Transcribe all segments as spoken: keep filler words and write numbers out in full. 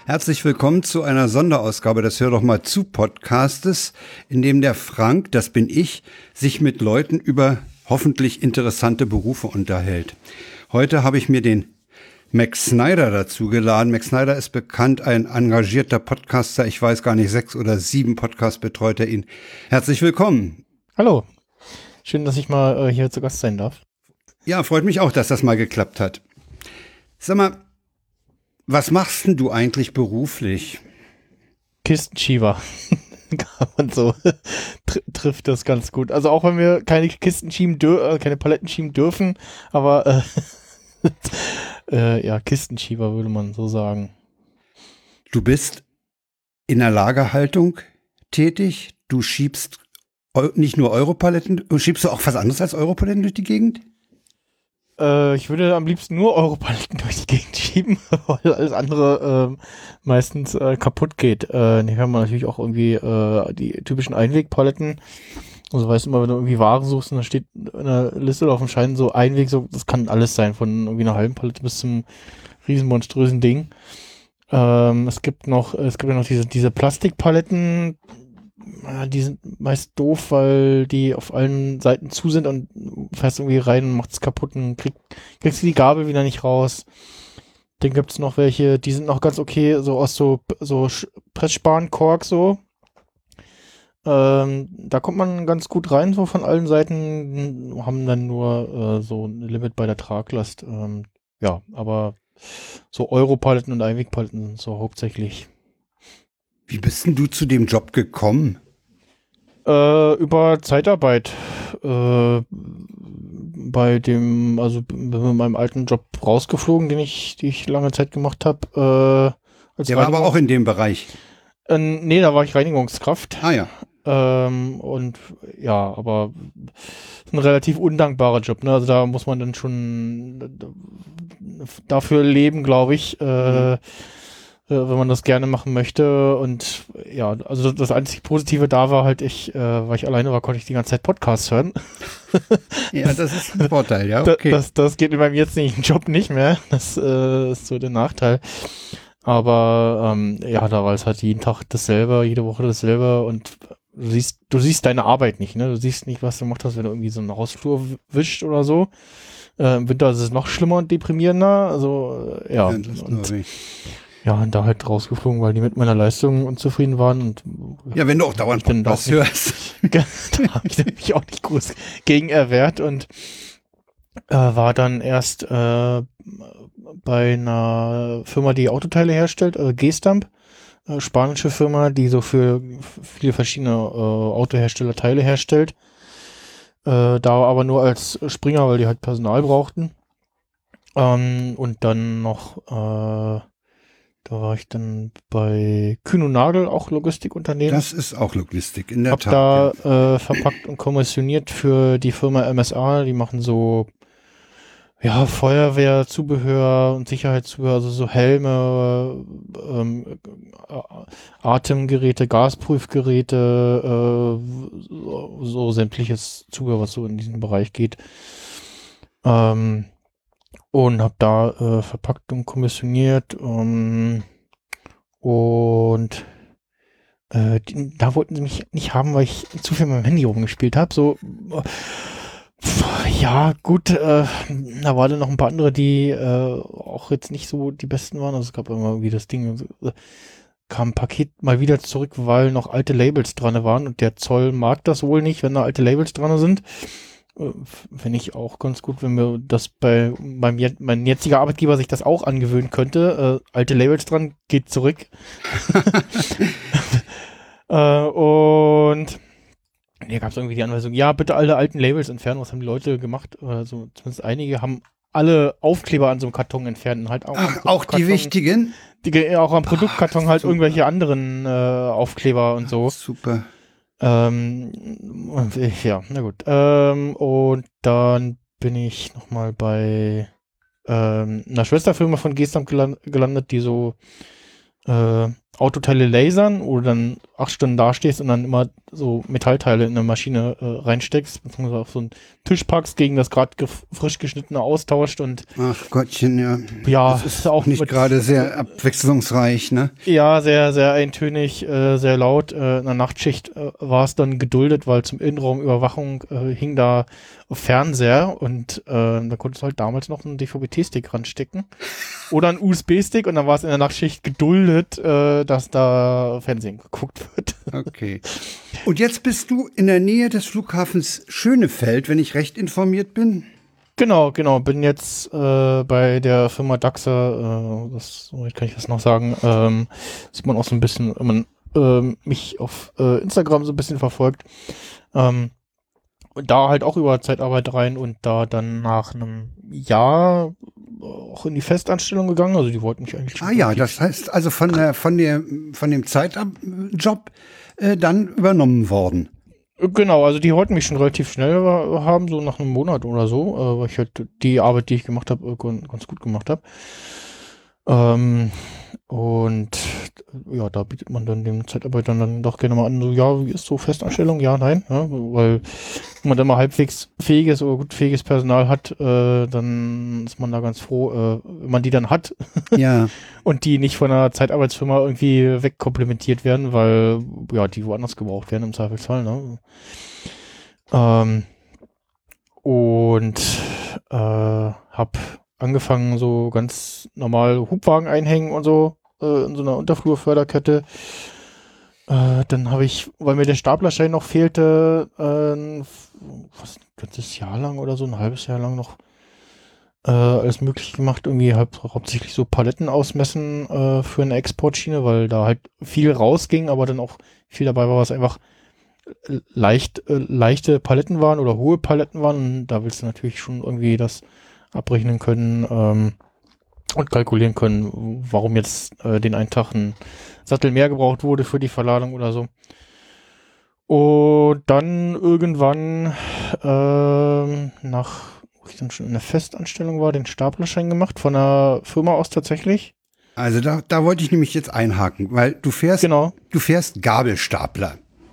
Herzlich willkommen zu einer Sonderausgabe des Hör doch mal zu Podcastes, in dem der Frank, das bin ich, sich mit Leuten über hoffentlich interessante Berufe unterhält. Heute habe ich mir den Max Snyder dazu geladen. Max Snyder ist bekannt, ein engagierter Podcaster. Ich weiß gar nicht, sechs oder sieben Podcasts betreut er ihn. Herzlich willkommen. Hallo. Schön, dass ich mal äh, hier zu Gast sein darf. Ja, freut mich auch, dass das mal geklappt hat. Sag mal, was machst denn du eigentlich beruflich? Kistenschieber. Kann man so tr- trifft das ganz gut. Also auch wenn wir keine Kisten schieben dür- äh, keine Paletten schieben dürfen, aber äh, äh, ja, Kistenschieber würde man so sagen. Du bist in der Lagerhaltung tätig. Du schiebst eu- nicht nur Europaletten, schiebst du auch was anderes als Europaletten durch die Gegend? Äh, ich würde am liebsten nur Europaletten durch die Gegend schieben, weil alles andere äh, meistens äh, kaputt geht. Äh, hier haben wir natürlich auch irgendwie äh, die typischen Einwegpaletten. Also weißt du immer, wenn du irgendwie Ware suchst und da steht in der Liste oder auf dem Schein so Einweg, so, das kann alles sein, von irgendwie einer halben Palette bis zum riesen monströsen Ding. Ähm, es gibt noch, es gibt ja noch diese, diese Plastikpaletten, ja, die sind meist doof, weil die auf allen Seiten zu sind und fährst irgendwie rein und macht es kaputt und krieg, kriegst du die Gabel wieder nicht raus. Dann gibt es noch welche, die sind noch ganz okay, so aus so, so Pressspan-Kork so. Ähm, da kommt man ganz gut rein, so von allen Seiten, haben dann nur äh, so ein Limit bei der Traglast. Ähm, ja, aber so Europaletten und Einwegpaletten sind so hauptsächlich. Wie bist denn du zu dem Job gekommen? Äh, über Zeitarbeit. Äh, bei dem, also bin mit meinem alten Job rausgeflogen, den ich, die ich lange Zeit gemacht habe. Äh, Der war aber auch in dem Bereich. Äh, nee, da war ich Reinigungskraft. Ah ja. Ähm, und ja, aber ein relativ undankbarer Job, ne? Also da muss man dann schon dafür leben, glaube ich, äh, mhm. wenn man das gerne machen möchte. Und ja, also das einzig Positive da war halt, ich, äh, weil ich alleine war, konnte ich die ganze Zeit Podcasts hören. Ja, das ist ein Vorteil, ja, okay. Das, das, das geht in meinem jetzigen Job nicht mehr. Das äh, ist so der Nachteil. Aber ähm, ja, da war es halt jeden Tag dasselbe, jede Woche dasselbe und du siehst, du siehst deine Arbeit nicht, ne? Du siehst nicht, was du gemacht hast, wenn du irgendwie so einen Hausflur wischt oder so. Äh, Im Winter ist es noch schlimmer und deprimierender. Also äh, ja. Ja, und, ja, und da halt rausgeflogen, weil die mit meiner Leistung unzufrieden waren. Und ja, wenn du auch dauernd was hörst. Da habe ich mich auch nicht groß gegen erwehrt und äh, war dann erst äh, bei einer Firma, die Autoteile herstellt, äh, Gestamp, äh, spanische Firma, die so für viele verschiedene äh, Autohersteller Teile herstellt. Äh, da aber nur als Springer, weil die halt Personal brauchten. Ähm, und dann noch, äh, da war ich dann bei Kühn und Nagel, auch Logistikunternehmen. Das ist auch Logistik, in der Hab Tat. da ja. äh, verpackt und kommissioniert für die Firma M S A, die machen so ja, Feuerwehr, Zubehör und Sicherheitszubehör, also so Helme, ähm, Atemgeräte, Gasprüfgeräte, äh, so, so sämtliches Zubehör, was so in diesen Bereich geht. Ähm, und habe da äh, verpackt und kommissioniert ähm, und äh, die, da wollten sie mich nicht haben, weil ich zu viel mit meinem Handy rumgespielt habe. So ja, gut, äh, da waren dann noch ein paar andere, die äh, auch jetzt nicht so die besten waren. Also es gab immer irgendwie das Ding, äh, kam ein Paket mal wieder zurück, weil noch alte Labels dran waren und der Zoll mag das wohl nicht, wenn da alte Labels dran sind. Äh, Finde ich auch ganz gut, wenn mir das bei meinem je- mein jetziger Arbeitgeber sich das auch angewöhnen könnte. Äh, alte Labels dran, geht zurück. äh, und hier gab es irgendwie die Anweisung, ja, bitte alle alten Labels entfernen. Was haben die Leute gemacht? Also zumindest einige haben alle Aufkleber an so einem Karton entfernt. Und halt auch, Ach, auch die wichtigen? Die, auch am Produktkarton Ach, halt super. Irgendwelche anderen äh, Aufkleber und so. Super. Ähm, und ich, ja, na gut. Ähm, und dann bin ich nochmal bei ähm, einer Schwesterfirma von Gestamp geland, gelandet, die so äh, Autoteile lasern, wo du dann acht Stunden dastehst und dann immer so Metallteile in eine Maschine äh, reinsteckst, beziehungsweise auf so einen Tisch packst, gegen das gerade ge frisch geschnittene austauscht und ach Gottchen, ja. Ja, das ist auch nicht gerade sehr abwechslungsreich, ne? Ja, sehr, sehr eintönig, äh, sehr laut. Äh, in der Nachtschicht äh, war es dann geduldet, weil zum Innenraumüberwachung äh, hing da Fernseher und äh, da konntest du halt damals noch einen D V B-T-Stick ranstecken oder einen U S B-Stick und dann war es in der Nachtschicht geduldet, äh, dass da Fernsehen geguckt wird. Okay. Und jetzt bist du in der Nähe des Flughafens Schönefeld, wenn ich recht informiert bin? Genau, genau. Bin jetzt äh, bei der Firma Daxa, äh, das, so kann ich das noch sagen, ähm, sieht man auch so ein bisschen, wenn man ähm, mich auf äh, Instagram so ein bisschen verfolgt. Ähm, und da halt auch über Zeitarbeit rein und da dann nach einem Jahr auch in die Festanstellung gegangen. Also die wollten mich eigentlich schon. Ah ja, das heißt also von der von der von dem Zeitjob äh, dann übernommen worden. Genau, also die wollten mich schon relativ schnell haben, so nach einem Monat oder so, äh, weil ich halt die Arbeit, die ich gemacht habe, ganz gut gemacht habe. Ähm, und ja, da bietet man dann den Zeitarbeitern dann doch gerne mal an, so, ja, wie ist so Festanstellung? Ja, nein, ja, weil wenn man dann mal halbwegs fähiges oder gut fähiges Personal hat, äh, dann ist man da ganz froh, äh, wenn man die dann hat. Ja. Und die nicht von einer Zeitarbeitsfirma irgendwie wegkomplementiert werden, weil, ja, die woanders gebraucht werden im Zweifelsfall, ne? Ähm, und äh, hab angefangen, so ganz normal Hubwagen einhängen und so äh, in so einer Unterflurförderkette. Äh, dann habe ich, weil mir der Staplerschein noch fehlte, äh, was, ein ganzes Jahr lang oder so, ein halbes Jahr lang noch äh, alles möglich gemacht. Irgendwie halt hauptsächlich so Paletten ausmessen äh, für eine Exportschiene, weil da halt viel rausging, aber dann auch viel dabei war, was einfach leicht, äh, leichte Paletten waren oder hohe Paletten waren. Und da willst du natürlich schon irgendwie das abrechnen können ähm, und kalkulieren können, warum jetzt äh, den einen Tag ein Sattel mehr gebraucht wurde für die Verladung oder so. Und dann irgendwann ähm, nach, wo ich dann schon in der Festanstellung war, den Staplerschein gemacht, von der Firma aus tatsächlich. Also da, da wollte ich nämlich jetzt einhaken, weil du fährst, genau. du fährst Gabelstapler.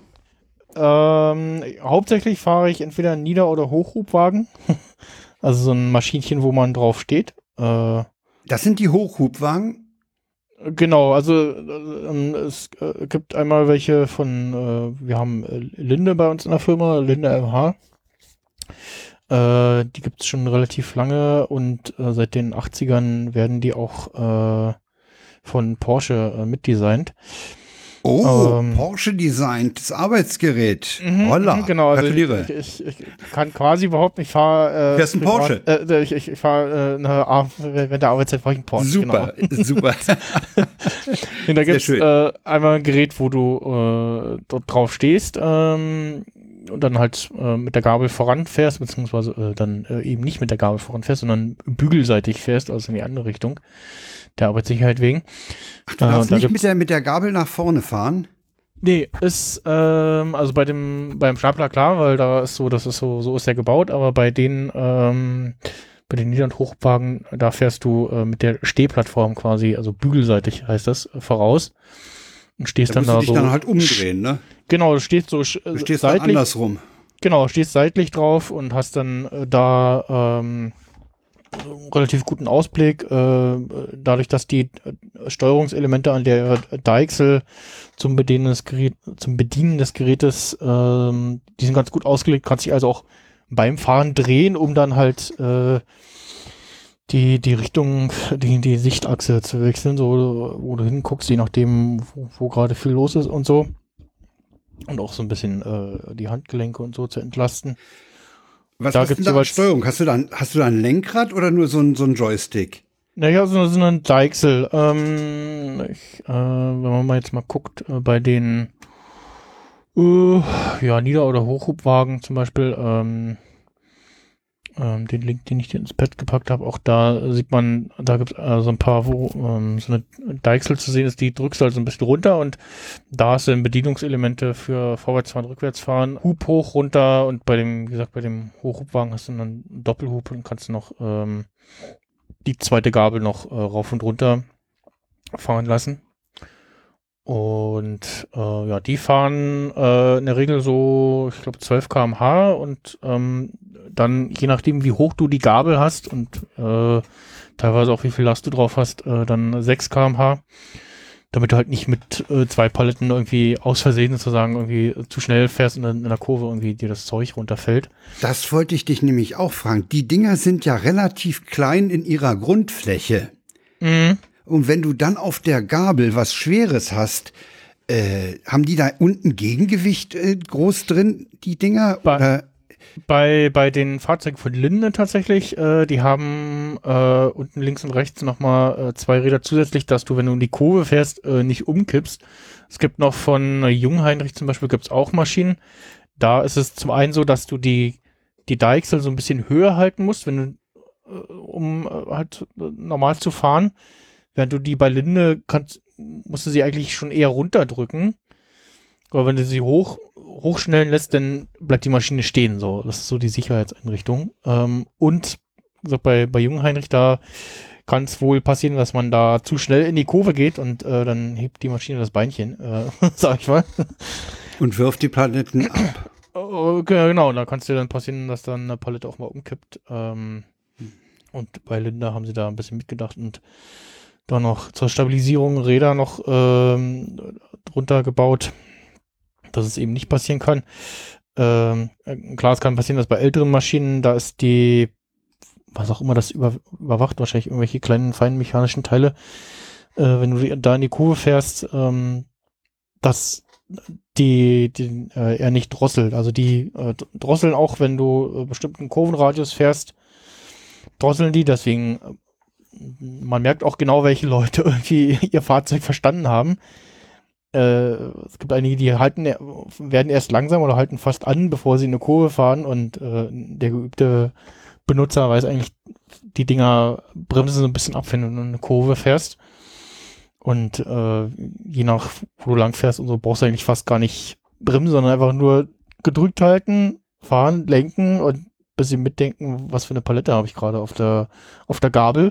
Ähm, hauptsächlich fahre ich entweder einen Nieder- oder Hochhubwagen. Also so ein Maschinchen, wo man drauf steht. Äh, das sind die Hochhubwagen? Genau, also äh, es äh, gibt einmal welche von, äh, wir haben äh, Linde bei uns in der Firma, Linde M H. Äh, die gibt es schon relativ lange und äh, seit den achtzigern werden die auch äh, von Porsche äh, mitdesignt. Oh, ähm, Porsche designt das Arbeitsgerät. Mhm, Holla, genau, also gratuliere. Ich, ich, ich kann quasi überhaupt nicht fahren. Äh, Fährst ein Porsche? Äh, ich ich, ich fahre, äh, während der Arbeitszeit fahre ich einen Porsche. Super, genau. Super. Und da gibt es äh, einmal ein Gerät, wo du äh, dort drauf stehst ähm, und dann halt äh, mit der Gabel voranfährst, beziehungsweise äh, dann äh, eben nicht mit der Gabel voranfährst, sondern bügelseitig fährst, also in die andere Richtung. Der Arbeitssicherheit wegen. Ach, du darfst äh, nicht mit der, mit der Gabel nach vorne fahren? Nee, ist, ähm, also bei dem, beim Stapler klar, weil da ist so, das ist so, so ist der gebaut, aber bei den, ähm, bei den Nieder- und Hochwagen, da fährst du äh, mit der Stehplattform quasi, also bügelseitig heißt das, äh, voraus. Und stehst da dann da du dich so. dann halt umdrehen, ne? Genau, du stehst so, du stehst seitlich, dann andersrum. Genau, stehst seitlich drauf und hast dann äh, da, ähm, relativ guten Ausblick, äh, dadurch, dass die äh, Steuerungselemente an der Deichsel zum Bedienen des, Gerät, zum Bedienen des Gerätes, ähm, die sind ganz gut ausgelegt, kannst dich also auch beim Fahren drehen, um dann halt äh, die, die Richtung, die, die Sichtachse zu wechseln, so wo du hinguckst, je nachdem, wo, wo gerade viel los ist und so. Und auch so ein bisschen äh, die Handgelenke und so zu entlasten. Was da ist denn da als Steuerung? Hast du da, hast du da ein Lenkrad oder nur so ein, so ein Joystick? Naja, so, so ein Deichsel. Ähm, ich, äh, wenn man mal jetzt mal guckt, äh, bei den äh, ja, Nieder- oder Hochhubwagen zum Beispiel, ähm, ähm, den Link, den ich dir ins Pad gepackt habe, auch da sieht man, da gibt es äh, so ein paar, wo ähm, so eine Deichsel zu sehen ist, die drückst du also ein bisschen runter und da sind Bedienungselemente für Vorwärtsfahren, Rückwärtsfahren, Hub hoch, runter und bei dem, wie gesagt, bei dem Hochhubwagen hast du dann einen Doppelhub und kannst noch ähm, die zweite Gabel noch äh, rauf und runter fahren lassen. Und äh, ja, die fahren äh, in der Regel so, ich glaube, zwölf Kilometer pro Stunde und ähm, dann, je nachdem, wie hoch du die Gabel hast und äh, teilweise auch wie viel Last du drauf hast, äh, dann sechs Kilometer pro Stunde, damit du halt nicht mit äh, zwei Paletten irgendwie aus Versehen sozusagen irgendwie zu schnell fährst und in, in der Kurve irgendwie dir das Zeug runterfällt. Das wollte ich dich nämlich auch fragen. Die Dinger sind ja relativ klein in ihrer Grundfläche. Mhm. Und wenn du dann auf der Gabel was Schweres hast, äh, haben die da unten Gegengewicht äh, groß drin, die Dinger? Bei, Oder? bei, bei den Fahrzeugen von Linde tatsächlich, äh, die haben äh, unten links und rechts nochmal äh, zwei Räder zusätzlich, dass du, wenn du in die Kurve fährst, äh, nicht umkippst. Es gibt noch von äh, Jungheinrich zum Beispiel, gibt's auch Maschinen. Da ist es zum einen so, dass du die, die Deichsel so ein bisschen höher halten musst, wenn du, äh, um äh, halt äh, normal zu fahren. Während du die bei Linde kannst, musst du sie eigentlich schon eher runterdrücken. Aber wenn du sie hoch, hochschnellen lässt, dann bleibt die Maschine stehen. So, das ist so die Sicherheitseinrichtung. Ähm, und so bei, bei Jungheinrich, da kann es wohl passieren, dass man da zu schnell in die Kurve geht und äh, dann hebt die Maschine das Beinchen, äh, sag ich mal. Und wirft die Paletten ab. Okay, genau, da kann es dir dann passieren, dass dann eine Palette auch mal umkippt. Ähm, und bei Linde haben sie da ein bisschen mitgedacht und da noch zur Stabilisierung Räder noch ähm, drunter gebaut, dass es eben nicht passieren kann. Ähm, klar, es kann passieren, dass bei älteren Maschinen, da ist die, was auch immer das über, überwacht, wahrscheinlich irgendwelche kleinen, feinen mechanischen Teile, äh, wenn du da in die Kurve fährst, ähm, dass die, die äh, eher nicht drosselt. Also die äh, drosseln auch, wenn du äh, bestimmten Kurvenradius fährst, drosseln die, deswegen man merkt auch genau, welche Leute irgendwie ihr Fahrzeug verstanden haben. Äh, es gibt einige, die halten, werden erst langsam oder halten fast an, bevor sie in eine Kurve fahren und äh, der geübte Benutzer weiß eigentlich, die Dinger bremsen so ein bisschen ab, wenn du in eine Kurve fährst. Und äh, je nach, wo du lang fährst und so, brauchst du eigentlich fast gar nicht bremsen, sondern einfach nur gedrückt halten, fahren, lenken und bisschen mitdenken, was für eine Palette habe ich gerade auf der auf der Gabel.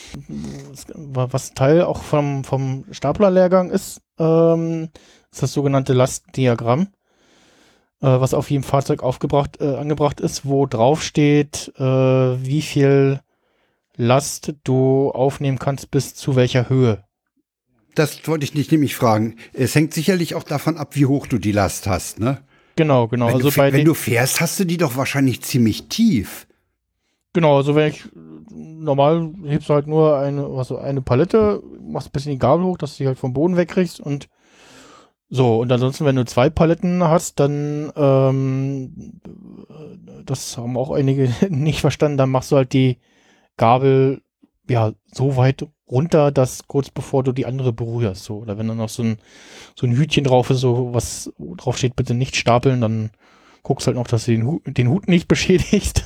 Was Teil auch vom, vom Staplerlehrgang ist, ähm, ist das sogenannte Lastdiagramm, äh, was auf jedem Fahrzeug aufgebracht, äh, angebracht ist, wo drauf steht, äh, wie viel Last du aufnehmen kannst, bis zu welcher Höhe. Das wollte ich dich nämlich fragen. Es hängt sicherlich auch davon ab, wie hoch du die Last hast, ne? Genau, genau. Wenn, also du, bei wenn den, du fährst, hast du die doch wahrscheinlich ziemlich tief. Genau, also wenn ich normal hebst du halt nur eine, was, eine Palette, machst ein bisschen die Gabel hoch, dass du die halt vom Boden wegkriegst und so. Und ansonsten, wenn du zwei Paletten hast, dann, ähm, das haben auch einige nicht verstanden, dann machst du halt die Gabel, ja, so weit runter, dass kurz bevor du die andere berührst, so. Oder wenn dann noch so ein, so ein Hütchen drauf ist, so was drauf steht, bitte nicht stapeln, dann guckst halt noch, dass du den, Hu- den Hut nicht beschädigst.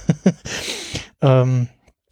ähm,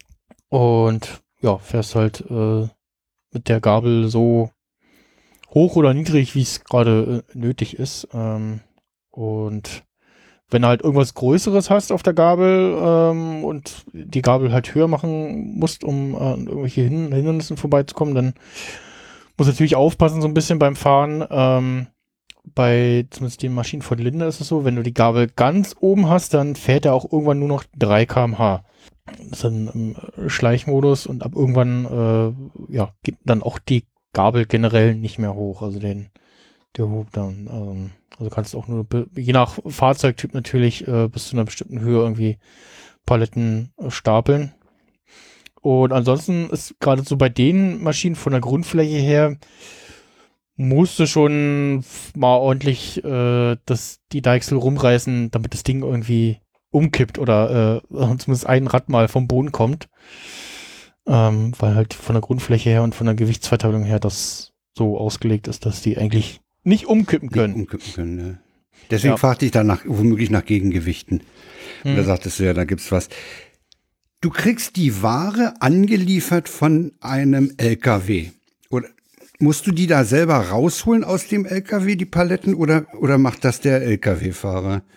und ja, fährst halt äh, mit der Gabel so hoch oder niedrig, wie es gerade äh, nötig ist. Ähm, und wenn du halt irgendwas Größeres hast auf der Gabel ähm, und die Gabel halt höher machen musst, um äh, an irgendwelche Hin- Hindernissen vorbeizukommen, dann musst du natürlich aufpassen so ein bisschen beim Fahren. Ähm, bei zumindest den Maschinen von Linde ist es so, wenn du die Gabel ganz oben hast, dann fährt er auch irgendwann nur noch drei Kilometer pro Stunde. Das ist dann im Schleichmodus und ab irgendwann äh, ja, geht dann auch die Gabel generell nicht mehr hoch, also den der Hub dann. Ähm, also kannst du auch nur, be- je nach Fahrzeugtyp natürlich, äh, bis zu einer bestimmten Höhe irgendwie Paletten äh, stapeln. Und ansonsten ist gerade so bei den Maschinen von der Grundfläche her, musst du schon mal ordentlich äh, das, die Deichsel rumreißen, damit das Ding irgendwie umkippt oder äh, zumindest ein Rad mal vom Boden kommt. Ähm, weil halt von der Grundfläche her und von der Gewichtsverteilung her das so ausgelegt ist, dass die eigentlich nicht umkippen können. Nicht umkippen können, ne? Deswegen Ja. fragte ich danach, womöglich nach Gegengewichten. Hm. Und da sagtest du ja, da gibt's was. Du kriegst die Ware angeliefert von einem L K W. Oder musst du die da selber rausholen aus dem L K W, die Paletten, oder, oder macht das der L K W-Fahrer?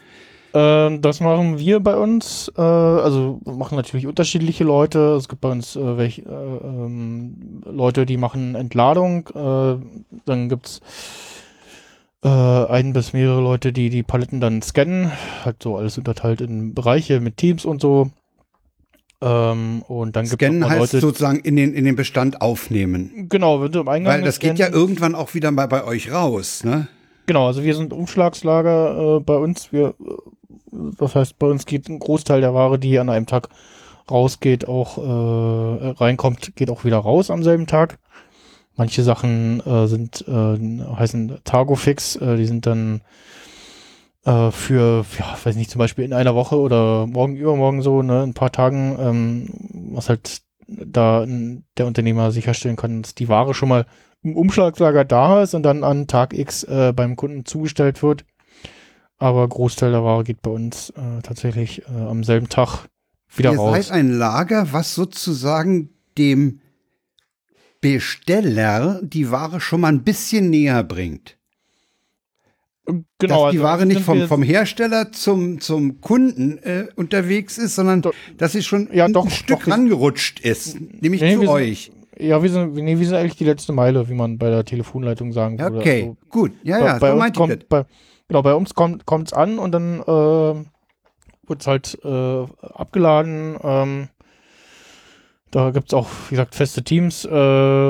Ähm, das machen wir bei uns, äh, also machen natürlich unterschiedliche Leute. Es gibt bei uns äh, welche, äh, ähm, Leute, die machen Entladung. Äh, dann gibt's äh, ein bis mehrere Leute, die die Paletten dann scannen. Halt so alles unterteilt in Bereiche mit Teams und so. Ähm, und dann gibt es Scannen heißt Leute, sozusagen in den, in den Bestand aufnehmen. genau, wenn du im Eingang Weil das geht ja irgendwann auch wieder mal bei euch raus, ne? Genau, also wir sind Umschlagslager äh, bei uns. Wir, äh, das heißt, bei uns geht ein Großteil der Ware, die an einem Tag rausgeht, auch äh, reinkommt, geht auch wieder raus am selben Tag. Manche Sachen äh, sind äh, heißen Targofix, äh, die sind dann äh, für, ja, weiß nicht, zum Beispiel in einer Woche oder morgen übermorgen so, ne, ein paar Tagen, ähm, was halt da n, der Unternehmer sicherstellen kann, dass die Ware schon mal im Umschlagslager da ist und dann an Tag X äh, beim Kunden zugestellt wird. Aber Großteil der Ware geht bei uns äh, tatsächlich äh, am selben Tag wieder Ihr raus. seid ein Lager, was sozusagen dem Besteller die Ware schon mal ein bisschen näher bringt. Genau, dass die also Ware nicht sind vom, wir- vom Hersteller zum, zum Kunden äh, unterwegs ist, sondern Doch- dass sie schon ja, ein, doch, ein Stück doch, wir- rangerutscht ist, nämlich Nee, zu wir sind- euch. Ja, wir sind, nee, wir sind eigentlich die letzte Meile, wie man bei der Telefonleitung sagen würde. Okay, Also, gut. Ja, bei, ja, bei so uns meinte ich das. kommt, bei, genau, bei uns kommt kommt's an und dann äh, wird's halt äh, abgeladen. Ähm, da gibt's auch, wie gesagt, feste Teams. Äh,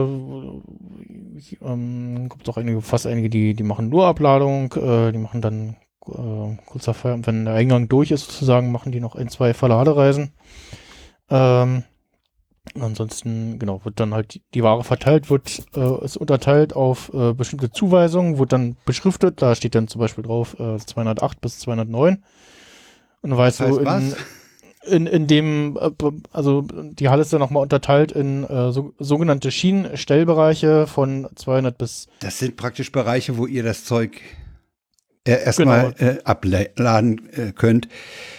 ähm, gibt's auch einige, fast einige, die die machen nur Abladung. Äh, die machen dann äh, kurz nach Feierabend, wenn der Eingang durch ist, sozusagen, machen die noch ein, zwei Verladereisen. Ähm, Ansonsten, genau, wird dann halt die, die Ware verteilt, wird, äh, ist unterteilt auf äh, bestimmte Zuweisungen, wird dann beschriftet, da steht dann zum Beispiel drauf äh, zweihundertacht bis zweihundertneun. Und dann weißt Das heißt du, in, was? in, in dem, äh, also die Halle ist dann nochmal unterteilt in äh, so, sogenannte Schienenstellbereiche von zweihundert bis, Das sind praktisch Bereiche, wo ihr das Zeug äh, erstmal Genau. äh, abladen äh, könnt.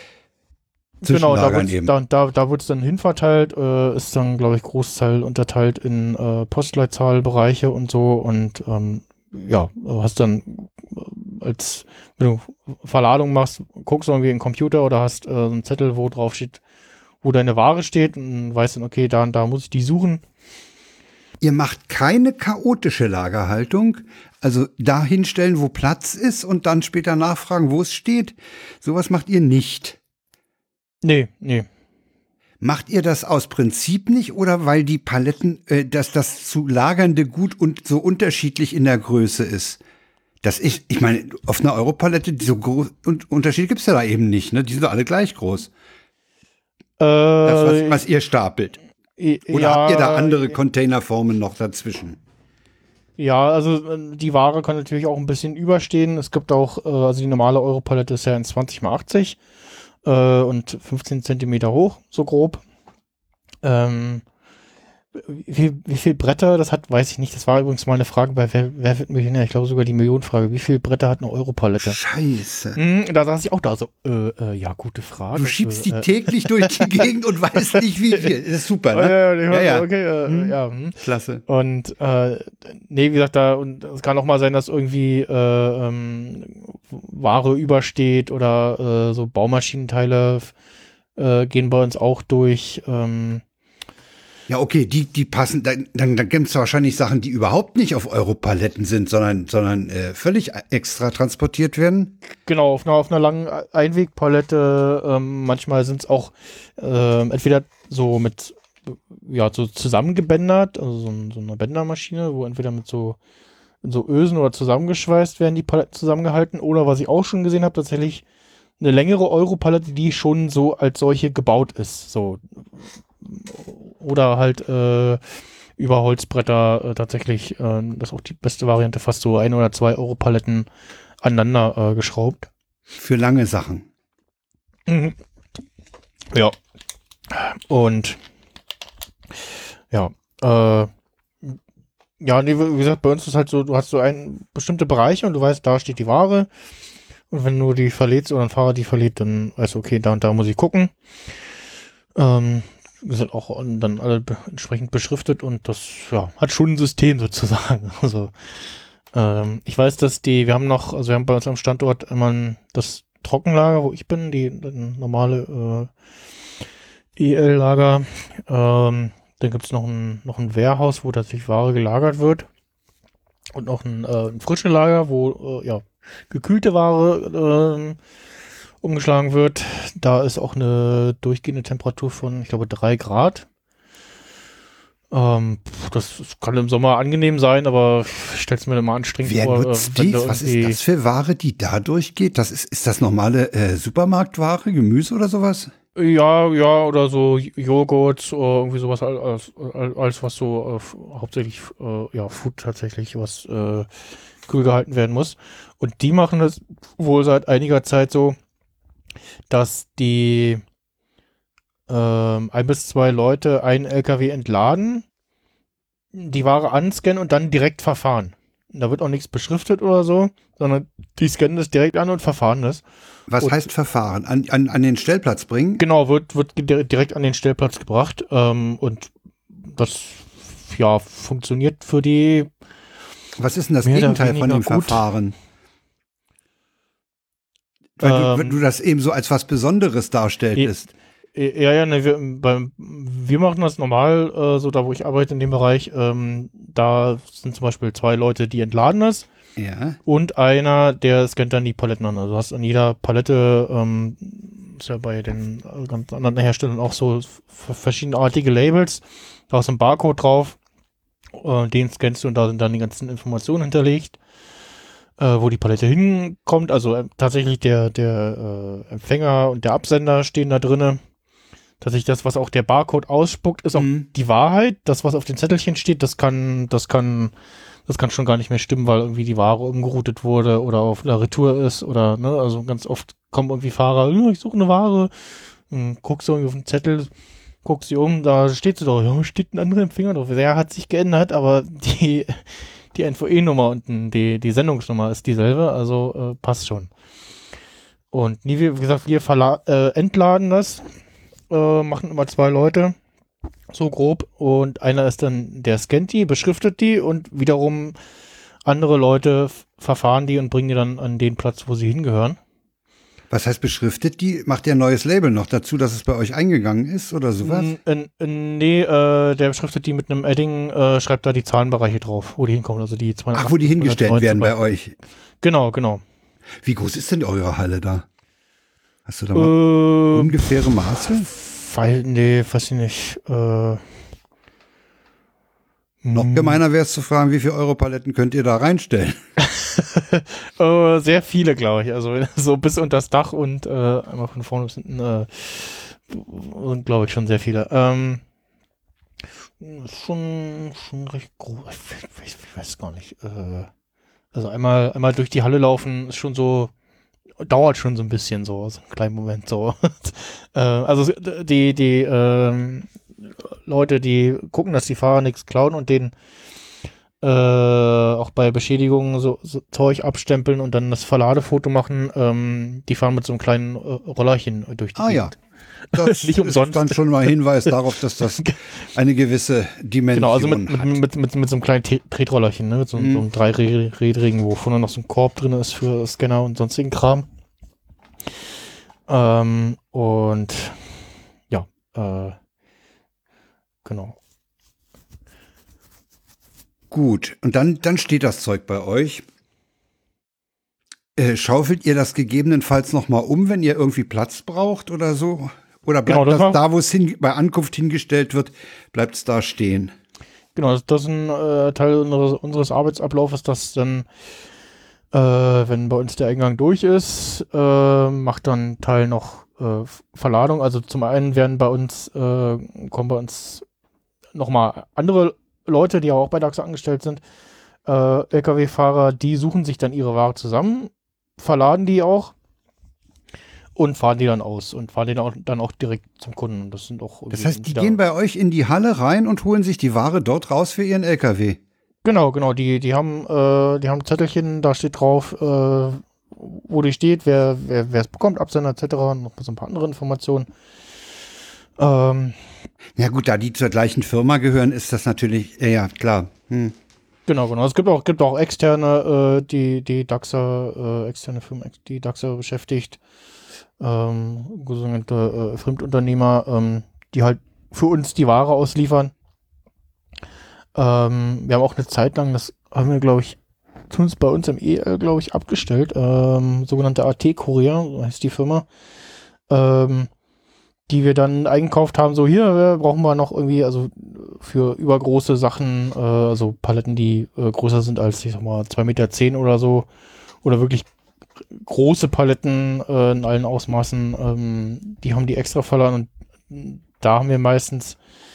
genau, da Zwischenlagern wird's, eben. da, da, da wird es dann hinverteilt, äh, ist dann, glaube ich, Großteil unterteilt in äh, Postleitzahlbereiche und so und ähm, ja, hast dann äh, als, wenn du Verladung machst, guckst du irgendwie in den Computer oder hast äh, so einen Zettel, wo drauf steht, wo deine Ware steht und weißt dann, okay, da und da muss ich die suchen. Ihr macht keine chaotische Lagerhaltung, also da hinstellen, wo Platz ist und dann später nachfragen, wo es steht. Sowas macht ihr nicht. Nee, nee. Macht ihr das aus Prinzip nicht oder weil die Paletten, äh, dass das zu lagernde Gut und so unterschiedlich in der Größe ist? Das ich, ich meine, auf einer Europalette, so groß und Unterschiede gibt's ja da eben nicht, ne? Die sind doch alle gleich groß. Äh, Das, was, was ihr stapelt. Oder ja, habt ihr da andere Containerformen noch dazwischen? Ja, also äh, die Ware kann natürlich auch ein bisschen überstehen. Es gibt auch, äh, also die normale Europalette ist ja in zwanzig mal achtzig äh, und fünfzehn Zentimeter hoch, so grob. Ähm, wie, viel- wie viel Bretter das hat, weiß ich nicht. Das war übrigens mal eine Frage bei Wer, wer wird Millionär? Ich glaube sogar die Millionenfrage. Wie viele Bretter hat eine Europalette? Scheiße. Mhm, da saß ich auch da so, äh, äh, ja, gute Frage. Du schiebst die äh, täglich durch die Gegend und weißt nicht, wie viel. Das ist super, äh, ne? ja, ja, Ja, ja. okay, äh, Hm. ja. Hm. Klasse. Und äh, nee, wie gesagt, da und es kann auch mal sein, dass irgendwie äh, ähm, Ware übersteht oder äh, so Baumaschinenteile äh, gehen bei uns auch durch. Ähm, Ja, okay, die, die passen, dann, dann, dann gibt es wahrscheinlich Sachen, die überhaupt nicht auf Europaletten sind, sondern, sondern äh, völlig extra transportiert werden. genau, auf einer, auf einer langen Einwegpalette. Ähm, manchmal sind es auch ähm, entweder so mit, ja, so zusammengebändert, also so, ein, so eine Bändermaschine, wo entweder mit so, so Ösen oder zusammengeschweißt werden die Paletten zusammengehalten. Oder was ich auch schon gesehen habe, tatsächlich eine längere Europalette, die schon so als solche gebaut ist. So. Oder halt äh, über Holzbretter äh, tatsächlich, äh, das ist auch die beste Variante, fast so ein oder zwei Europaletten aneinander äh, geschraubt. Für lange Sachen. Mhm. Ja. Und ja, äh, ja, nee, wie gesagt, bei uns ist halt so, du hast so ein bestimmte Bereiche und du weißt, da steht die Ware. Und wenn du die verlädst oder ein Fahrer die verlädt, dann weißt du, okay, da und da muss ich gucken. Ähm, die sind auch dann alle be entsprechend beschriftet und das ja, hat schon ein System sozusagen. Also ähm, ich weiß, dass die, wir haben noch, also wir haben bei uns am Standort immer ein, das Trockenlager, wo ich bin, die, die normale äh, E L-Lager. Ähm, dann gibt es noch ein, noch ein Warehouse, wo tatsächlich Ware gelagert wird. Und noch ein, äh, ein frische Lager, wo äh, ja, gekühlte Ware äh, umgeschlagen wird. Da ist auch eine durchgehende Temperatur von, ich glaube, drei Grad. Ähm, das kann im Sommer angenehm sein, aber ich stelle es mir immer anstrengend Wer vor. nutzt Wenn dies? da Was ist das für Ware, die da durchgeht? Das ist, ist das normale äh, Supermarktware, Gemüse oder sowas? Ja, ja, oder so Joghurt oder irgendwie sowas, als, als, als was so äh, hauptsächlich, äh, ja, Food tatsächlich, was äh, kühl gehalten werden muss. Und die machen das wohl seit einiger Zeit so, dass die ähm, ein bis zwei Leute einen L K W entladen, die Ware anscannen und dann direkt verfahren. Da wird auch nichts beschriftet oder so, sondern die scannen das direkt an und verfahren das. Was und heißt verfahren? An, an, an den Stellplatz bringen? Genau, wird, wird direkt an den Stellplatz gebracht ähm, und das ja funktioniert für die. Was ist denn das mehr oder Gegenteil von weniger dem gut. Verfahren? Weil du, Ähm, wenn du das eben so als was Besonderes darstelltest. Ja, ja, ne, wir, beim, wir machen das normal, äh, so da wo ich arbeite in dem Bereich, ähm, da sind zum Beispiel zwei Leute, die entladen das Ja. und einer, der scannt dann die Paletten an. Also du hast an jeder Palette, ähm, ist ja bei den äh, ganz anderen Herstellern auch so f- verschiedenartige Labels, da ist ein Barcode drauf, äh, den scannst du und da sind dann die ganzen Informationen hinterlegt, äh, wo die Palette hinkommt, also äh, tatsächlich der, der äh, Empfänger und der Absender stehen da drinne. Tatsächlich das, was auch der Barcode ausspuckt, ist auch Mhm. die Wahrheit. Das, was auf den Zettelchen steht, das kann, das kann, das kann schon gar nicht mehr stimmen, weil irgendwie die Ware umgeroutet wurde oder auf der Retour ist oder, ne, also ganz oft kommen irgendwie Fahrer, ja, ich suche eine Ware, und guckst du irgendwie auf den Zettel, guckst sie um, da steht sie doch, ja, steht ein anderer Empfänger drauf. Der hat sich geändert, aber die, die N V E-Nummer und die, die Sendungsnummer ist dieselbe, also äh, passt schon. Und nie, wie gesagt, wir verla- äh, entladen das. Äh, machen immer zwei Leute, so grob, und einer ist dann, der scannt die, beschriftet die und wiederum andere Leute f- verfahren die und bringen die dann an den Platz, wo sie hingehören. Was heißt beschriftet die? Macht ihr ein neues Label noch dazu, dass es bei euch eingegangen ist oder sowas? N- n- n- nee, äh, der beschriftet die mit einem Edding, äh, schreibt da die Zahlenbereiche drauf, wo die hinkommen, also die zweihundertacht. Ach, wo die hingestellt werden bei euch. Genau, genau. Wie groß ist denn eure Halle da? Hast du da mal Äh, ungefähre Maße? Weil, nee, weiß ich nicht. Äh, Noch hm. gemeiner wäre es zu fragen, wie viele Europaletten könnt ihr da reinstellen? äh, sehr viele, glaube ich. Also so bis unter das Dach und äh, einmal von vorne bis hinten äh, sind, glaube ich, schon sehr viele. Ähm, schon, schon recht groß. Ich, ich, ich weiß gar nicht. Äh, also einmal, einmal durch die Halle laufen ist schon so, dauert schon so ein bisschen so, so einen kleinen Moment so. äh, also die, die ähm, Leute, die gucken, dass die Fahrer nichts klauen und den äh, auch bei Beschädigungen so, so Zeug abstempeln und dann das Verladefoto machen, ähm, die fahren mit so einem kleinen äh, Rollerchen durch die Ah ja, Gegend. das Nicht umsonst. ist dann schon mal Hinweis darauf, dass das eine gewisse Dimension Genau, also mit, hat. mit, mit, mit, mit so einem kleinen T- Tretrollerchen, ne? Mit so, Mhm. so einem dreirädrigen, wo vorne noch so ein Korb drin ist für Scanner und sonstigen Kram. Ähm, und ja, äh, genau. Gut, und dann, dann steht das Zeug bei euch. Äh, schaufelt ihr das gegebenenfalls nochmal um, wenn ihr irgendwie Platz braucht oder so? Oder bleibt Genau, das das, war- da, wo es hin, bei Ankunft hingestellt wird, bleibt es da stehen? Genau, das, das ist ein äh, Teil unseres, unseres Arbeitsablaufes, dass dann, äh, wenn bei uns der Eingang durch ist, äh, macht dann ein Teil noch äh, Verladung. Also zum einen werden bei uns, äh, kommen bei uns nochmal andere Leute, die auch bei DAXA angestellt sind, äh, L K W-Fahrer, die suchen sich dann ihre Ware zusammen, verladen die auch und fahren die dann aus und fahren die dann auch, dann auch direkt zum Kunden. Das sind auch Das irgendwie heißt, die wieder- gehen bei euch in die Halle rein und holen sich die Ware dort raus für ihren L K W. Genau, genau. Die, die haben, äh, die haben Zettelchen, da steht drauf, äh, wo die steht, wer, wer, wer es bekommt, Absender et cetera. Noch so ein paar andere Informationen. Ähm, Ja gut, da die zur gleichen Firma gehören, ist das natürlich, ja, ja klar. Hm. Genau, genau. Es gibt auch, gibt auch externe, äh, die, die DAXer, äh, externe Firmen, die DAXer beschäftigt, ähm, sogenannte äh, Fremdunternehmer, ähm, die halt für uns die Ware ausliefern. Ähm, wir haben auch eine Zeit lang, das haben wir, glaube ich, zumindest bei uns im E L, glaube ich, abgestellt, ähm, sogenannte A T-Kurier, so heißt die Firma, ähm, die wir dann eingekauft haben, so hier äh, brauchen wir noch irgendwie, also für übergroße Sachen, äh, also Paletten, die äh, größer sind als, ich sag mal, zwei Meter zehn oder so, oder wirklich große Paletten äh, in allen Ausmaßen, ähm, die haben die extra verladen und da haben wir meistens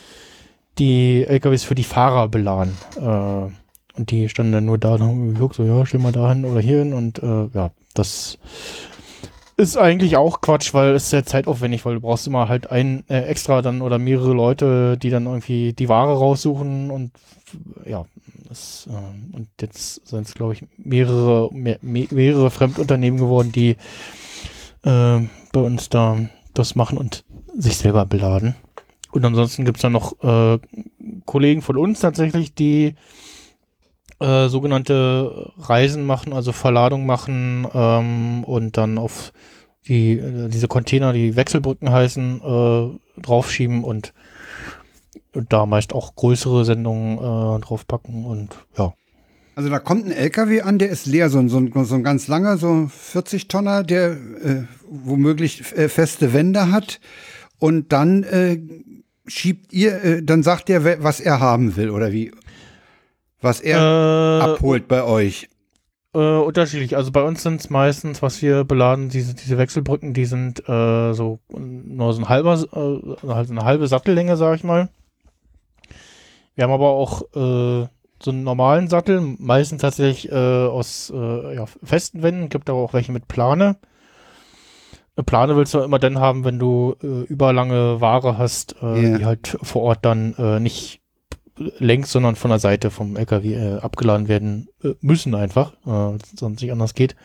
die L K Ws für die Fahrer beladen. Äh, und die standen dann nur da und haben geguckt, so ja, stell mal da hin oder hier hin und äh, ja, das ist eigentlich auch Quatsch, weil es sehr zeitaufwendig, weil du brauchst immer halt ein äh, extra dann oder mehrere Leute, die dann irgendwie die Ware raussuchen und ja, das, äh, und jetzt sind es, glaube ich, mehrere, mehr, mehrere Fremdunternehmen geworden, die äh, bei uns da das machen und sich selber beladen. Und ansonsten gibt es dann noch äh, Kollegen von uns tatsächlich, die äh, sogenannte Reisen machen, also Verladung machen ähm, und dann auf die äh, diese Container, die Wechselbrücken heißen, äh, draufschieben und, und da meist auch größere Sendungen äh, draufpacken und ja. Also da kommt ein L K W an, der ist leer, so ein, so ein, so ein ganz langer, so vierzig Tonner, der äh, womöglich äh, feste Wände hat und dann äh, schiebt ihr, äh, dann sagt der, was er haben will oder wie? Was er äh, abholt bei euch? Äh, unterschiedlich. Also bei uns sind es meistens, was wir beladen, diese, diese Wechselbrücken, die sind äh, so nur so ein halber, äh, halt eine halbe Sattellänge, sag ich mal. Wir haben aber auch äh, so einen normalen Sattel, meistens tatsächlich äh, aus äh, ja, festen Wänden, gibt aber auch welche mit Plane. Eine Plane willst du immer dann haben, wenn du äh, überlange Ware hast, äh, yeah. die halt vor Ort dann äh, nicht längs, sondern von der Seite vom L K W äh, abgeladen werden äh, müssen einfach, äh, sonst nicht anders geht.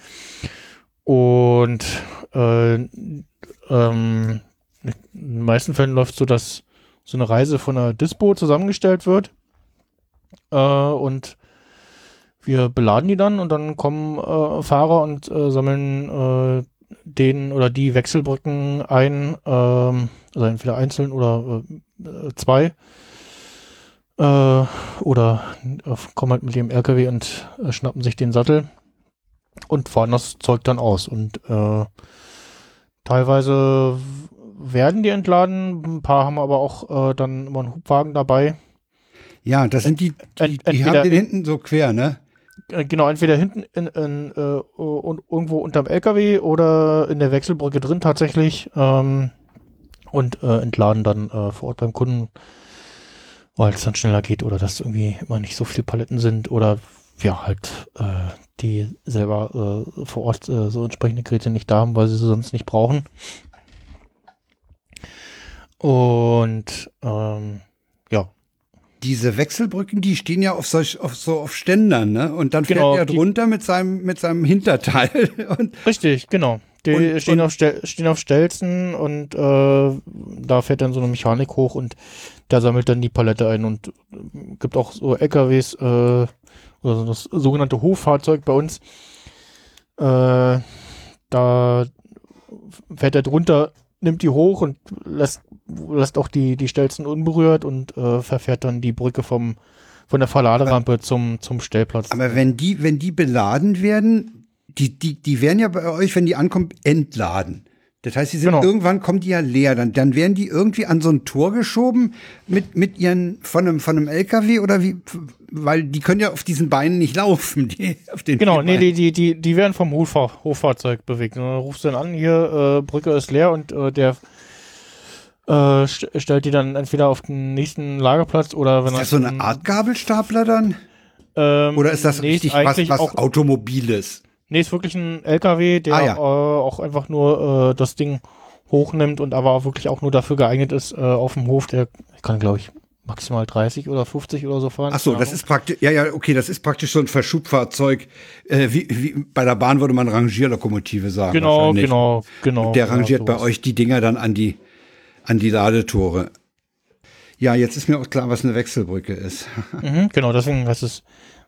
Und äh, ähm, in den meisten Fällen läuft so, dass so eine Reise von einer Dispo zusammengestellt wird äh, und wir beladen die dann und dann kommen äh, Fahrer und äh, sammeln äh, den oder die Wechselbrücken ein, ähm, also entweder einzeln oder äh, zwei. Äh, oder äh, kommen halt mit dem L K W und äh, schnappen sich den Sattel und fahren das Zeug dann aus. Und äh, teilweise werden die entladen, ein paar haben aber auch äh, dann immer einen Hubwagen dabei. Ja, das sind die, die, die entweder, haben den hinten so quer, ne? Äh, genau, entweder hinten in, in, äh, und irgendwo unterm L K W oder in der Wechselbrücke drin tatsächlich ähm, und äh, entladen dann äh, vor Ort beim Kunden, weil es dann schneller geht oder dass irgendwie immer nicht so viele Paletten sind oder ja, halt äh, die selber äh, vor Ort äh, so entsprechende Geräte nicht da haben, weil sie sie sonst nicht brauchen. Und ähm, ja. Diese Wechselbrücken, die stehen ja auf, solch, auf so auf Ständern, ne? Und dann fährt genau, er drunter mit seinem, mit seinem Hinterteil. Und richtig, genau. Die und, stehen, und auf Stel- stehen auf Stelzen und äh, da fährt dann so eine Mechanik hoch und der sammelt dann die Palette ein und äh, gibt auch so L K Ws, äh, oder das sogenannte Hoffahrzeug bei uns. Äh, da fährt er drunter, nimmt die hoch und lässt, lässt auch die, die Stelzen unberührt und äh, verfährt dann die Brücke vom, von der Verladerampe aber, zum, zum Stellplatz. Aber wenn die, wenn die beladen werden, die, die, die werden ja bei euch, wenn die ankommen, entladen. Das heißt, die sind genau. Irgendwann kommen die ja leer. Dann, dann werden die irgendwie an so ein Tor geschoben mit, mit ihren, von einem, von einem L K W oder wie, weil die können ja auf diesen Beinen nicht laufen. Die, auf den genau, nee, die, die, die, die werden vom Hochfahr- Hochfahrzeug bewegt. Und dann rufst du dann an, hier, äh, Brücke ist leer und äh, der äh, st- stellt die dann entweder auf den nächsten Lagerplatz oder wenn er. Ist das so eine Art Gabelstapler dann? Ähm, oder ist das nee, richtig ist was, was Automobiles? Nee, ist wirklich ein L K W, der ah, ja. äh, auch einfach nur äh, das Ding hochnimmt und aber auch wirklich auch nur dafür geeignet ist, äh, auf dem Hof. Der kann, glaube ich, maximal dreißig oder fünfzig oder so fahren. Ach so, das ist praktisch, ja, ja, okay, das ist praktisch so ein Verschubfahrzeug. Äh, wie, wie bei der Bahn würde man Rangierlokomotive sagen. Genau, genau, genau. Der rangiert ja, bei euch die Dinger dann an die, an die Ladetore. Ja, jetzt ist mir auch klar, was eine Wechselbrücke ist. mhm, genau, deswegen heißt es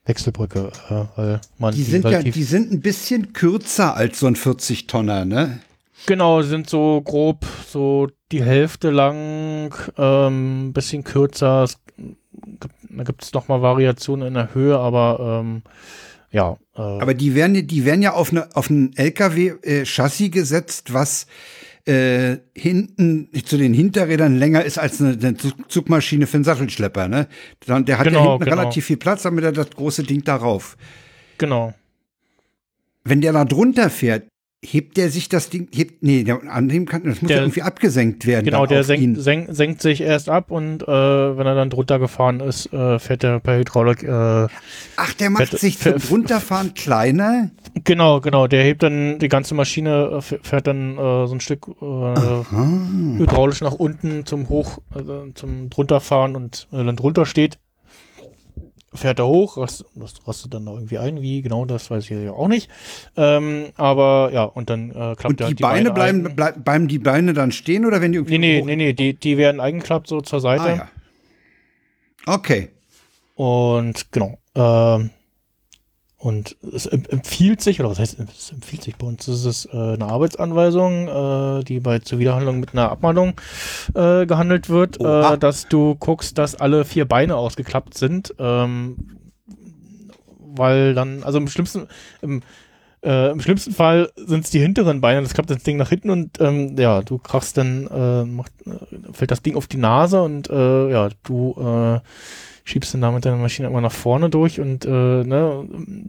Wechselbrücke, äh, weil man die sind ja, die sind ein bisschen kürzer als so ein vierzig Tonner, ne? Genau, sind so grob so die Hälfte lang, ähm, ein bisschen kürzer. Es gibt, da gibt es nochmal Variationen in der Höhe, aber ähm, ja. Äh, aber die werden, die werden ja auf, eine, auf ein L K W-Chassis äh, gesetzt, was äh, hinten zu den Hinterrädern länger ist als eine, eine Zugmaschine für einen Sattelschlepper, ne? Der hat genau, ja hinten genau. relativ viel Platz, damit er das große Ding darauf. Genau. Wenn der da drunter fährt, hebt der sich das Ding, hebt, nee, der, an dem kann, das muss der, ja irgendwie abgesenkt werden. Genau, der senkt, senkt, senkt sich erst ab und äh, wenn er dann drunter gefahren ist, äh, fährt er per Hydraulik. Äh, Ach, der macht fährt, sich zum Runterfahren kleiner? Genau, genau, der hebt dann die ganze Maschine, fährt dann äh, so ein Stück äh, hydraulisch nach unten zum Hoch, also zum drunterfahren und äh, dann drunter steht. Fährt er hoch, rast, das rastet dann irgendwie ein, wie genau, das weiß ich ja auch nicht. Ähm, aber ja, und dann äh, klappt und der die, halt die Beine, Beine bleiben, ein. bleib, bleiben die Beine dann stehen oder wenn die irgendwie. Nee, nee, nee, nee, die, die werden eingeklappt so zur Seite. Ah, ja. Okay. Und genau. Ähm, und es empfiehlt sich, oder was heißt, es empfiehlt sich, bei uns ist es äh, eine Arbeitsanweisung, äh, die bei Zuwiderhandlung mit einer Abmahnung äh, gehandelt wird, äh, dass du guckst, dass alle vier Beine ausgeklappt sind, ähm, weil dann, also im schlimmsten, im, äh, im schlimmsten Fall sind es die hinteren Beine, das klappt das Ding nach hinten und ähm, ja, du krachst dann, äh, macht, äh, fällt das Ding auf die Nase und äh, ja, du äh, schiebst dann damit deine Maschine immer nach vorne durch und äh, ne,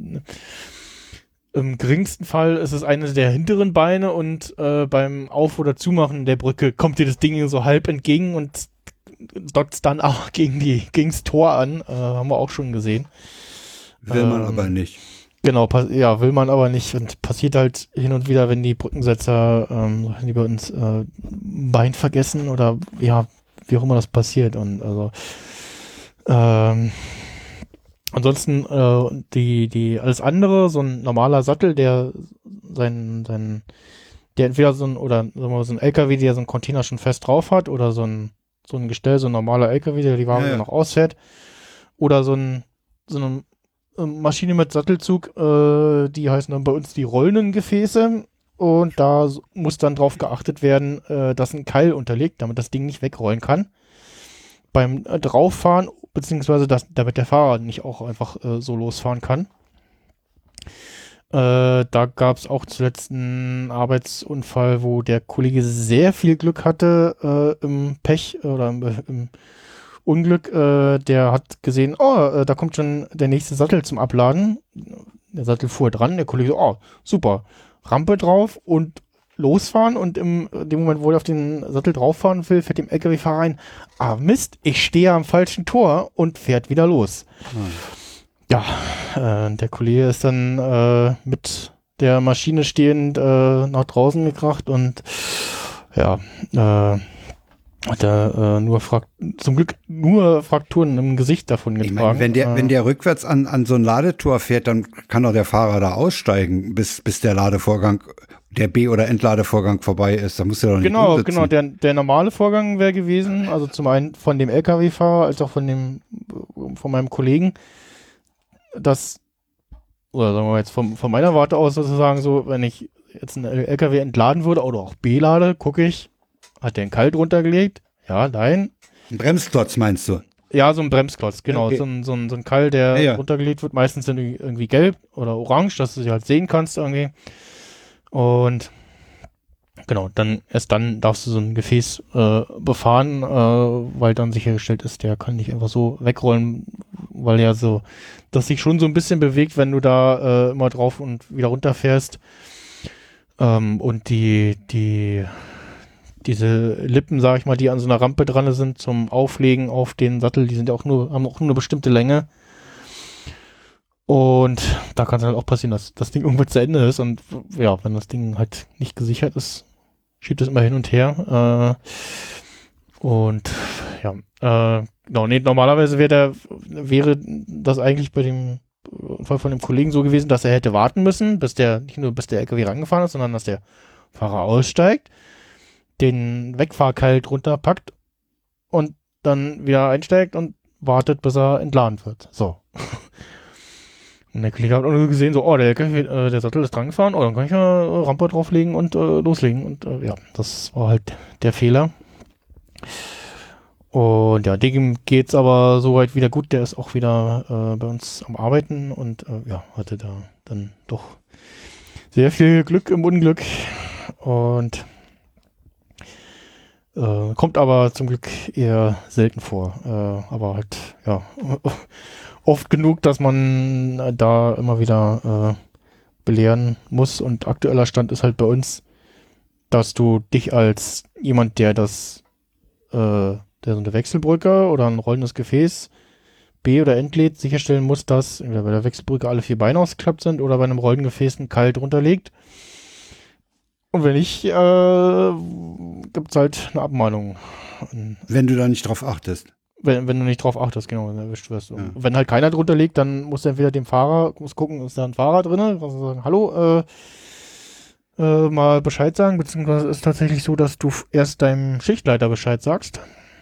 im geringsten Fall ist es eines der hinteren Beine und äh, beim Auf- oder Zumachen der Brücke kommt dir das Ding so halb entgegen und dockt dann auch gegen die gegens Tor an, äh, haben wir auch schon gesehen. Will man ähm, aber nicht. Genau, ja, will man aber nicht und passiert halt hin und wieder, wenn die Brückensetzer, ähm, die bei uns äh, Bein vergessen oder ja, wie auch immer das passiert und also Ähm, ansonsten äh, die, die alles andere, so ein normaler Sattel, der sein, sein, der entweder so ein, oder sagen wir mal, so ein L K W, der so einen Container schon fest drauf hat, oder so ein, so ein Gestell, so ein normaler L K W, der die Ware ja, ja. noch ausfährt, oder so ein, so eine Maschine mit Sattelzug, äh, die heißen dann bei uns die rollenden Gefäße. Und da muss dann drauf geachtet werden, äh, dass ein Keil unterlegt, damit das Ding nicht wegrollen kann. Beim äh, Drauffahren, beziehungsweise dass, damit der Fahrer nicht auch einfach äh, so losfahren kann. Äh, da gab es auch zuletzt einen Arbeitsunfall, wo der Kollege sehr viel Glück hatte äh, im Pech oder im, im Unglück. Äh, der hat gesehen, oh, äh, da kommt schon der nächste Sattel zum Abladen. Der Sattel fuhr dran, der Kollege so, oh, super, Rampe drauf und losfahren und im dem Moment, wo er auf den Sattel drauffahren will, fährt dem L K W-Fahrer rein. Ah, Mist, ich stehe am falschen Tor und fährt wieder los. Hm. Ja, äh, der Kollege ist dann äh, mit der Maschine stehend äh, nach draußen gekracht und ja, äh, hat er äh, nur Frakt- zum Glück nur Frakturen im Gesicht davon getragen. Ich meine, wenn der, äh, wenn der rückwärts an, an so ein Ladetor fährt, dann kann doch der Fahrer da aussteigen, bis, bis der Ladevorgang, der B- oder Entladevorgang vorbei ist. Da muss er doch nicht Genau, umsitzen. genau. Der, der normale Vorgang wäre gewesen, also zum einen von dem L K W-Fahrer als auch von dem, von meinem Kollegen, dass, oder sagen wir jetzt von, von meiner Warte aus sozusagen so, wenn ich jetzt einen L K W entladen würde oder auch B-lade, gucke ich, hat der einen Keil drunter gelegt? Ja, nein. Ein Bremsklotz meinst du? Ja, so ein Bremsklotz, genau. Okay. So, ein, so, ein, so ein Keil, der ja, ja. runtergelegt wird. Meistens sind die irgendwie gelb oder orange, dass du sie halt sehen kannst irgendwie. Und genau, dann erst dann darfst du so ein Gefäß äh, befahren, äh, weil dann sichergestellt ist, der kann nicht einfach so wegrollen, weil ja so, dass sich schon so ein bisschen bewegt, wenn du da äh, immer drauf und wieder runterfährst. Ähm, und die, die diese Lippen, sag ich mal, die an so einer Rampe dran sind zum Auflegen auf den Sattel, die sind ja auch nur, haben auch nur eine bestimmte Länge. Und da kann es halt auch passieren, dass das Ding irgendwann zu Ende ist. Und ja, wenn das Ding halt nicht gesichert ist, schiebt es immer hin und her. Äh, und ja, äh, genau, nee, normalerweise wäre der, wäre das eigentlich bei dem Unfall von dem Kollegen so gewesen, dass er hätte warten müssen, bis der, nicht nur bis der L K W rangefahren ist, sondern dass der Fahrer aussteigt, den Wegfahrkeil drunter packt und dann wieder einsteigt und wartet, bis er entladen wird. So. Und der Kollege hat auch nur gesehen, so, oh, der, äh, der Sattel ist dran gefahren, oh, dann kann ich ja äh, Rampe drauflegen und äh, loslegen. Und äh, ja, das war halt der Fehler. Und ja, dem geht's aber soweit wieder gut. Der ist auch wieder äh, bei uns am Arbeiten und äh, ja, hatte da dann doch sehr viel Glück im Unglück. Und äh, kommt aber zum Glück eher selten vor. Äh, aber halt, ja, oft genug, dass man da immer wieder äh, belehren muss. Und aktueller Stand ist halt bei uns, dass du dich als jemand, der das äh, der so eine Wechselbrücke oder ein rollendes Gefäß B- oder entlädt, sicherstellen muss, dass entweder bei der Wechselbrücke alle vier Beine ausgeklappt sind oder bei einem rollenden Gefäß ein Keil drunter liegt. Und wenn nicht, äh, gibt es halt eine Abmahnung. Wenn du da nicht drauf achtest. Wenn, wenn du nicht drauf achtest, genau, wenn du erwischt wirst. Ja. Und wenn halt keiner drunter liegt, dann muss entweder dem Fahrer, muss gucken, ist da ein Fahrer drin, kannst du sagen, hallo, äh, äh, mal Bescheid sagen, beziehungsweise ist es tatsächlich so, dass du erst deinem Schichtleiter Bescheid sagst.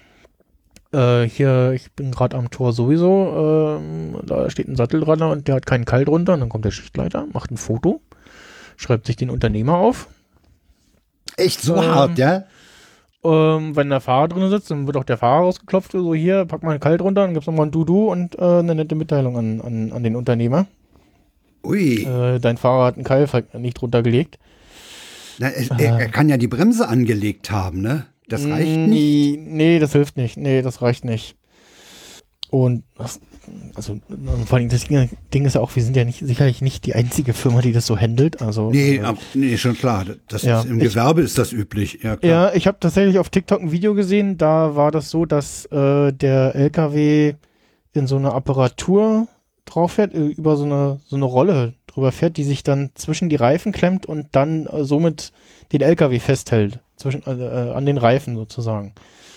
Äh, hier, ich bin gerade am Tor sowieso, ähm, da steht ein Sattel dran und der hat keinen Keil drunter. Und dann kommt der Schichtleiter, macht ein Foto, schreibt sich den Unternehmer auf. Echt so ähm, hart, ja? Ähm, wenn der Fahrer drin sitzt, dann wird auch der Fahrer rausgeklopft, so hier, pack mal einen Keil drunter, dann gibt's nochmal ein Du-Du und äh, eine nette Mitteilung an, an, an den Unternehmer. Ui. Äh, dein Fahrer hat einen Keil nicht drunter gelegt. Na, es, äh. er, er kann ja die Bremse angelegt haben, ne? Das reicht nee, nicht. Nee, das hilft nicht. Nee, das reicht nicht. Und das, also vor allem das Ding, Ding ist ja auch, wir sind ja nicht sicherlich nicht die einzige Firma, die das so handelt. Also, Nee, äh, ab, nee, schon klar. Das ja, ist, Im ich, Gewerbe ist das üblich. Ja, klar. Ja, ich habe tatsächlich auf TikTok ein Video gesehen, da war das so, dass äh, der L K W in so eine Apparatur drauf fährt, äh, über so eine, so eine Rolle drüber fährt, die sich dann zwischen die Reifen klemmt und dann äh, somit den L K W festhält, zwischen äh, an den Reifen sozusagen.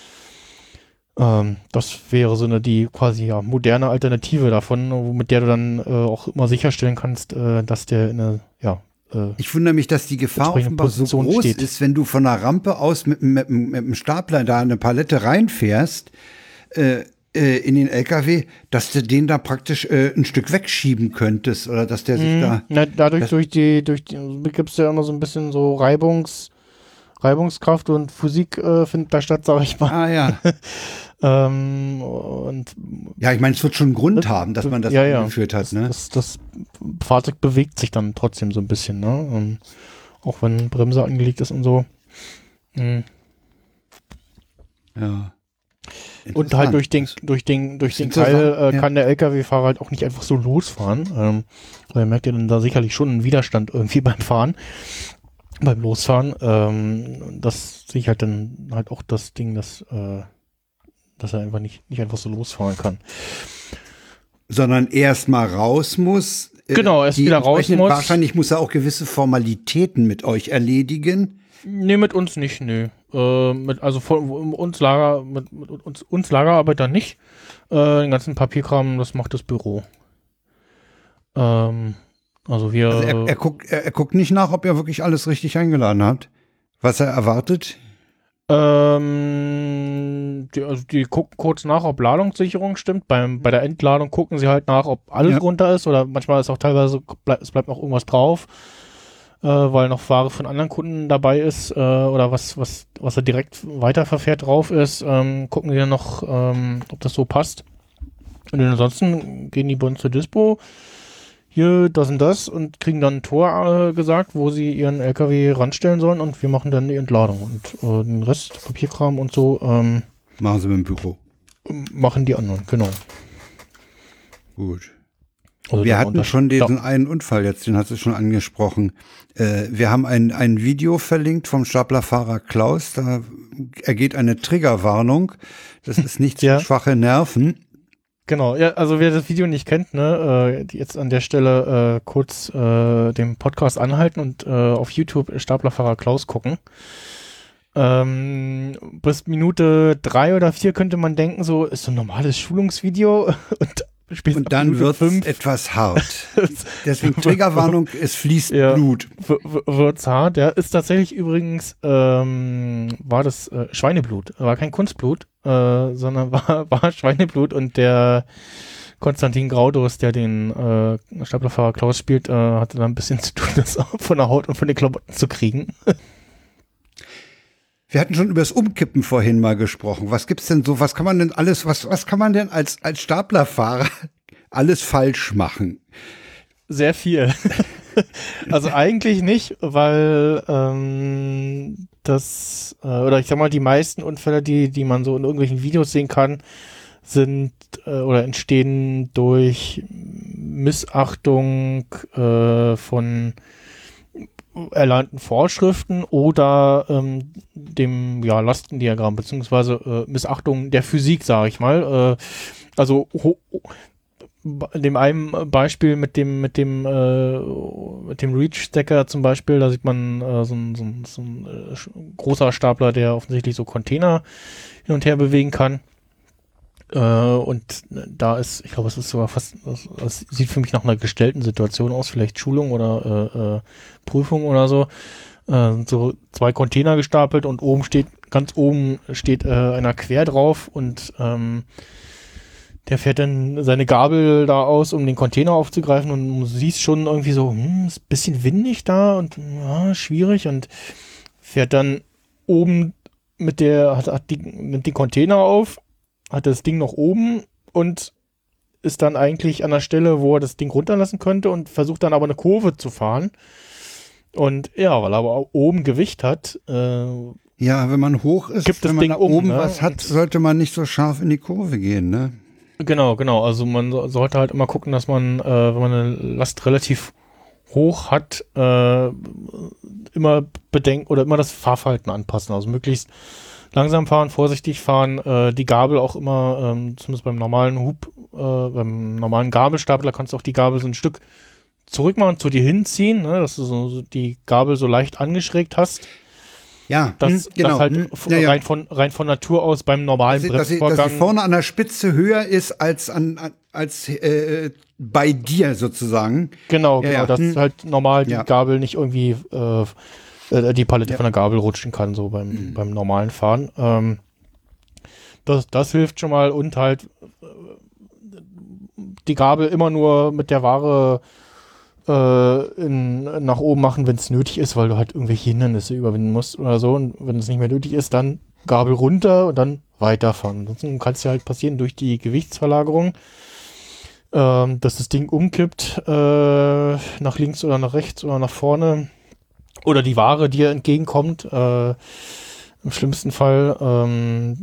Ähm, das wäre so eine die quasi ja moderne Alternative davon, mit der du dann äh, auch immer sicherstellen kannst, äh, dass der in eine ja äh, Ich wundere mich, dass die Gefahr offenbar so Position groß steht. ist, wenn du von der Rampe aus mit, mit, mit dem Stapler da eine Palette reinfährst äh, äh, in den L K W, dass du den da praktisch äh, ein Stück wegschieben könntest oder dass der sich Mhm. da... Na, dadurch, durch die, durch die, gibt es ja immer so ein bisschen so Reibungs, Reibungskraft und Physik äh, findet da statt, sag ich mal. Ah ja. ähm, und Ja, ich meine, es wird schon einen Grund haben, dass man das ja, ja. eingeführt hat, ne? Das, das Fahrzeug bewegt sich dann trotzdem so ein bisschen, ne? Und auch wenn Bremse angelegt ist und so. Mhm. Ja. Und halt durch den, durch den, durch den Teil äh, ja. kann der L K W-Fahrer halt auch nicht einfach so losfahren. Ähm, weil er merkt ja dann da sicherlich schon einen Widerstand irgendwie beim Fahren, beim Losfahren. Ähm, das sehe ich halt dann halt auch das Ding, dass, äh, dass er einfach nicht, nicht einfach so losfahren kann. Sondern erst mal raus muss. äh, Genau, erst die wieder raus entsprechenden- muss. Wahrscheinlich muss er auch gewisse Formalitäten mit euch erledigen. Nee, mit uns nicht, nö. Äh, mit, also von uns Lager, mit, mit uns, uns Lagerarbeiter nicht. Äh, den ganzen Papierkram, das macht das Büro. Ähm, also wir. Also er, er, guckt, er, er guckt nicht nach, ob ihr wirklich alles richtig eingeladen habt. Was er erwartet. Ähm, die, also die gucken kurz nach, ob Ladungssicherung stimmt. Beim, bei der Entladung gucken sie halt nach, ob alles Ja. runter ist oder manchmal ist auch teilweise, ble es bleibt noch irgendwas drauf, äh, weil noch Ware von anderen Kunden dabei ist äh, oder was, was, was er direkt weiterverfährt drauf ist. Ähm, gucken sie dann noch, ähm, ob das so passt. Und ansonsten gehen die bei uns zur Dispo. Hier, das und das und kriegen dann ein Tor äh, gesagt, wo sie ihren L K W ranstellen sollen und wir machen dann die Entladung und äh, den Rest, Papierkram und so, ähm, Machen sie mit dem Büro. machen die anderen, genau. Gut. Also Wir da hatten unter- schon diesen da- einen Unfall jetzt, den hast du schon angesprochen. Äh, wir haben ein, ein Video verlinkt vom Staplerfahrer Klaus. Da ergeht eine Triggerwarnung. Das ist nicht für Ja. schwache Nerven. Genau, ja, also wer das Video nicht kennt, ne, äh, die jetzt an der Stelle äh, kurz äh, den Podcast anhalten und äh, auf YouTube Staplerfahrer Klaus gucken. Ähm, bis Minute drei oder vier könnte man denken, so ist so ein normales Schulungsvideo und spätestens Und dann ab Minute wird fünf etwas hart. Deswegen Triggerwarnung, es fließt Ja. Blut. w- w- wird's hart. Ja, ist tatsächlich übrigens, ähm, war das äh, Schweineblut. War kein Kunstblut, äh, sondern war, war Schweineblut und der Konstantin Graudus, der den äh, Staplerfahrer Klaus spielt, äh, hatte da ein bisschen zu tun, das von der Haut und von den Klamotten zu kriegen. Wir hatten schon über das Umkippen vorhin mal gesprochen. Was gibt's denn so, was kann man denn alles, was, was kann man denn als, als Staplerfahrer alles falsch machen? Sehr viel. Also eigentlich nicht, weil ähm, das, äh, oder ich sag mal, die meisten Unfälle, die, die man so in irgendwelchen Videos sehen kann, sind äh, oder entstehen durch Missachtung äh, von erlernten Vorschriften oder ähm, dem ja, Lastendiagramm, beziehungsweise äh, Missachtung der Physik, sage ich mal. Äh, also ho- in dem einen Beispiel mit dem mit dem äh, mit dem Reach-Stacker zum Beispiel, da sieht man äh, so ein, so ein, so ein äh, großer Stapler, der offensichtlich so Container hin und her bewegen kann. Äh, und da ist, ich glaube, es ist sogar fast, es sieht für mich nach einer gestellten Situation aus, vielleicht Schulung oder äh, äh, Prüfung oder so. Äh, so zwei Container gestapelt und oben steht, ganz oben steht äh, einer quer drauf und ähm, der fährt dann seine Gabel da aus, um den Container aufzugreifen und du siehst schon irgendwie so, hm, ist ein bisschen windig da und ja, schwierig und fährt dann oben mit der, hat, hat die, nimmt den Container auf, hat das Ding noch oben und ist dann eigentlich an der Stelle, wo er das Ding runterlassen könnte und versucht dann aber eine Kurve zu fahren. Und ja, weil er aber auch oben Gewicht hat, äh, ja, wenn man hoch ist, gibt wenn das man Ding da um, oben ne? was hat, sollte man nicht so scharf in die Kurve gehen, ne? Genau, genau. Also man so- sollte halt immer gucken, dass man, äh, wenn man eine Last relativ hoch hat, äh, immer bedenken oder immer das Fahrverhalten anpassen. Also möglichst langsam fahren, vorsichtig fahren, äh, die Gabel auch immer, ähm, zumindest beim normalen Hub, äh, beim normalen Gabelstapler kannst du auch die Gabel so ein Stück zurück machen, zu dir hinziehen, ne, dass du so so die Gabel so leicht angeschrägt hast. Ja, Das, hm, genau. das halt hm, f- ja, ja. rein von rein von Natur aus beim normalen Dass sie, dass, sie, dass Bremsvorgang. sie vorne an der Spitze höher ist als an, an als äh, bei dir sozusagen. Genau, Ja, genau, ja. dass Hm. halt normal die Ja. Gabel nicht irgendwie äh, äh, die Palette Ja. von der Gabel rutschen kann, so beim, Mhm. beim normalen Fahren. Ähm, das, das hilft schon mal und halt äh, die Gabel immer nur mit der Ware äh, in, nach oben machen, wenn es nötig ist, weil du halt irgendwelche Hindernisse überwinden musst oder so. Und wenn es nicht mehr nötig ist, dann Gabel runter und dann weiterfahren. Ansonsten kann es ja halt passieren durch die Gewichtsverlagerung, ähm, dass das Ding umkippt, äh, nach links oder nach rechts oder nach vorne. Oder die Ware dir entgegenkommt, äh, im schlimmsten Fall. Ähm,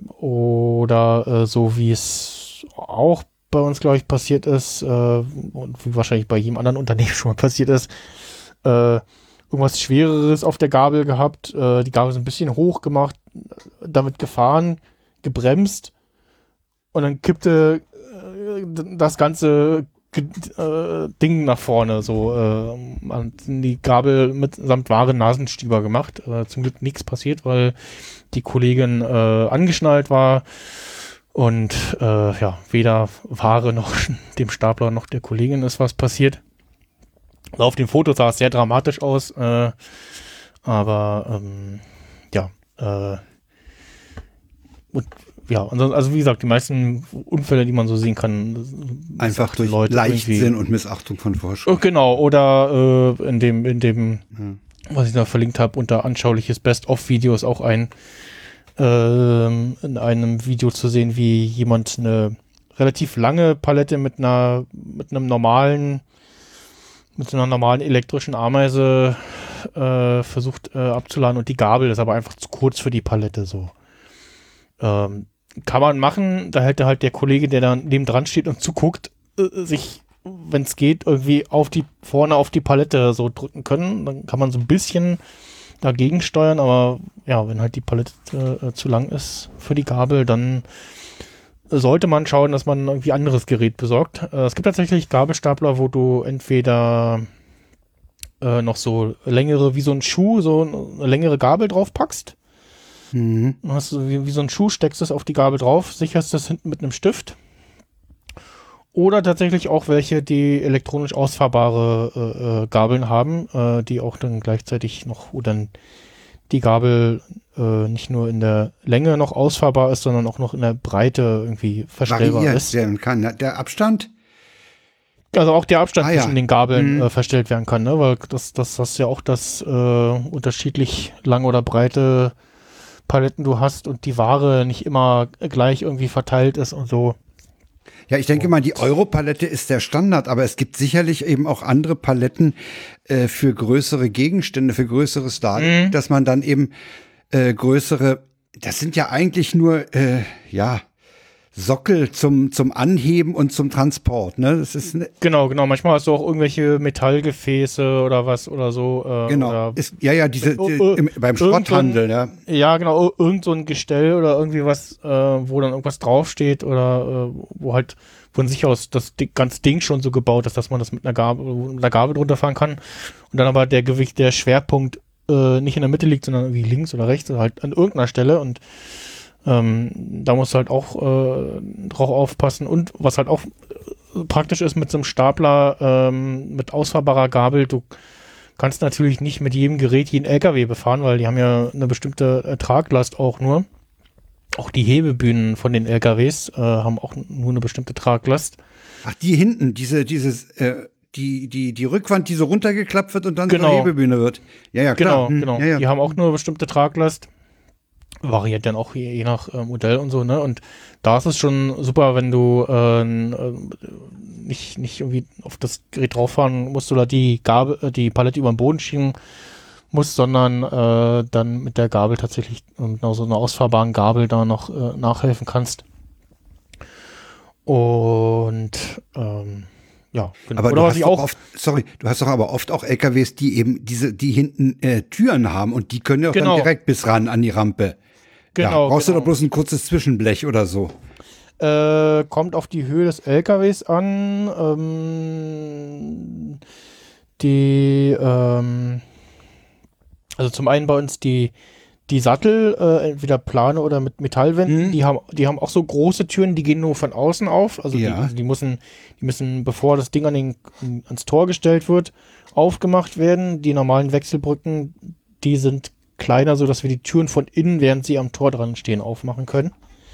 oder äh, so wie es auch bei uns, glaube ich, passiert ist, äh, und wie wahrscheinlich bei jedem anderen Unternehmen schon mal passiert ist, äh, irgendwas Schwereres auf der Gabel gehabt, äh, die Gabel ist ein bisschen hoch gemacht, damit gefahren, gebremst und dann kippte äh, das ganze Ge- äh, Ding nach vorne, so äh, man hat die Gabel mitsamt Ware Nasenstieber gemacht. Äh, zum Glück nichts passiert, weil die Kollegin äh, angeschnallt war und äh, ja, weder Ware noch dem Stapler noch der Kollegin ist was passiert. Also auf dem Foto sah es sehr dramatisch aus, äh, aber ähm, ja, äh, und ja, also, also wie gesagt, die meisten Unfälle, die man so sehen kann, Einfach durch Leute Leichtsinn irgendwie- und Missachtung von Oh, Vorschriften. genau, oder äh, in dem, in dem, Ja. was ich da verlinkt habe, unter anschauliches Best-of-Videos auch ein ähm, in einem Video zu sehen, wie jemand eine relativ lange Palette mit einer mit einem normalen mit einer normalen elektrischen Ameise äh, versucht äh, abzuladen und die Gabel ist aber einfach zu kurz für die Palette so. Ähm, kann man machen, da hätte halt der Kollege, der da neben dran steht und zuguckt, äh, sich, wenn es geht, irgendwie auf die vorne auf die Palette so drücken können. Dann kann man so ein bisschen dagegen steuern, aber ja, wenn halt die Palette äh, zu lang ist für die Gabel, dann sollte man schauen, dass man irgendwie anderes Gerät besorgt. Äh, es gibt tatsächlich Gabelstapler, wo du entweder äh, noch so längere, wie so ein Schuh, so eine längere Gabel drauf packst. Mhm. Dann hast du wie, wie so ein Schuh, steckst es auf die Gabel drauf, sicherst das hinten mit einem Stift. Oder tatsächlich auch welche, die elektronisch ausfahrbare äh, äh, Gabeln haben, äh, die auch dann gleichzeitig noch, wo dann die Gabel äh, äh, nicht nur in der Länge noch ausfahrbar ist, sondern auch noch in der Breite irgendwie verstellbar variiert ist. werden kann. Der Abstand? Also auch der Abstand Ah, ja. zwischen den Gabeln Mhm. äh, verstellt werden kann, ne? Weil das, das, das ist ja auch, dass äh, unterschiedlich lang oder breite Paletten du hast und die Ware nicht immer gleich irgendwie verteilt ist und so. Ja, ich denke mal, die Euro-Palette ist der Standard, aber es gibt sicherlich eben auch andere Paletten äh, für größere Gegenstände, für größeres Darlehen, Mhm. dass man dann eben äh, größere, das sind ja eigentlich nur, äh, ja, Sockel zum, zum Anheben und zum Transport, ne? Das ist, ne, Genau, genau. Manchmal hast du auch irgendwelche Metallgefäße oder was oder so. Äh, genau, Oder, ist, ja, ja, diese, Oh, die, oh, im, beim irgend so ein- Schrotthandel, ja. ja, genau. ir- Irgend so ein Gestell oder irgendwie was, äh, wo dann irgendwas draufsteht oder äh, wo halt von sich aus das Di- ganze Ding schon so gebaut ist, dass man das mit einer Gabel, mit einer Gabel drunter fahren kann. Und dann aber der Gewicht, der Schwerpunkt äh, nicht in der Mitte liegt, sondern irgendwie links oder rechts oder halt an irgendeiner Stelle. Und ähm, da musst du halt auch äh, drauf aufpassen. Und was halt auch äh, praktisch ist mit so einem Stapler ähm, mit ausfahrbarer Gabel, du kannst natürlich nicht mit jedem Gerät jeden L K W befahren, weil die haben ja eine bestimmte äh, Traglast auch nur. Auch die Hebebühnen von den L K Ws äh, haben auch nur eine bestimmte Traglast. Ach, die hinten, diese, dieses, äh, die, die, die Rückwand, die so runtergeklappt wird und dann Genau. zur Hebebühne wird. Ja, ja, Genau, klar. Hm, genau. Ja, ja. Die haben auch nur eine bestimmte Traglast. Variiert dann auch je, je nach äh, Modell und so, ne? Und da ist es schon super, wenn du äh, äh, nicht, nicht irgendwie auf das Gerät drauffahren musst oder die Gabel, äh, die Palette über den Boden schieben musst, sondern äh, dann mit der Gabel tatsächlich äh, mit so einer ausfahrbaren Gabel da noch äh, nachhelfen kannst. Und ähm, ja, genau. Aber Oder du was hast ich doch auch oft, sorry, du hast doch aber oft auch L K Ws, die eben diese, die hinten äh, Türen haben und die können ja auch Genau. dann direkt bis ran an die Rampe. Genau, ja, brauchst genau. du doch bloß ein kurzes Zwischenblech oder so. Äh, kommt auf die Höhe des L K Ws an. Ähm, die, ähm, also zum einen bei uns die, die Sattel, äh, entweder plane oder mit Metallwänden, Mhm. die haben, die haben auch so große Türen, die gehen nur von außen auf. Also, Ja. die, also die müssen, die müssen, bevor das Ding an den, ans Tor gestellt wird, aufgemacht werden. Die normalen Wechselbrücken, die sind kleiner, sodass wir die Türen von innen, während sie am Tor dran stehen, aufmachen können.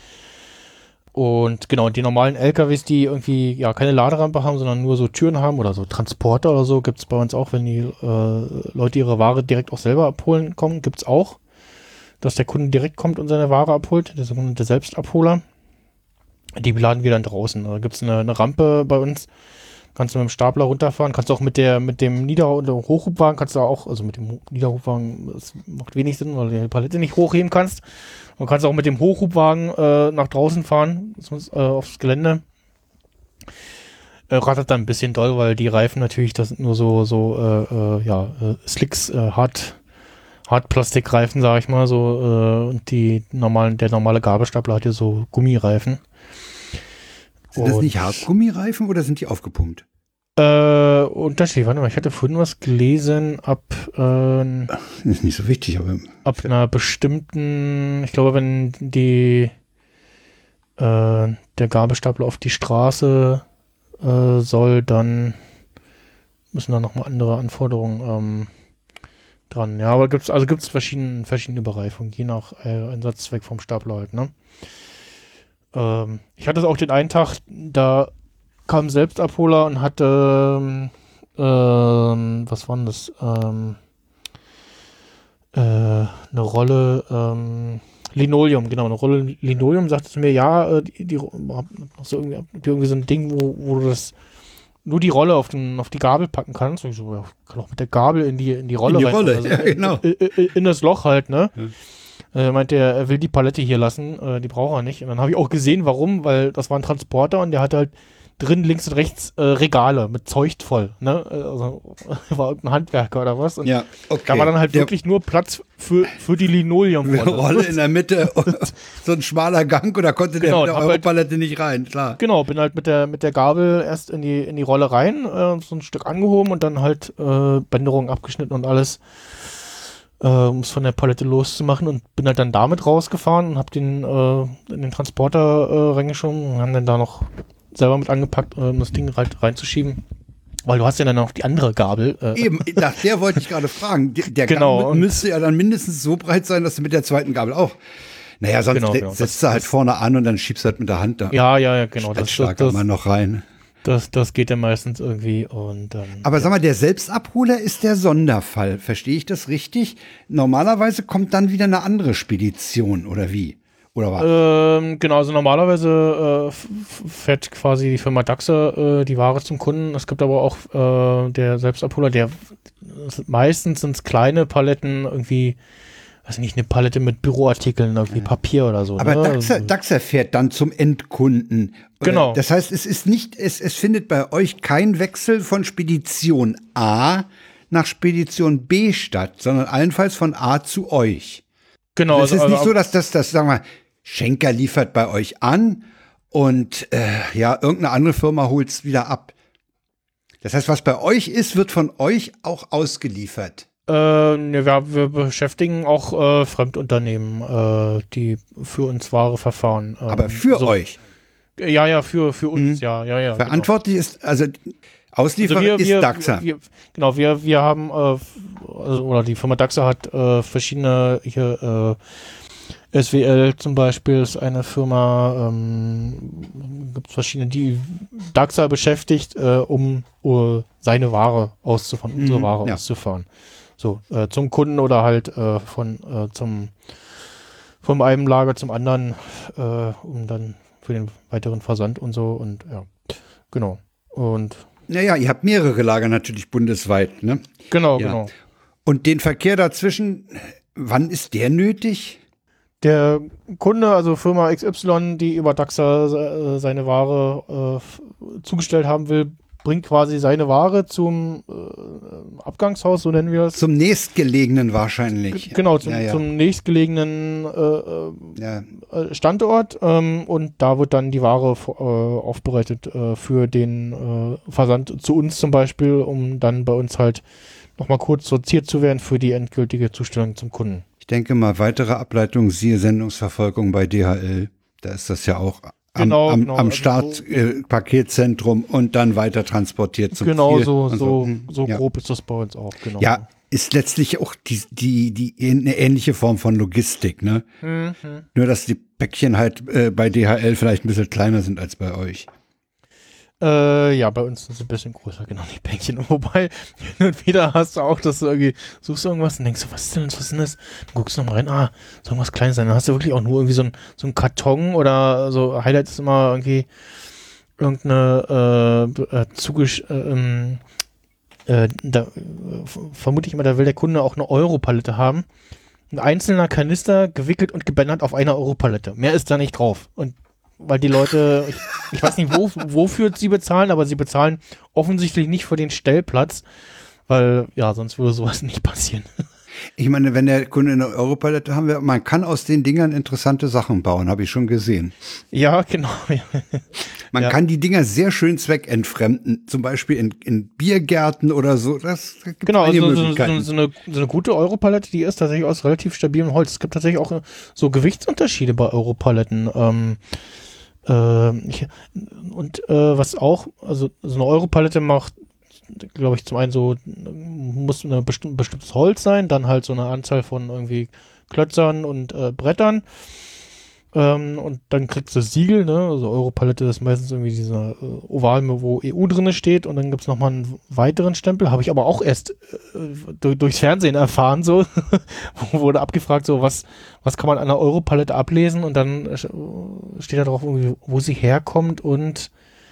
Und genau, die normalen L K Ws, die irgendwie ja keine Laderampe haben, sondern nur so Türen haben oder so Transporter oder so, gibt es bei uns auch, wenn die äh, Leute ihre Ware direkt auch selber abholen kommen, gibt es auch, dass der Kunde direkt kommt und seine Ware abholt, der sogenannte Selbstabholer. Die laden wir dann draußen. Da gibt es eine, eine Rampe bei uns, kannst du mit dem Stapler runterfahren, kannst du auch mit der mit dem Nieder- und dem Hochhubwagen, kannst du auch, also mit dem Niederhubwagen, das macht wenig Sinn, weil du die Palette nicht hochheben kannst. Man kann auch mit dem Hochhubwagen äh, nach draußen fahren, äh, aufs Gelände. Äh, rattert dann ein bisschen doll, weil die Reifen natürlich, das sind nur so, so äh, äh, ja, äh, Slicks, äh, Hart, Hartplastikreifen, sag ich mal, so, äh, und die normalen, der normale Gabelstapler hat ja so Gummireifen. Sind das Und, nicht Hartgummireifen oder sind die aufgepumpt? Äh, Unterschied, warte mal, ich hatte vorhin was gelesen, ab, äh, Ist nicht so wichtig, aber ab einer bestimmten, ich glaube, wenn die äh, der Gabelstapler auf die Straße äh, soll, dann müssen da nochmal andere Anforderungen ähm, dran. Ja, aber gibt's, also gibt's verschiedene, verschiedene Bereifungen, je nach äh, Einsatzzweck vom Stapler halt, ne? Ähm, ich hatte es auch den einen Tag, da kam ein Selbstabholer und hatte ähm, ähm, was war denn das? Ähm, äh, eine Rolle ähm, Linoleum, genau, eine Rolle Linoleum, sagte zu mir, ja, äh, die, die, so irgendwie, irgendwie so ein Ding, wo, wo du das nur die Rolle auf, den, auf die Gabel packen kannst. Und ich so, ja, kann auch mit der Gabel in die, in die Rolle in die rein. Rolle, Also ja, genau. in, in, in das Loch halt, ne? Ja. Er meinte, er will die Palette hier lassen, äh, die braucht er nicht. Und dann habe ich auch gesehen, warum, weil das war ein Transporter und der hatte halt drin links und rechts äh, Regale mit Zeug voll, ne? Also war irgendein Handwerker oder was. Und Ja, okay. da war dann halt Der wirklich nur Platz für, für die Linoleumrolle. Rolle in der Mitte, so ein schmaler Gang, oder konnte Genau, der mit der hab halt- Europalette nicht rein, klar. Genau, bin halt mit der mit der Gabel erst in die in die Rolle rein, äh, so ein Stück angehoben und dann halt äh, Bänderung abgeschnitten und alles, äh, um es von der Palette loszumachen, und bin halt dann damit rausgefahren und hab den äh, in den Transporter äh, reingeschoben und haben dann da noch selber mit angepackt, äh, um das Ding halt reinzuschieben. Weil du hast ja dann noch die andere Gabel. Äh. Eben, nach der wollte ich gerade fragen. Der Genau. Gabel müsste ja dann mindestens so breit sein, dass du mit der zweiten Gabel auch. Naja, sonst Genau, genau. setzt du halt vorne an und dann schiebst du halt mit der Hand da. Ja, ja, ja, genau. Das schlag da mal noch rein. Das, das geht ja meistens irgendwie und dann. Aber ja. sag mal, der Selbstabholer ist der Sonderfall. Verstehe ich das richtig? Normalerweise kommt dann wieder eine andere Spedition, oder wie? Oder was? Ähm, genau, also normalerweise äh, fährt quasi die Firma Dachser äh, die Ware zum Kunden. Es gibt aber auch äh, der Selbstabholer, der meistens sind es kleine Paletten, irgendwie, weiß nicht, eine Palette mit Büroartikeln, irgendwie Papier oder so. Aber ne? Dachser, Dachser fährt dann zum Endkunden. Genau. Das heißt, es ist nicht, es, es findet bei euch kein Wechsel von Spedition A nach Spedition B statt, sondern allenfalls von A zu euch. Genau. Es ist also, nicht also, so, dass das, das, sagen wir, Schenker liefert bei euch an und äh, ja, irgendeine andere Firma holt es wieder ab. Das heißt, was bei euch ist, wird von euch auch ausgeliefert. Äh, ne, wir, wir beschäftigen auch äh, Fremdunternehmen, äh, die für uns Ware verfahren. Ähm, Aber für so, euch. Ja, ja, für, für uns, mhm. ja, ja, ja. Verantwortlich genau. ist, also Auslieferer also wir, ist wir, Dachser. Wir, genau, wir, wir haben, äh, also, oder die Firma Dachser hat äh, verschiedene, hier, äh, S W L zum Beispiel ist eine Firma, ähm, gibt es verschiedene, die Dachser beschäftigt, äh, um uh, seine Ware auszufahren, mhm, unsere Ware ja. auszufahren. So, äh, zum Kunden oder halt äh, von äh, zum von einem Lager zum anderen, äh, um dann für den weiteren Versand und so und ja, genau. Und naja, ihr habt mehrere Lager natürlich bundesweit, ne? Genau, ja. genau. Und den Verkehr dazwischen, wann ist der nötig? Der Kunde, also Firma X Y, die über Dachser äh, seine Ware äh, zugestellt haben will, bringt quasi seine Ware zum äh, Abgangshaus, so nennen wir es. Zum nächstgelegenen wahrscheinlich. G genau, zum, ja, ja. zum nächstgelegenen äh, ja. Standort ähm, und da wird dann die Ware äh, aufbereitet äh, für den äh, Versand zu uns zum Beispiel, um dann bei uns halt nochmal kurz sortiert zu werden für die endgültige Zustellung zum Kunden. Ich denke mal, weitere Ableitungen, siehe Sendungsverfolgung bei D H L, da ist das ja auch am, genau, am, genau. am Also Start so, äh, Paketstzentrum und dann weiter transportiert zum genau, Ziel. Genau, so, so, so, so ja. grob ist das bei uns auch, genau. Ja, ist letztlich auch die, die, die eine ähnliche Form von Logistik, ne? Mhm. Nur, dass die Päckchen halt äh, bei D H L vielleicht ein bisschen kleiner sind als bei euch. Äh, ja, bei uns sind sie ein bisschen größer, genau, die Päckchen. Wobei, hin und wieder hast du auch, dass du irgendwie suchst du irgendwas und denkst du, was ist denn, was ist denn das? Dann guckst du nochmal rein, ah, soll irgendwas Kleines sein. Dann hast du wirklich auch nur irgendwie so ein, so ein Karton oder so. Highlight ist immer irgendwie irgendeine äh, äh, zugesch... Äh, ähm, äh, da äh, vermute ich mal, da will der Kunde auch eine Europalette haben. Ein einzelner Kanister gewickelt und gebändert auf einer Europalette. Mehr ist da nicht drauf. Und weil die Leute, ich, ich weiß nicht, wo, wofür sie bezahlen, aber sie bezahlen offensichtlich nicht für den Stellplatz, weil, ja, sonst würde sowas nicht passieren. Ich meine, wenn der Kunde eine Europalette haben will, man kann aus den Dingern interessante Sachen bauen, habe ich schon gesehen. Ja, genau. Man ja. kann die Dinger sehr schön zweckentfremden, zum Beispiel in, in Biergärten oder so. Das gibt genau, einige also so, Möglichkeiten. So, so, eine, so eine gute Europalette, die ist tatsächlich aus relativ stabilem Holz. Es gibt tatsächlich auch so Gewichtsunterschiede bei Europaletten. Ähm, äh, ich, und äh, was auch, also so eine Europalette macht, glaube ich, zum einen so, muss ein besti- bestimmtes Holz sein, dann halt so eine Anzahl von irgendwie Klötzern und äh, Brettern. Ähm, und dann kriegst du das Siegel, ne? Also Europalette ist meistens irgendwie dieser äh, Oval, wo E U drin steht, und dann gibt es nochmal einen weiteren Stempel, habe ich aber auch erst äh, durch, durchs Fernsehen erfahren, so, wo wurde abgefragt, so, was, was kann man an einer Europalette ablesen, und dann äh, steht da drauf irgendwie, wo sie herkommt und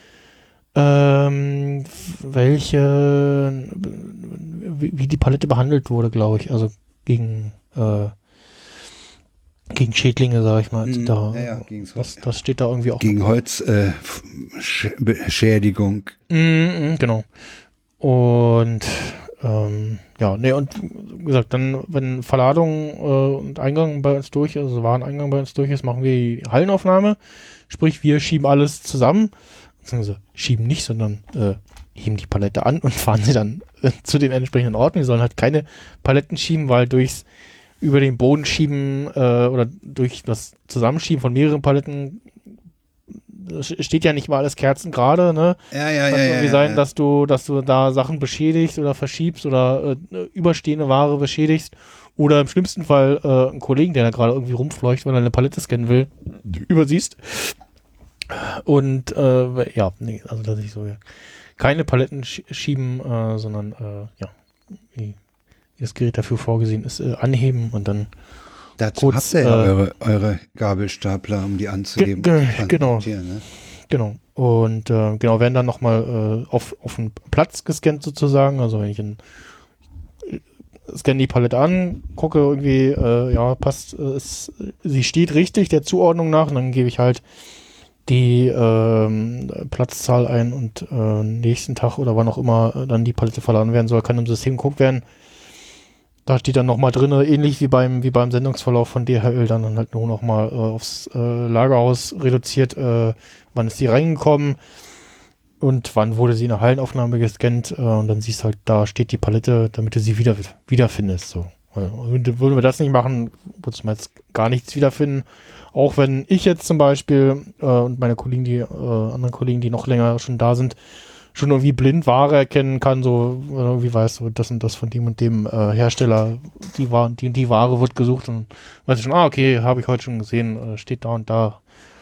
ähm, welche, wie, wie die Palette behandelt wurde, glaube ich, also gegen, äh, gegen Schädlinge, sag ich mal. Mhm, da, ja, ja, gegen das, das steht da irgendwie auch. Gegen Holzschädigung. Äh, mm, genau. Und ähm, ja, ne, und wie gesagt, dann, wenn Verladung äh, und Eingang bei uns durch ist, also Wareneingang bei uns durch ist, machen wir die Hallenaufnahme. Sprich, wir schieben alles zusammen. Beziehungsweise schieben nicht, sondern äh, heben die Palette an und fahren sie dann äh, zu den entsprechenden Orten. Wir sollen halt keine Paletten schieben, weil durchs über den Boden schieben äh, oder durch das Zusammenschieben von mehreren Paletten es steht ja nicht mal alles kerzengerade, ne? Ja, ja, Kann ja. irgendwie ja, sein, ja. dass du, dass du da Sachen beschädigst oder verschiebst oder äh, überstehende Ware beschädigst oder im schlimmsten Fall äh, einen Kollegen, der da gerade irgendwie rumfleucht, weil er eine Palette scannen will, übersiehst. Und äh, ja, nee, also dass ich so ja, keine Paletten sch- schieben, äh, sondern äh, ja, wie, wie das Gerät dafür vorgesehen ist, äh, anheben und dann Dazu kurz, habt ihr ja äh, eure, eure Gabelstapler, um die anzuheben. ge- und ge- zu genau. transportieren, Ne? Genau. Und äh, genau, werden dann nochmal äh, auf, auf den Platz gescannt sozusagen. Also wenn ich in, scanne die Palette an, gucke irgendwie, äh, ja, passt, äh, es, sie steht richtig der Zuordnung nach und dann gebe ich halt die ähm, Platzzahl ein und äh, nächsten Tag oder wann auch immer äh, dann die Palette verladen werden soll, kann im System geguckt werden. Da steht dann nochmal drin, ähnlich wie beim, wie beim Sendungsverlauf von D H L, dann, dann halt nur nochmal äh, aufs äh, Lagerhaus reduziert, äh, wann ist die reingekommen und wann wurde sie in der Hallenaufnahme gescannt äh, und dann siehst du halt, da steht die Palette, damit du sie wieder wiederfindest. So. Und würden wir das nicht machen, würdest du jetzt gar nichts wiederfinden. Auch wenn ich jetzt zum Beispiel äh, und meine Kollegen, die äh, anderen Kollegen, die noch länger schon da sind, schon irgendwie blind Ware erkennen kann, so irgendwie weißt du, das und das von dem und dem äh, Hersteller, die, Wa- die, die Ware wird gesucht und weißt du schon, ah, okay, habe ich heute schon gesehen, äh, steht da und da.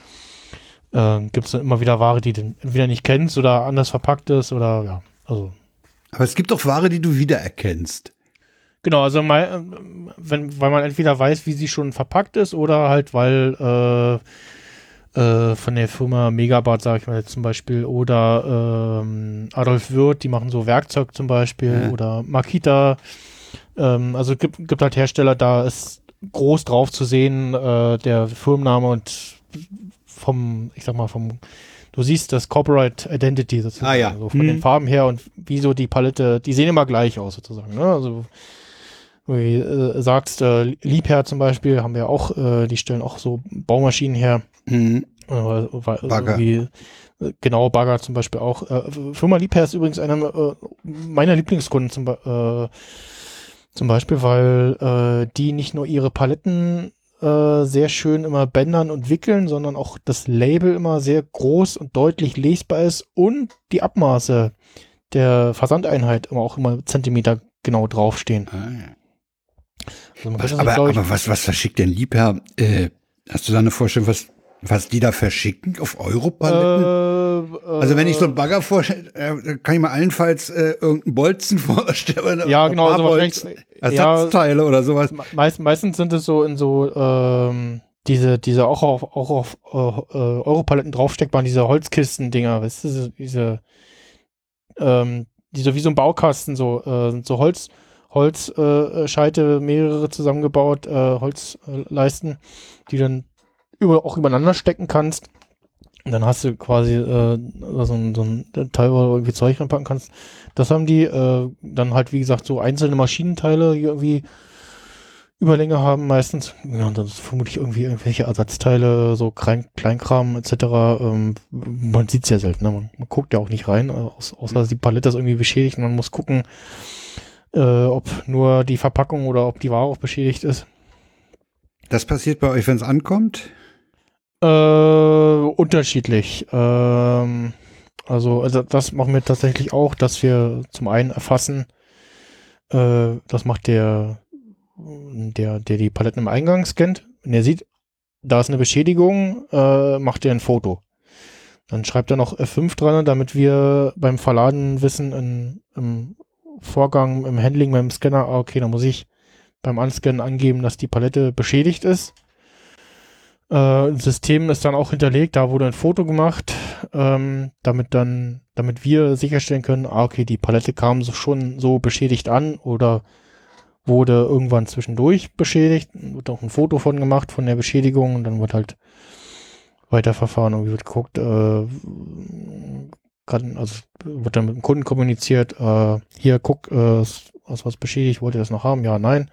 Äh, gibt es dann immer wieder Ware, die du entweder nicht kennst oder anders verpackt ist oder ja, also. Aber es gibt doch Ware, die du wiedererkennst. Genau, also mal, wenn, weil man entweder weiß, wie sie schon verpackt ist oder halt, weil äh, äh, von der Firma Megabart, sage ich mal jetzt zum Beispiel, oder ähm, Adolf Wirth, die machen so Werkzeug zum Beispiel, Ja. oder Makita. Ähm, also gibt, gibt halt Hersteller, da ist groß drauf zu sehen, äh, der Firmenname und vom, ich sag mal, vom, du siehst das Corporate Identity sozusagen, Ah, ja. so von Hm. den Farben her und wie so die Palette, die sehen immer gleich aus sozusagen, ne? Also wie äh, sagst, äh, Liebherr zum Beispiel, haben wir auch, äh, die stellen auch so Baumaschinen her. Mhm. Äh, weil, Bagger. Wie, äh, genau, Bagger zum Beispiel auch. Äh, Firma Liebherr ist übrigens einer äh, meiner Lieblingskunden zum, Be- äh, zum Beispiel, weil äh, die nicht nur ihre Paletten äh, sehr schön immer bändern und wickeln, sondern auch das Label immer sehr groß und deutlich lesbar ist und die Abmaße der Versandeinheit immer auch immer Zentimeter genau draufstehen. Ah, ja. Also man Was, könnte sich, aber glaub ich, aber was, was verschickt denn Liebherr? Äh, hast du da eine Vorstellung, was, was die da verschicken auf Europaletten? Äh, Also wenn ich so einen Bagger vorstelle, äh, kann ich mir allenfalls äh, irgendeinen Bolzen vorstellen. Ja, oder genau, ein also paar wahrscheinlich- Bolzen, ja, Ersatzteile oder sowas. Me- Meist, meistens sind es so in so ähm, diese, diese auch auf, auch auf äh, Europaletten draufsteckbaren, diese Holzkisten-Dinger, weißt du, diese, ähm, die so wie so ein Baukasten, so, äh, so Holz, Holzscheite, äh, Scheite, mehrere zusammengebaut, äh, Holzleisten, die dann über, auch übereinander stecken kannst. Und dann hast du quasi äh, so, ein, so ein Teil, wo du irgendwie Zeug reinpacken kannst. Das haben die äh, dann halt, wie gesagt, so einzelne Maschinenteile, die irgendwie Überlänge haben meistens. Ja, und dann vermutlich irgendwie irgendwelche Ersatzteile, so Klein, Kleinkram et cetera. Ähm, man sieht es ja selten, ne? man, man guckt ja auch nicht rein, außer, außer dass die Palette ist irgendwie beschädigt und man muss gucken, äh, ob nur die Verpackung oder ob die Ware auch beschädigt ist. Das passiert bei euch, wenn es ankommt? Äh, unterschiedlich. Ähm, also, also das machen wir tatsächlich auch, dass wir zum einen erfassen, äh, das macht der, der, der die Paletten im Eingang scannt. Wenn er sieht, da ist eine Beschädigung, äh, macht er ein Foto. Dann schreibt er noch F fünf dran, damit wir beim Verladen wissen, in, im Vorgang, im Handling, beim Scanner, ah, okay, da muss ich beim Anscannen angeben, dass die Palette beschädigt ist. Äh, System ist dann auch hinterlegt, da wurde ein Foto gemacht, ähm, damit dann, damit wir sicherstellen können, ah, okay, die Palette kam so schon so beschädigt an oder wurde irgendwann zwischendurch beschädigt, wird auch ein Foto von gemacht von der Beschädigung und dann wird halt weiterverfahren und wird geguckt, äh, kann, also wird dann mit dem Kunden kommuniziert, äh, hier, guck, äh, ist was beschädigt, wollt ihr das noch haben? Ja, nein.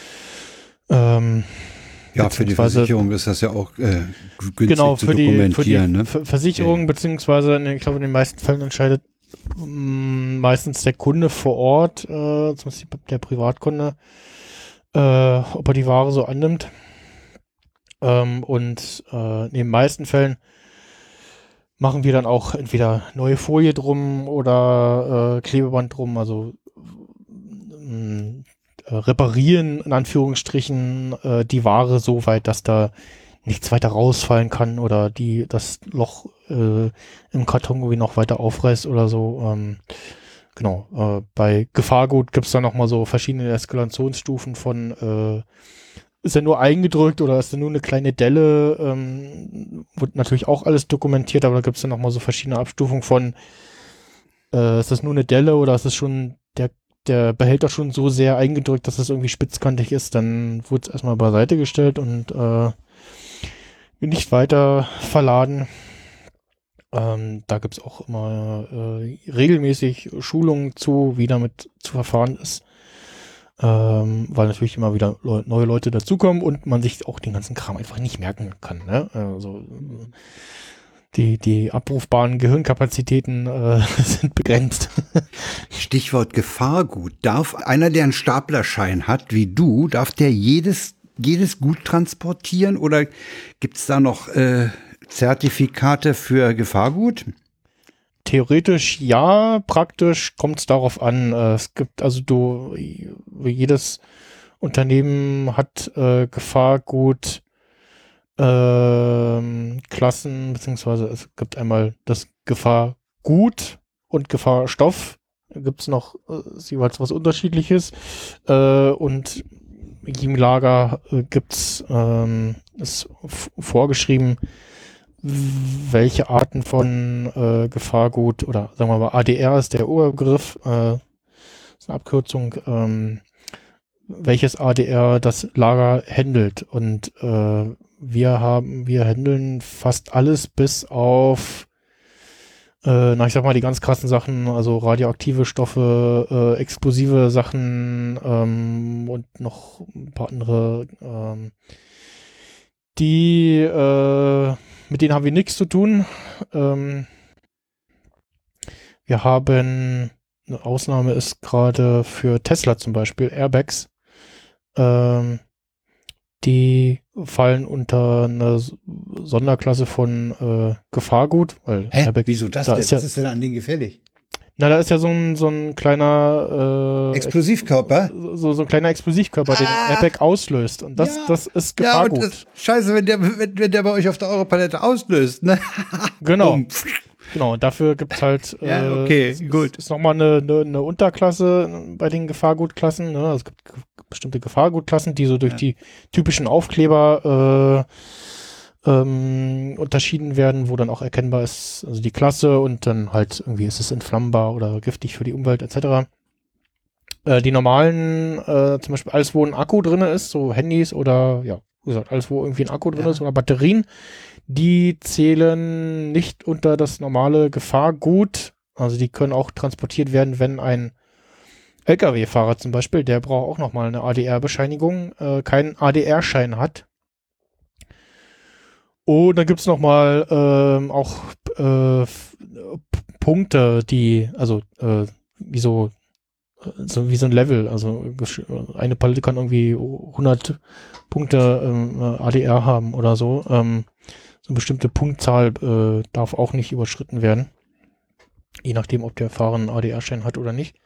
Ähm, Ja, für die Versicherung ist das ja auch äh, günstig genau, zu für die, dokumentieren. für die ne? Versicherung, Ja. beziehungsweise, ich glaube, in den meisten Fällen entscheidet mh, meistens der Kunde vor Ort, äh, zum Beispiel der Privatkunde, äh, ob er die Ware so annimmt. Ähm, und äh, in den meisten Fällen machen wir dann auch entweder neue Folie drum oder äh, Klebeband drum, also mh, äh, reparieren in Anführungsstrichen äh, die Ware so weit, dass da nichts weiter rausfallen kann oder die das Loch äh, im Karton irgendwie noch weiter aufreißt oder so. Ähm, genau. Äh, bei Gefahrgut gibt es dann nochmal so verschiedene Eskalationsstufen von äh, ist er nur eingedrückt oder ist er nur eine kleine Delle? Ähm, wird natürlich auch alles dokumentiert, aber da gibt es dann nochmal so verschiedene Abstufungen von äh, ist das nur eine Delle oder ist es schon der der Behälter schon so sehr eingedrückt, dass es irgendwie spitzkantig ist, dann wurde es erstmal beiseite gestellt und äh, nicht weiter verladen. Ähm, da gibt es auch immer äh, regelmäßig Schulungen zu, wie damit zu verfahren ist. Ähm, weil natürlich immer wieder Leu- neue Leute dazukommen und man sich auch den ganzen Kram einfach nicht merken kann. Ne? Also die, die abrufbaren Gehirnkapazitäten äh, sind begrenzt. Stichwort Gefahrgut. Darf einer, der einen Staplerschein hat, wie du, darf der jedes, jedes Gut transportieren oder gibt es da noch äh, Zertifikate für Gefahrgut? Theoretisch ja, praktisch kommt es darauf an. Äh, es gibt also du, jedes Unternehmen hat äh, Gefahrgut ähm, Klassen, beziehungsweise es gibt einmal das Gefahrgut und Gefahrstoff. Da gibt es noch äh, jeweils was Unterschiedliches. Äh, und im Lager äh, gibt es, ähm, ist f- vorgeschrieben, welche Arten von äh, Gefahrgut oder sagen wir mal A D R ist der Oberbegriff, äh, ist eine Abkürzung, ähm, welches A D R das Lager handelt. Und äh, wir haben, wir handeln fast alles bis auf, äh, na ich sag mal die ganz krassen Sachen, also radioaktive Stoffe, äh, explosive Sachen ähm, und noch ein paar andere, ähm, die äh, mit denen haben wir nichts zu tun. Ähm, wir haben, eine Ausnahme ist gerade für Tesla zum Beispiel, Airbags. Ähm, die fallen unter eine Sonderklasse von äh, Gefahrgut. Weil Hä? Airbag, Wieso das da denn? ist ja, Was ist denn an denen gefährlich? na, da ist ja so ein, so ein kleiner äh, Explosivkörper? So, so ein kleiner Explosivkörper, den Ah, Airbag auslöst. Und das, ja. das ist Ja, und Gefahrgut. das, scheiße, wenn der, wenn, wenn der bei euch auf der Europalette auslöst, ne? Genau. Bumm. Genau, und dafür gibt es halt äh, Ja, okay, ist, gut. ist nochmal eine, eine, eine Unterklasse bei den Gefahrgutklassen. Ne? Also es gibt ge- bestimmte Gefahrgutklassen, die so durch Ja. die typischen Aufkleber äh, ähm, unterschieden werden, wo dann auch erkennbar ist, also die Klasse und dann halt irgendwie ist es entflammbar oder giftig für die Umwelt et cetera. Äh, die normalen, äh, zum Beispiel alles, wo ein Akku drin ist, so Handys oder ja, wie gesagt, alles, wo irgendwie ein Akku drin Ja. ist oder Batterien, die zählen nicht unter das normale Gefahrgut. Also die können auch transportiert werden, wenn ein L K W-Fahrer zum Beispiel, der braucht auch nochmal eine A D R-Bescheinigung, äh, keinen A D R-Schein hat. Und dann gibt es nochmal ähm, auch äh, f- P- Punkte, die, also äh, wie so, so wie so ein Level, also gesch- eine Palette kann irgendwie hundert Punkte ähm, A D R haben oder so. Ähm, so eine bestimmte Punktzahl äh, darf auch nicht überschritten werden. Je nachdem, ob der Fahrer einen A D R-Schein hat oder nicht.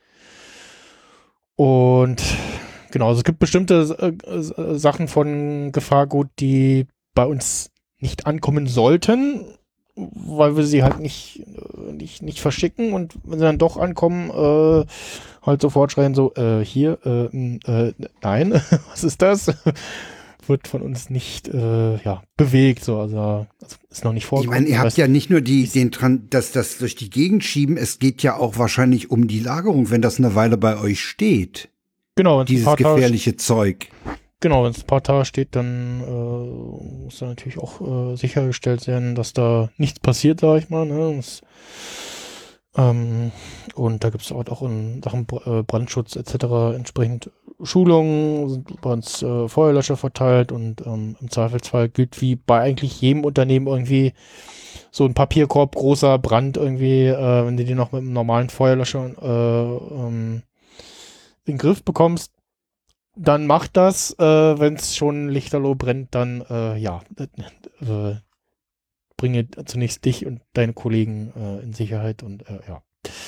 Und genau, also es gibt bestimmte äh, äh, Sachen von Gefahrgut, die bei uns nicht ankommen sollten, weil wir sie halt nicht, äh, nicht, nicht verschicken und wenn sie dann doch ankommen, äh, halt sofort schreien so, äh, hier, äh, m, äh, nein, was ist das? Wird von uns nicht äh, ja, bewegt, so, also, also ist noch nicht Ich vorgekommen. meine, ihr habt weiß- ja nicht nur die, den, Tran- das, das durch die Gegend schieben, es geht ja auch wahrscheinlich um die Lagerung, wenn das eine Weile bei euch steht. genau, wenn's ein Dieses paar Tage gefährliche Zeug. Genau, wenn es ein paar Tage steht, dann äh, muss da natürlich auch äh, sichergestellt werden, dass da nichts passiert, sage ich mal. Ne? Das, ähm, und da gibt es auch in Sachen Br- äh, Brandschutz et cetera entsprechend Schulungen, sind bei uns äh, Feuerlöscher verteilt und ähm, im Zweifelsfall gilt wie bei eigentlich jedem Unternehmen irgendwie so ein Papierkorb, großer Brand irgendwie, äh, wenn du den noch mit einem normalen Feuerlöscher äh, ähm, in den Griff bekommst, dann macht das, äh, wenn es schon lichterloh brennt, dann äh, ja, äh, bringe zunächst dich und deine Kollegen äh, in Sicherheit und äh, ja.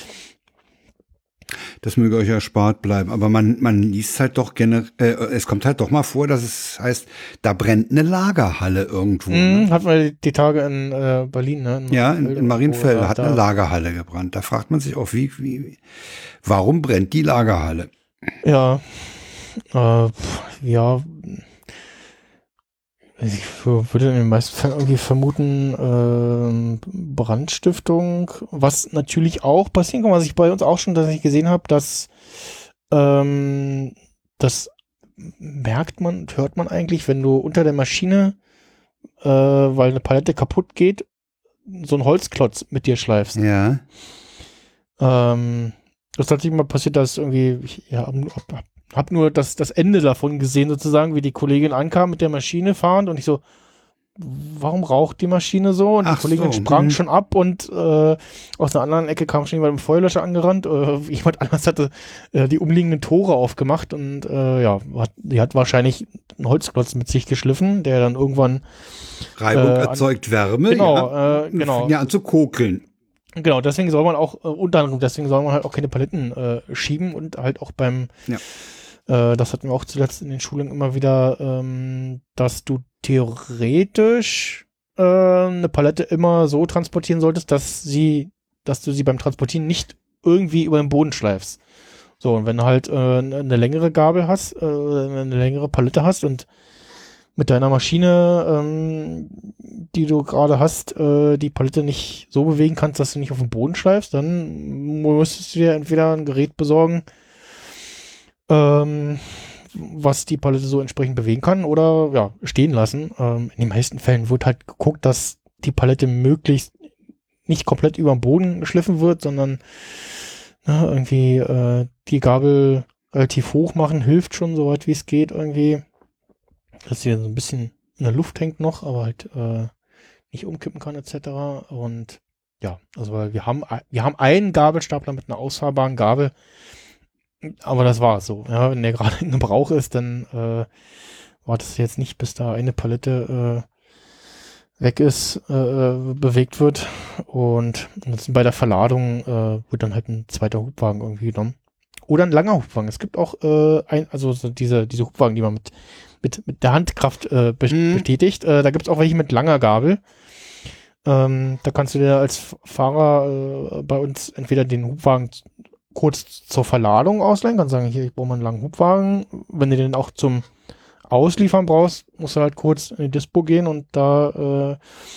Das möge euch erspart bleiben. Aber man, man liest halt doch generell, äh, es kommt halt doch mal vor, dass es heißt, da brennt eine Lagerhalle irgendwo. Mhm, Ne? hatten wir die Tage in äh, Berlin, ne? In ja, in, in Marienfelde hat da, eine Lagerhalle gebrannt. Da fragt man sich auch, wie, wie, warum brennt die Lagerhalle? Ja, äh, ja, ich würde in den meisten Fällen irgendwie vermuten, äh, Brandstiftung, was natürlich auch passieren kann, was ich bei uns auch schon tatsächlich gesehen habe, dass ähm, das merkt man, hört man eigentlich, wenn du unter der Maschine, äh, weil eine Palette kaputt geht, so einen Holzklotz mit dir schleifst. Ja. Ähm, das ist tatsächlich mal passiert, dass irgendwie, ich ja, hab, hab, hab nur das, das Ende davon gesehen, sozusagen, wie die Kollegin ankam mit der Maschine fahrend und ich so, warum raucht die Maschine so? Und die Ach Kollegin so, sprang mhm. schon ab und äh, aus einer anderen Ecke kam schon jemand mit dem Feuerlöscher angerannt. Äh, jemand anders hatte äh, die umliegenden Tore aufgemacht und äh, ja, hat, die hat wahrscheinlich einen Holzklotz mit sich geschliffen, der dann irgendwann Reibung äh, erzeugt an, Wärme. Genau, ja. äh, genau. Fing ja an zu kokeln. Genau, deswegen soll man auch, äh, unter anderem deswegen soll man halt auch keine Paletten äh, schieben und halt auch beim, Ja. äh, das hatten wir auch zuletzt in den Schulungen immer wieder, ähm, dass du theoretisch äh, eine Palette immer so transportieren solltest, dass sie, dass du sie beim Transportieren nicht irgendwie über den Boden schleifst. So, und wenn du halt äh, eine längere Gabel hast, äh, eine längere Palette hast und mit deiner Maschine, ähm, die du gerade hast, äh, die Palette nicht so bewegen kannst, dass du nicht auf den Boden schleifst, dann müsstest du dir entweder ein Gerät besorgen, ähm, was die Palette so entsprechend bewegen kann oder ja, stehen lassen. Ähm, in den meisten Fällen wird halt geguckt, dass die Palette möglichst nicht komplett über den Boden geschliffen wird, sondern na, irgendwie äh, die Gabel relativ hoch machen, hilft schon, soweit wie es geht irgendwie. Dass sie so ein bisschen in der Luft hängt noch, aber halt äh, nicht umkippen kann et cetera. Und ja, also weil wir haben wir haben einen Gabelstapler mit einer ausfahrbaren Gabel, aber das war es so. Ja, wenn der gerade in Gebrauch ist, dann äh, wartest du jetzt nicht, bis da eine Palette äh, weg ist, äh, bewegt wird. Und bei der Verladung äh, wird dann halt ein zweiter Hubwagen irgendwie genommen. Oder ein langer Hubwagen. Es gibt auch äh, ein, also so diese, diese Hubwagen, die man mit Mit, mit der Handkraft äh, be mhm. betätigt. Äh, da gibt es auch welche mit langer Gabel. Ähm, da kannst du dir als Fahrer äh, bei uns entweder den Hubwagen kurz zur Verladung ausleihen, kannst sagen, hier, ich brauche mal einen langen Hubwagen. Wenn du den auch zum Ausliefern brauchst, musst du halt kurz in die Dispo gehen und da äh,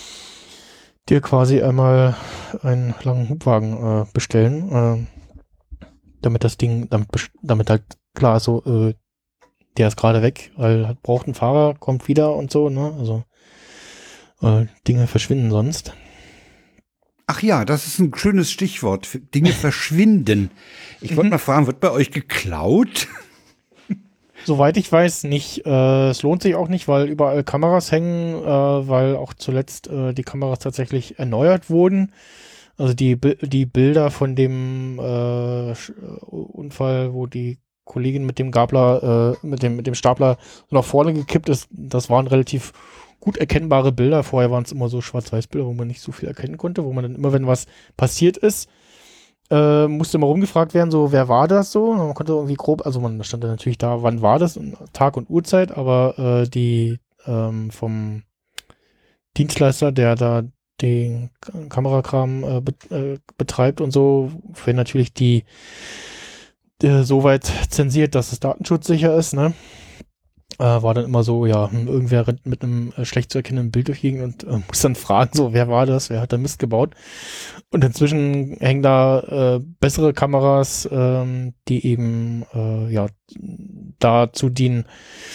dir quasi einmal einen langen Hubwagen äh, bestellen, äh, damit das Ding, damit, damit halt klar ist, so, äh, der ist gerade weg, weil hat, braucht ein Fahrer, kommt wieder und so, ne? Also äh, Dinge verschwinden sonst. Ach ja, das ist ein schönes Stichwort. Dinge verschwinden. Ich wollte mal fragen, wird bei euch geklaut? Soweit ich weiß, nicht. Äh, es lohnt sich auch nicht, weil überall Kameras hängen, äh, weil auch zuletzt äh, die Kameras tatsächlich erneuert wurden. Also die, die Bilder von dem äh, Unfall, wo die Kollegin mit dem Gabler, äh, mit dem, mit dem Stapler nach vorne gekippt ist, das waren relativ gut erkennbare Bilder. Vorher waren es immer so Schwarz-Weiß-Bilder, wo man nicht so viel erkennen konnte, wo man dann immer, wenn was passiert ist, äh, musste mal rumgefragt werden, so, wer war das so? Und man konnte irgendwie grob, also man stand dann natürlich da, wann war das, Tag und Uhrzeit, aber äh, die ähm, vom Dienstleister, der da den Kamerakram äh, be äh, betreibt und so, wenn natürlich die äh, soweit zensiert, dass es datenschutzsicher ist, ne? Äh, war dann immer so, ja, irgendwer rennt mit einem äh, schlecht zu erkennenden Bild durch die Gegend und äh, muss dann fragen, so, wer war das, wer hat da Mist gebaut? Und inzwischen hängen da äh, bessere Kameras, ähm, die eben, äh, ja, dazu dienen,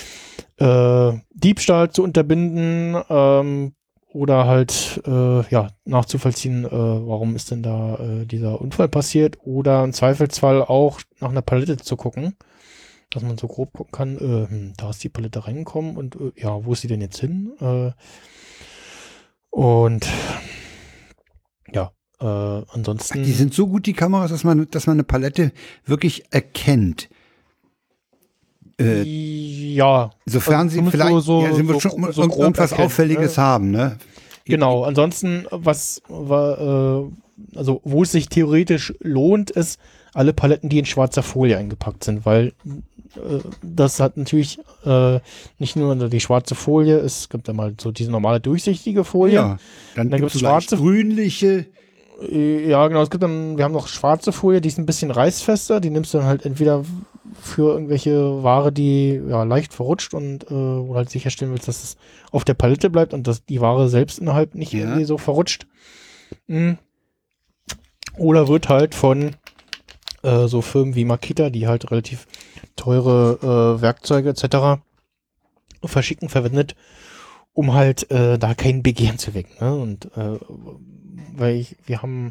äh, Diebstahl zu unterbinden, ähm, oder halt, äh, ja, nachzuvollziehen, äh, warum ist denn da äh, dieser Unfall passiert, oder im Zweifelsfall auch nach einer Palette zu gucken, dass man so grob gucken kann, äh, hm, da ist die Palette reingekommen und äh, ja, wo ist sie denn jetzt hin? Äh, und ja, äh, ansonsten. Ach, die sind so gut, die Kameras, dass man, dass man eine Palette wirklich erkennt. Äh, ja. Sofern sie vielleicht, so, so, ja, sie wird so, schon so irgendwas erkennt, Auffälliges ne? haben, ne? Genau, ansonsten, was war, äh, also wo es sich theoretisch lohnt, ist alle Paletten, die in schwarzer Folie eingepackt sind, weil äh, das hat natürlich äh, nicht nur die schwarze Folie, es gibt ja mal so diese normale durchsichtige Folie. Ja, dann, dann gibt es schwarze grünliche. Ja, genau, es gibt dann, wir haben noch schwarze Folie, die ist ein bisschen reißfester, die nimmst du dann halt entweder für irgendwelche Ware, die ja leicht verrutscht und äh, wo du halt sicherstellen willst, dass es auf der Palette bleibt und dass die Ware selbst innerhalb nicht ja. irgendwie so verrutscht. Mhm. Oder wird halt von äh, so Firmen wie Makita, die halt relativ teure äh, Werkzeuge et cetera verschicken, verwendet, um halt äh, da kein Begehren zu wecken. Ne? Und äh, weil ich, wir haben,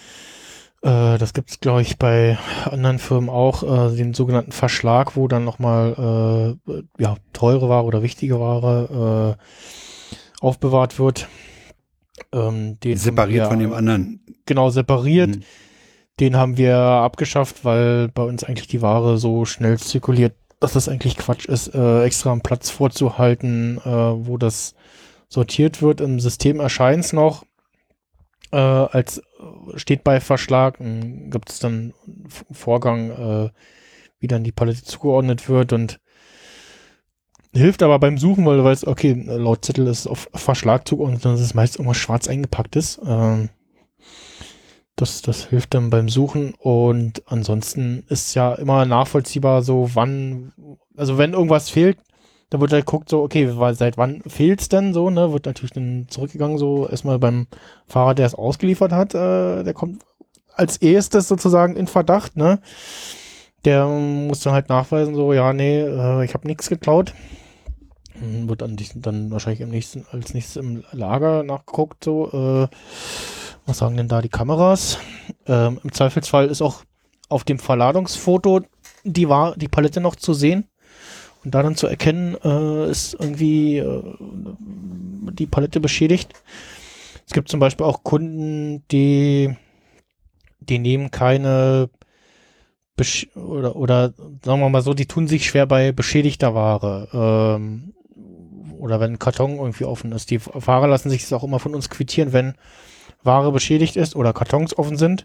äh, das gibt es glaube ich bei anderen Firmen auch, äh, den sogenannten Verschlag, wo dann nochmal äh, ja, teure Ware oder wichtige Ware äh, aufbewahrt wird. Ähm, den separiert wir, von dem anderen. Genau, separiert. Mhm. Den haben wir abgeschafft, weil bei uns eigentlich die Ware so schnell zirkuliert, dass das eigentlich Quatsch ist, äh, extra einen Platz vorzuhalten, äh, wo das sortiert wird. Im System erscheint es noch äh, als steht bei Verschlag. Gibt es dann einen Vorgang, äh, wie dann die Palette zugeordnet wird und hilft aber beim Suchen, weil du weißt, okay, laut Zettel ist auf Verschlag zugeordnet und das ist meist irgendwas schwarz eingepacktes. Ähm, Das, das hilft dann beim Suchen und ansonsten ist ja immer nachvollziehbar so, wann, also wenn irgendwas fehlt, dann wird halt geguckt so, okay, seit wann fehlt's denn so, ne, wird natürlich dann zurückgegangen so, erstmal beim Fahrer, der es ausgeliefert hat, äh, der kommt als erstes sozusagen in Verdacht, ne, der muss dann halt nachweisen so, ja, nee, äh, ich habe nichts geklaut. Wird dann, dann wahrscheinlich im nächsten, als nächstes im Lager nachgeguckt so, äh, was sagen denn da die Kameras? Ähm, Im Zweifelsfall ist auch auf dem Verladungsfoto die, war, die Palette noch zu sehen und da dann zu erkennen, äh, ist irgendwie äh, die Palette beschädigt. Es gibt zum Beispiel auch Kunden, die, die nehmen keine Besch- oder, oder sagen wir mal so, die tun sich schwer bei beschädigter Ware. Ähm, oder wenn ein Karton irgendwie offen ist. Die Fahrer lassen sich das auch immer von uns quittieren, wenn Ware beschädigt ist oder Kartons offen sind,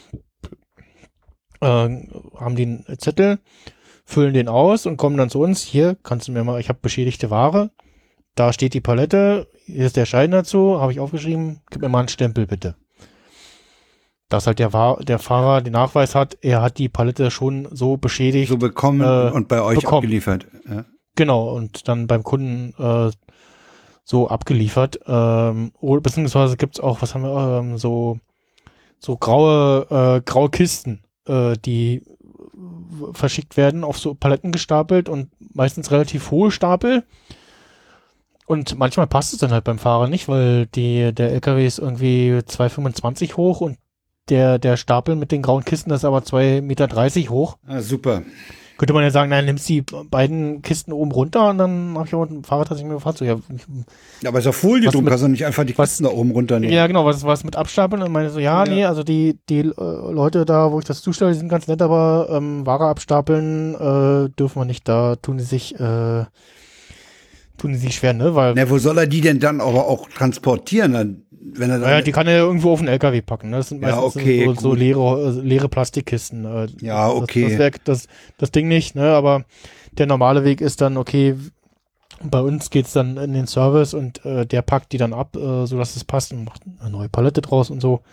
äh, haben die einen Zettel, füllen den aus und kommen dann zu uns. Hier kannst du mir mal, ich habe beschädigte Ware, da steht die Palette, hier ist der Schein dazu, habe ich aufgeschrieben, gib mir mal einen Stempel bitte. Dass halt der, der Fahrer den Nachweis hat, er hat die Palette schon so beschädigt. So bekommen äh, und bei euch bekommen. abgeliefert. Ja. Genau, und dann beim Kunden äh, so abgeliefert. Ähm, oder, beziehungsweise gibt es auch, was haben wir, ähm, so, so graue, äh, graue Kisten, äh, die verschickt werden, auf so Paletten gestapelt und meistens relativ hohe Stapel. Und manchmal passt es dann halt beim Fahrer nicht, weil die, der L K W ist irgendwie zwei Meter fünfundzwanzig hoch und der, der Stapel mit den grauen Kisten ist aber zwei Meter dreißig hoch. Ah, super. Könnte man ja sagen, nein, nimmst die beiden Kisten oben runter und dann habe ich auch ein Fahrrad, das ich mir gefragt, so, ja. Ja, aber ist ja Folie drum, kannst du nicht einfach die was, Kisten da oben runternehmen. Ja, genau, was, was mit Abstapeln und meine so, ja, ja, nee, also die, die äh, Leute da, wo ich das zustelle, die sind ganz nett, aber ähm, Ware abstapeln äh, dürfen wir nicht, da tun die sich, äh, tun die sich schwer, ne, weil. Na, wo soll er die denn dann aber auch transportieren, dann, wenn er dann. Naja, die kann er irgendwo auf den L K W packen, ne, das sind meistens ja, okay, so, so leere, äh, leere Plastikkisten. Äh, ja, okay. Das, das wäre das, das Ding nicht, ne, aber der normale Weg ist dann, okay, bei uns geht's dann in den Service und äh, der packt die dann ab, äh, sodass es passt und macht eine neue Palette draus und so.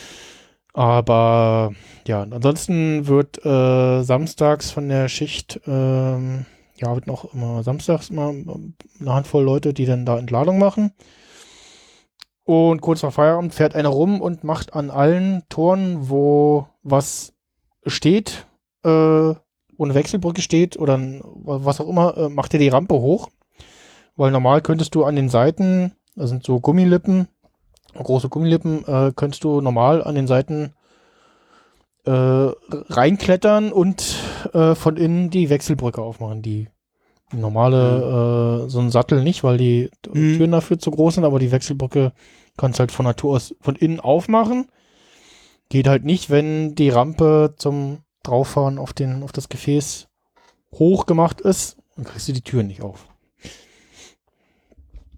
Aber ja, ansonsten wird äh, samstags von der Schicht, ähm, ja, wird noch immer samstags immer eine Handvoll Leute, die dann da Entladung machen. Und kurz vor Feierabend fährt einer rum und macht an allen Toren, wo was steht, äh, wo eine Wechselbrücke steht oder was auch immer, äh, macht er die Rampe hoch. Weil normal könntest du an den Seiten, das sind so Gummilippen, große Gummilippen, äh, könntest du normal an den Seiten äh, reinklettern und äh, von innen die Wechselbrücke aufmachen. Die, die normale, äh, so ein Sattel nicht, weil die mhm. Türen dafür zu groß sind, aber die Wechselbrücke kannst halt von Natur aus von innen aufmachen. Geht halt nicht, wenn die Rampe zum Drauffahren auf, den, auf das Gefäß hoch gemacht ist, dann kriegst du die Türen nicht auf.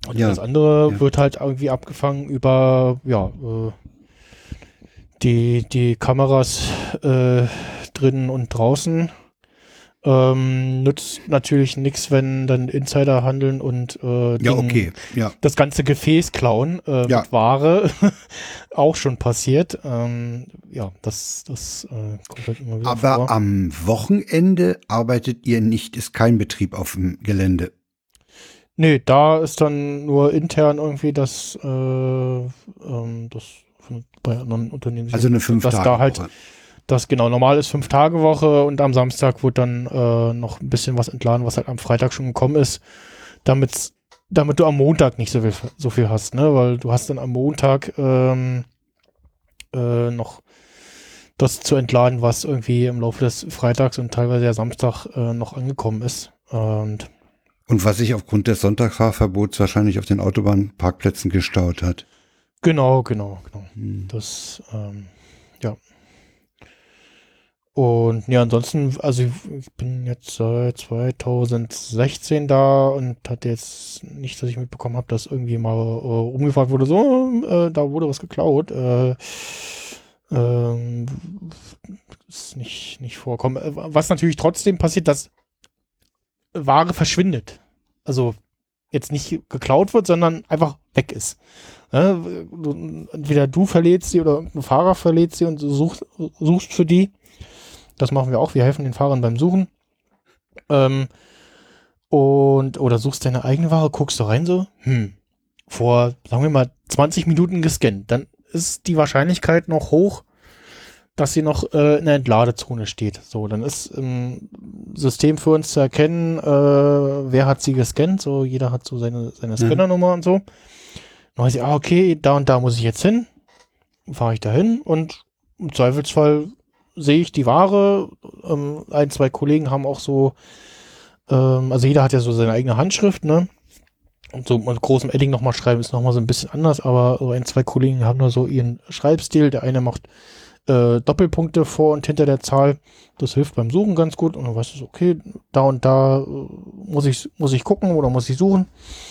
Und ja. das andere ja. wird halt irgendwie abgefangen über, ja, äh, die, die Kameras äh, drinnen und draußen. Ähm, nützt natürlich nichts, wenn dann Insider handeln und äh, ja, Ding, okay. ja. das ganze Gefäß klauen äh, Ja. mit Ware. Auch schon passiert. Ähm, ja, das, das äh, kommt halt immer wieder Aber vor. am Wochenende arbeitet ihr nicht, ist kein Betrieb auf dem Gelände. Nee, da ist dann nur intern irgendwie das, äh, ähm, das von, bei anderen Unternehmen. Also eine fünf dass Tage da halt Woche. Das genau, normal ist fünf Tage Woche und am Samstag wird dann äh, noch ein bisschen was entladen, was halt am Freitag schon gekommen ist, damit, damit du am Montag nicht so viel, so viel hast, ne? Weil du hast dann am Montag ähm, äh, noch das zu entladen, was irgendwie im Laufe des Freitags und teilweise ja Samstag äh, noch angekommen ist. Und, und was sich aufgrund des Sonntagsfahrverbots wahrscheinlich auf den Autobahnparkplätzen gestaut hat. Genau, genau, genau. Hm. Das, ähm, ja. Und ja, ansonsten, also ich, ich bin jetzt seit zweitausendsechzehn da und hatte jetzt nicht, dass ich mitbekommen habe, dass irgendwie mal äh, umgefragt wurde, so, äh, da wurde was geklaut. Äh, ähm, ist nicht, nicht vorkommen. Was natürlich trotzdem passiert, dass Ware verschwindet. Also jetzt nicht geklaut wird, sondern einfach weg ist. Ja, du, entweder du verlädst sie oder ein Fahrer verlädst sie und du suchst, suchst für die. Das machen wir auch. Wir helfen den Fahrern beim Suchen. Ähm, und, oder suchst deine eigene Ware, guckst du rein so, hm, vor, sagen wir mal, zwanzig Minuten gescannt. Dann ist die Wahrscheinlichkeit noch hoch, dass sie noch äh, in der Entladezone steht. So, dann ist im System für uns zu erkennen, äh, wer hat sie gescannt. So, jeder hat so seine, seine Scannernummer mhm. und so. Dann weiß ich, ah, okay, da und da muss ich jetzt hin. Fahre ich da hin und im Zweifelsfall sehe ich die Ware. Ähm, ein, zwei Kollegen haben auch so, ähm, also jeder hat ja so seine eigene Handschrift, ne? Und so mit großem Edding nochmal schreiben ist nochmal so ein bisschen anders, aber so ein, zwei Kollegen haben nur so ihren Schreibstil. Der eine macht äh, Doppelpunkte vor und hinter der Zahl. Das hilft beim Suchen ganz gut. Und dann weißt du, okay, da und da äh, muss ich, muss ich gucken oder muss ich suchen.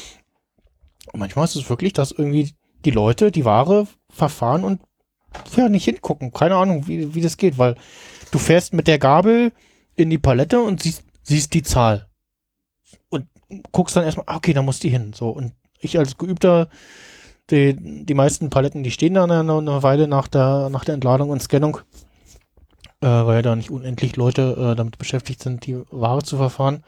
Und manchmal ist es wirklich, dass irgendwie die Leute die Ware verfahren und ja, nicht hingucken. Keine Ahnung, wie, wie das geht, weil du fährst mit der Gabel in die Palette und siehst, siehst die Zahl. Und guckst dann erstmal, okay, da muss die hin. So, und ich als Geübter, die, die meisten Paletten, die stehen da eine, eine Weile nach der, nach der Entladung und Scannung, äh, weil da nicht unendlich Leute äh, damit beschäftigt sind, die Ware zu verfahren.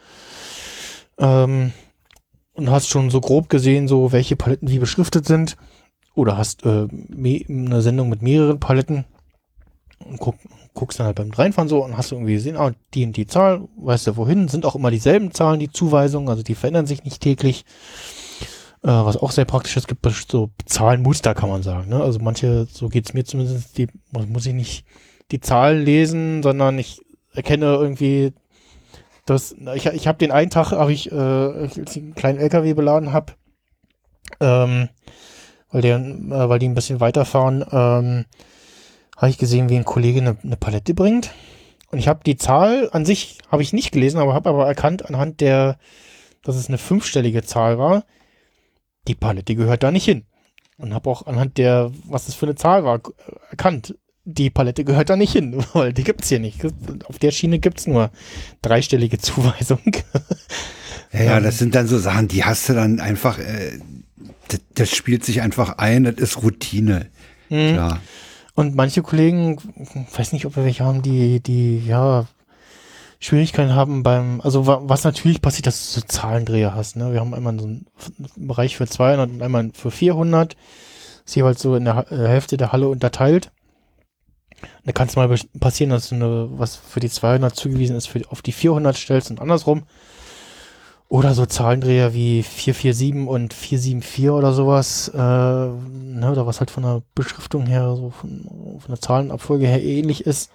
Ähm, und hast schon so grob gesehen, so welche Paletten wie beschriftet sind. Oder hast äh, eine Sendung mit mehreren Paletten und guck, guckst dann halt beim Reinfahren so und hast du irgendwie gesehen, ah, die und die Zahl, weißt du wohin, sind auch immer dieselben Zahlen, die Zuweisungen, also die verändern sich nicht täglich. Äh, was auch sehr praktisch ist, gibt so Zahlenmuster, kann man sagen. Ne? Also manche, so geht's mir zumindest, die muss ich nicht die Zahlen lesen, sondern ich erkenne irgendwie, dass ich, ich habe den einen Tag, habe ich, äh, als ich einen kleinen L K W beladen habe, ähm, weil der, äh, weil die ein bisschen weiterfahren, ähm, habe ich gesehen, wie ein Kollege eine, eine Palette bringt. Und ich habe die Zahl an sich, habe ich nicht gelesen, aber habe aber erkannt anhand der, dass es eine fünfstellige Zahl war, die Palette gehört da nicht hin. Und habe auch anhand der, was das für eine Zahl war, erkannt, die Palette gehört da nicht hin, weil die gibt's hier nicht. Auf der Schiene gibt's nur dreistellige Zuweisung. Ja, ja, das sind dann so Sachen, die hast du dann einfach, äh, das, das spielt sich einfach ein, das ist Routine. Mhm. Klar. Und manche Kollegen, weiß nicht, ob wir welche haben, die, die, ja, Schwierigkeiten haben beim, also was natürlich passiert, dass du so Zahlendreher hast, ne? Wir haben einmal so einen Bereich für zweihundert und einmal für vierhundert. Das ist jeweils so in der Hälfte der Halle unterteilt. Da kann es mal passieren, dass du eine, was für die zweihundert zugewiesen ist, für, auf die vierhundert stellst und andersrum. Oder so Zahlendreher wie vier vier sieben und vier sieben vier oder sowas, äh, ne, oder was halt von der Beschriftung her, so von, von der Zahlenabfolge her ähnlich ist.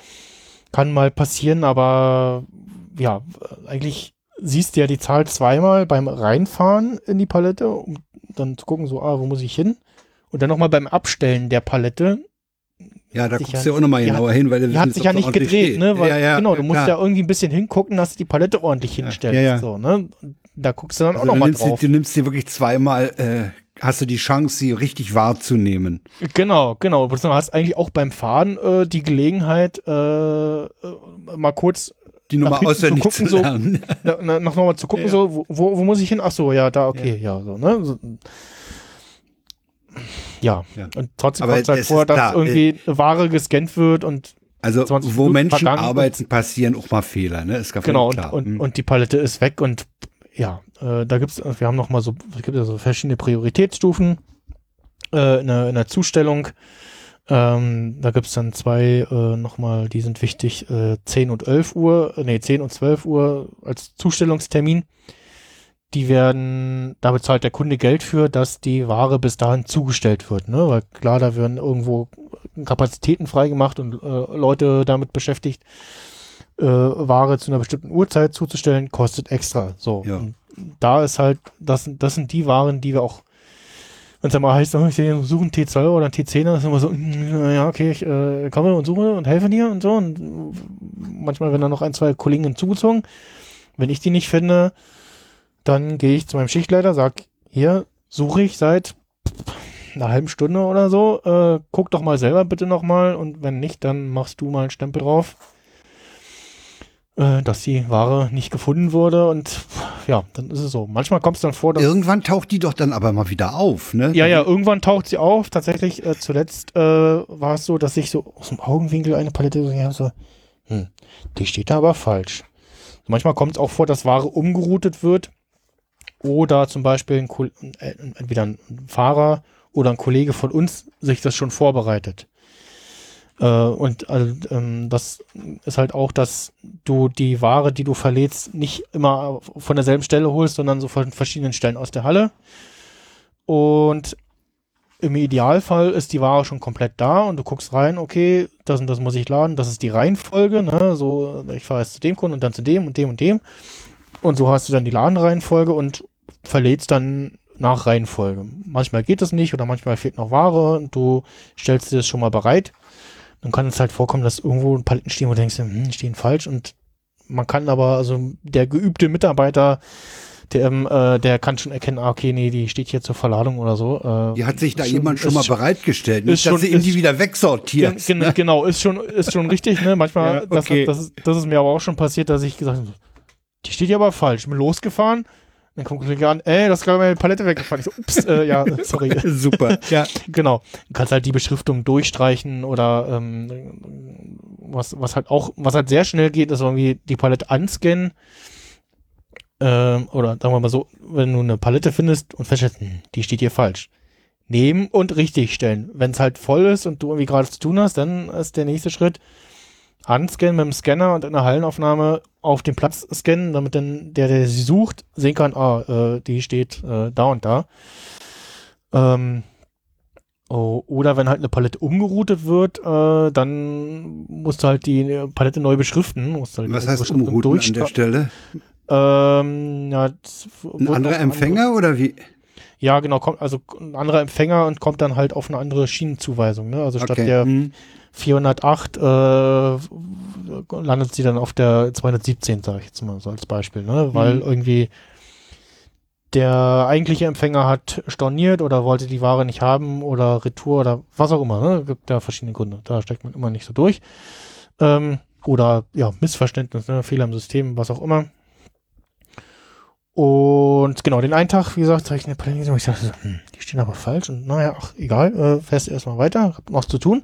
Kann mal passieren, aber ja, eigentlich siehst du ja die Zahl zweimal beim Reinfahren in die Palette, um dann zu gucken, so, ah, wo muss ich hin? Und dann nochmal beim Abstellen der Palette. Ja, da guckst du ja auch nochmal genauer hin, weil die hat sich ja nicht gedreht, ne? Weil, ja, ja, genau, du musst klar. ja irgendwie ein bisschen hingucken, dass du die Palette ordentlich hinstellst. Ja, ja. So, ne? da guckst du dann also auch nochmal drauf. Du nimmst dir wirklich zweimal, äh, hast du die Chance, sie richtig wahrzunehmen. Genau, genau. Du hast eigentlich auch beim Fahren äh, die Gelegenheit, äh, mal kurz die Nummer auswendig zu, zu lernen. So, na, noch nochmal zu gucken, ja. so, wo, wo muss ich hin? Ach so, ja, da, okay, ja, ja so, ne? So, ja. ja, und trotzdem kommt es halt vor, dass klar, irgendwie äh, Ware gescannt wird und also wo Menschen arbeiten, passieren auch mal Fehler, ne? Ist genau, klar. Und, und, und die Palette ist weg und ja, äh, da gibt's, wir haben noch mal so, es gibt ja so verschiedene Prioritätsstufen äh, in, der, in der Zustellung. Ähm, da gibt's dann zwei äh, nochmal, die sind wichtig, äh, zehn und elf Uhr, äh, nee, zehn und zwölf Uhr als Zustellungstermin. Die werden, da bezahlt der Kunde Geld für, dass die Ware bis dahin zugestellt wird, ne? Weil klar, da werden irgendwo Kapazitäten freigemacht und äh, Leute damit beschäftigt, äh, Ware zu einer bestimmten Uhrzeit zuzustellen, kostet extra. So. Ja. Und da ist halt, das, das sind die Waren, die wir auch, wenn es dann mal heißt, oh, ich suche einen T zwei oder einen T zehn, dann ist immer so, ja, okay, ich äh, komme und suche und helfe dir und so. Und manchmal werden dann noch ein, zwei Kollegen hinzugezogen. Wenn ich die nicht finde, dann gehe ich zu meinem Schichtleiter, sag, hier suche ich seit einer halben Stunde oder so, äh, guck doch mal selber bitte nochmal und wenn nicht, dann machst du mal einen Stempel drauf, äh, dass die Ware nicht gefunden wurde und ja, dann ist es so. Manchmal kommt es dann vor, dass... Irgendwann taucht die doch dann aber mal wieder auf, ne? Ja, ja, irgendwann taucht sie auf. Tatsächlich, äh, zuletzt äh, war es so, dass ich so aus dem Augenwinkel eine Palette gesehen habe, so, hm, die steht da aber falsch. Manchmal kommt es auch vor, dass Ware umgeroutet wird oder zum Beispiel ein, äh, entweder ein Fahrer oder ein Kollege von uns sich das schon vorbereitet. Äh, und also, ähm, das ist halt auch, dass du die Ware, die du verlädst, nicht immer von derselben Stelle holst, sondern so von verschiedenen Stellen aus der Halle. Und im Idealfall ist die Ware schon komplett da und du guckst rein, okay, das und das muss ich laden, das ist die Reihenfolge, ne? So, ich fahre jetzt zu dem Kunden und dann zu dem und dem und dem. Und so hast du dann die Ladenreihenfolge und verlädst dann nach Reihenfolge. Manchmal geht das nicht oder manchmal fehlt noch Ware und du stellst dir das schon mal bereit. Dann kann es halt vorkommen, dass irgendwo Paletten stehen, wo du denkst, hm, stehen falsch und man kann aber, also der geübte Mitarbeiter, der, äh, der kann schon erkennen, ah, okay, nee, die steht hier zur Verladung oder so. Äh, die hat sich da schon, jemand schon mal schon, bereitgestellt, nicht, dass sie ihn die wieder wegsortiert. Gen, ne? Genau, ist schon, ist schon richtig, ne? Manchmal, ja, okay. das, das, ist, das ist mir aber auch schon passiert, dass ich gesagt habe, die steht ja aber falsch. Ich bin losgefahren, dann kommt ein Kollege an, ey, das ist gerade meine Palette weggefahren. Ich so, ups, äh, ja, sorry. Super, ja. Genau. Du kannst halt die Beschriftung durchstreichen oder ähm, was, was halt auch, was halt sehr schnell geht, ist irgendwie die Palette anscannen. Ähm, oder sagen wir mal so, wenn du eine Palette findest und feststellst, hm, die steht hier falsch. Nehmen und richtig stellen. Wenn es halt voll ist und du irgendwie gerade zu tun hast, dann ist der nächste Schritt, anscannen mit dem Scanner und in der Hallenaufnahme auf den Platz scannen, damit dann der, der sie sucht, sehen kann, ah, äh, die steht äh, da und da. Ähm, oh, oder wenn halt eine Palette umgeroutet wird, äh, dann musst du halt die Palette neu beschriften. Musst halt Was heißt umrouten an der Stelle? Ähm, ja, ein anderer Empfänger andere, oder wie? Ja, genau, kommt also ein anderer Empfänger und kommt dann halt auf eine andere Schienenzuweisung. Ne? Also statt okay. der hm. vierhundertacht äh, landet sie dann auf der zweihundertsiebzehn, sage ich jetzt mal so als Beispiel, ne? Weil hm. irgendwie der eigentliche Empfänger hat storniert oder wollte die Ware nicht haben oder Retour oder was auch immer. Ne? Gibt ja verschiedene Gründe. Da steckt man immer nicht so durch. Ähm, oder ja, Missverständnis, ne? Fehler im System, was auch immer. Und genau, den einen Tag, wie gesagt, habe ich eine Palette gesehen, wo ich dachte, hm, die stehen aber falsch. Und naja, ach, egal, äh, fährst erstmal weiter, hab noch zu tun.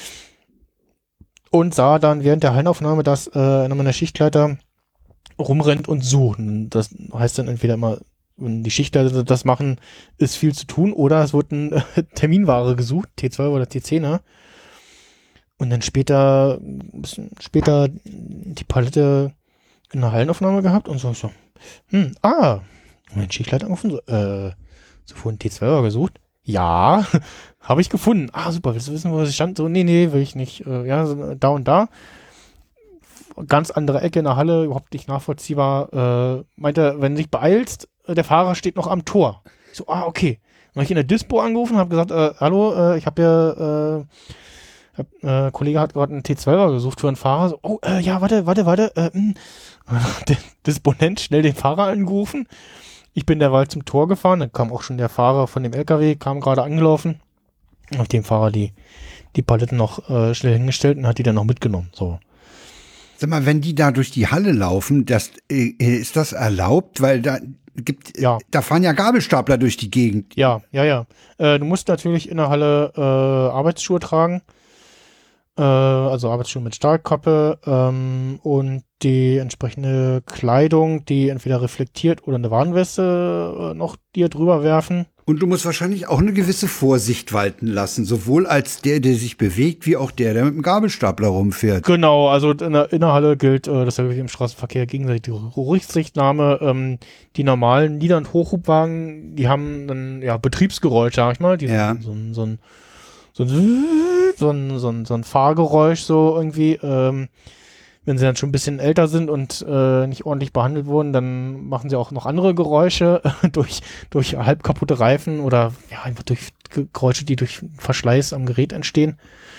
Und sah dann während der Hallenaufnahme, dass äh, einer meiner Schichtleiter rumrennt und sucht. Und das heißt dann entweder immer, wenn die Schichtleiter das machen, ist viel zu tun, oder es wird eine äh, Terminware gesucht, T zwölf oder T zehner. Und dann später, ein bisschen später die Palette in der Hallenaufnahme gehabt und so, so. Hm, ah, mein Schichtleiter angerufen, so, äh, so vorhin T zwölfer gesucht. Ja, habe ich gefunden. Ah, super, willst du wissen, wo es stand? So, nee, nee, will ich nicht. Äh, ja, so, da und da. Ganz andere Ecke in der Halle, überhaupt nicht nachvollziehbar. Äh, meinte, wenn du dich beeilst, der Fahrer steht noch am Tor. So, ah, okay. Dann habe ich in der Dispo angerufen und habe gesagt, äh, hallo, äh, ich habe ja Äh, Kollege hat gerade einen T zwölfer gesucht für einen Fahrer. So, oh, äh, ja, warte, warte, warte. Äh, der Disponent schnell den Fahrer angerufen. Ich bin derweil zum Tor gefahren. Dann kam auch schon der Fahrer von dem L K W, kam gerade angelaufen. Auf dem Fahrer die, die Paletten noch äh, schnell hingestellt und hat die dann noch mitgenommen. So. Sag mal, wenn die da durch die Halle laufen, das, äh, ist das erlaubt? Weil da gibt, ja. da fahren ja Gabelstapler durch die Gegend. Ja, ja, ja. Äh, du musst natürlich in der Halle äh, Arbeitsschuhe tragen. Äh, also Arbeitsschuhe mit Stahlkappe ähm, und die entsprechende Kleidung, die entweder reflektiert oder eine Warnweste äh, noch dir drüber werfen. Und du musst wahrscheinlich auch eine gewisse Vorsicht walten lassen, sowohl als der, der sich bewegt, wie auch der, der mit dem Gabelstapler rumfährt. Genau, also in der, in der Halle gilt, äh, das ist ja wie im Straßenverkehr gegenseitige Rücksichtnahme. Ähm, die normalen Nieder- und Hochhubwagen, die haben dann ja Betriebsgeräusch, sag ich mal. Die Ja. so, so, so ein so ein, so ein, so ein, so ein Fahrgeräusch so irgendwie. Ähm, wenn sie dann schon ein bisschen älter sind und äh, nicht ordentlich behandelt wurden, dann machen sie auch noch andere Geräusche durch, durch halb kaputte Reifen oder ja, einfach durch Geräusche, die durch Verschleiß am Gerät entstehen.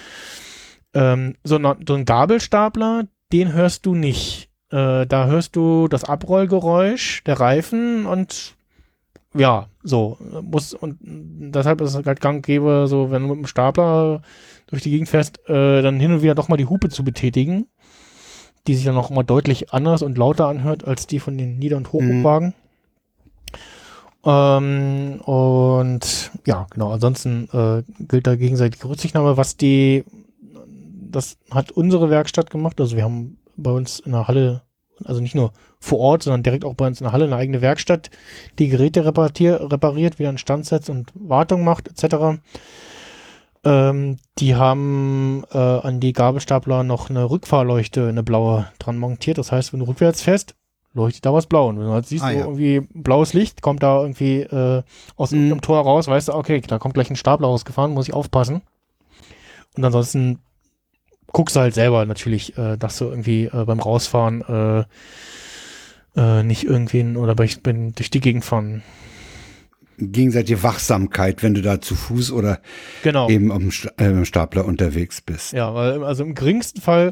Ähm, so, na, so ein Gabelstapler, den hörst du nicht. Äh, da hörst du das Abrollgeräusch der Reifen und ja, so muss und deshalb ist es halt gang und gäbe, so wenn du mit dem Stapler durch die Gegend fährst, äh, dann hin und wieder doch mal die Hupe zu betätigen, die sich dann auch immer deutlich anders und lauter anhört als die von den Nieder- und Hochhubwagen. Mhm. Ähm, und ja, genau, ansonsten äh, gilt da gegenseitige Rücksichtnahme, was die, das hat unsere Werkstatt gemacht, also wir haben bei uns in der Halle, also nicht nur vor Ort, sondern direkt auch bei uns in der Halle eine eigene Werkstatt, die Geräte repariert, repariert wieder in Stand setzt und Wartung macht, et cetera. Ähm, die haben äh, an die Gabelstapler noch eine Rückfahrleuchte, eine blaue, dran montiert. Das heißt, wenn du rückwärts fährst, leuchtet da was blau. Und wenn du halt siehst, ah, ja. irgendwie blaues Licht, kommt da irgendwie äh, aus mhm. einem Tor raus, weißt du, okay, da kommt gleich ein Stapler rausgefahren, muss ich aufpassen. Und ansonsten guckst du halt selber natürlich, äh, dass du irgendwie äh, beim Rausfahren äh, äh, nicht irgendwen oder bei, bin durch die Gegend fahren. Gegenseitige Wachsamkeit, wenn du da zu Fuß oder genau. eben am Sta- äh, Stapler unterwegs bist. Ja, weil also im geringsten Fall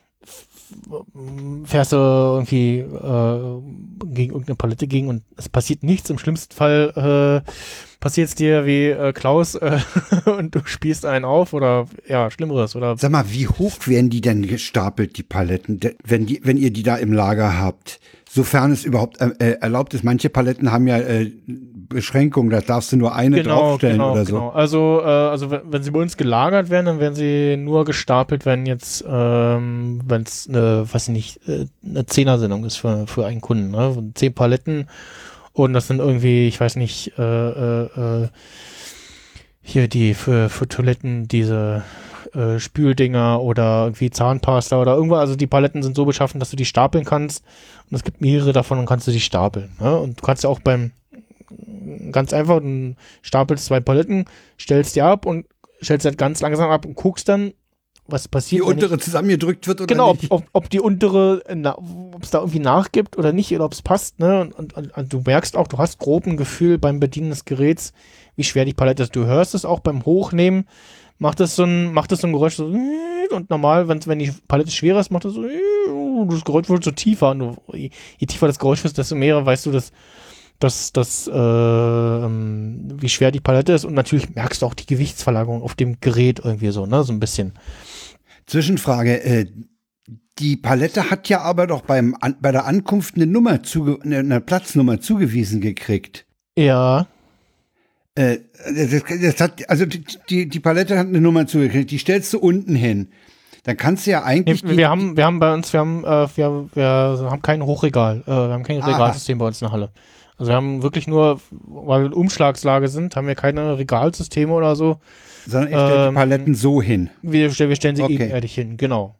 fährst du irgendwie äh, gegen irgendeine Palette gegen und es passiert nichts. Im schlimmsten Fall äh, passiert es dir wie äh, Klaus äh, und du spießt einen auf oder ja, Schlimmeres. Oder sag mal, wie hoch werden die denn gestapelt, die Paletten, wenn, die, wenn ihr die da im Lager habt? Sofern es überhaupt äh, erlaubt ist. Manche Paletten haben ja äh, Beschränkungen, da darfst du nur eine genau, draufstellen genau, oder so. Genau. Also, äh, also wenn, wenn sie bei uns gelagert werden, dann werden sie nur gestapelt, wenn jetzt, ähm, wenn es eine, weiß ich nicht, äh, eine Zehner-Sendung ist für, für einen Kunden. Ne? Zehn Paletten und das sind irgendwie, ich weiß nicht, äh, äh, hier die für, für Toiletten diese äh, Spüldinger oder irgendwie Zahnpasta oder irgendwas. Also die Paletten sind so beschaffen, dass du die stapeln kannst. Und es gibt mehrere davon und kannst du die stapeln. Ne? Und du kannst ja auch beim ganz einfach, du stapelst zwei Paletten, stellst die ab und stellst halt ganz langsam ab und guckst dann, was passiert. Die untere ich, zusammengedrückt wird oder genau, nicht. Genau, ob, ob die untere, ob es da irgendwie nachgibt oder nicht, oder ob es passt. Ne? Und, und, und, und du merkst auch, du hast grob ein Gefühl beim Bedienen des Geräts, wie schwer die Palette ist. Du hörst es auch beim Hochnehmen, macht es so ein, macht es so ein Geräusch so, und normal, wenn, wenn die Palette schwerer ist, macht es so, das Geräusch wird so tiefer. Und du, je, je tiefer das Geräusch ist, desto mehr weißt du, dass dass das, äh, wie schwer die Palette ist und natürlich merkst du auch die Gewichtsverlagerung auf dem Gerät irgendwie so, ne, so ein bisschen. Zwischenfrage, äh, die Palette hat ja aber doch beim an, bei der Ankunft eine Nummer zuge, eine, eine Platznummer zugewiesen gekriegt. Ja. Äh, das, das hat, also die, die Palette hat eine Nummer zugekriegt, die stellst du unten hin. Dann kannst du ja eigentlich. Nee, wir haben, wir haben bei uns, wir haben, äh, wir, wir haben kein Hochregal, äh, wir haben kein Regalsystem bei uns in der Halle. Also wir haben wirklich nur, weil wir Umschlagslage sind, haben wir keine Regalsysteme oder so. Sondern ihr stellt ähm, die Paletten so hin. Wir, wir stellen sie okay. ebenerdig hin, genau.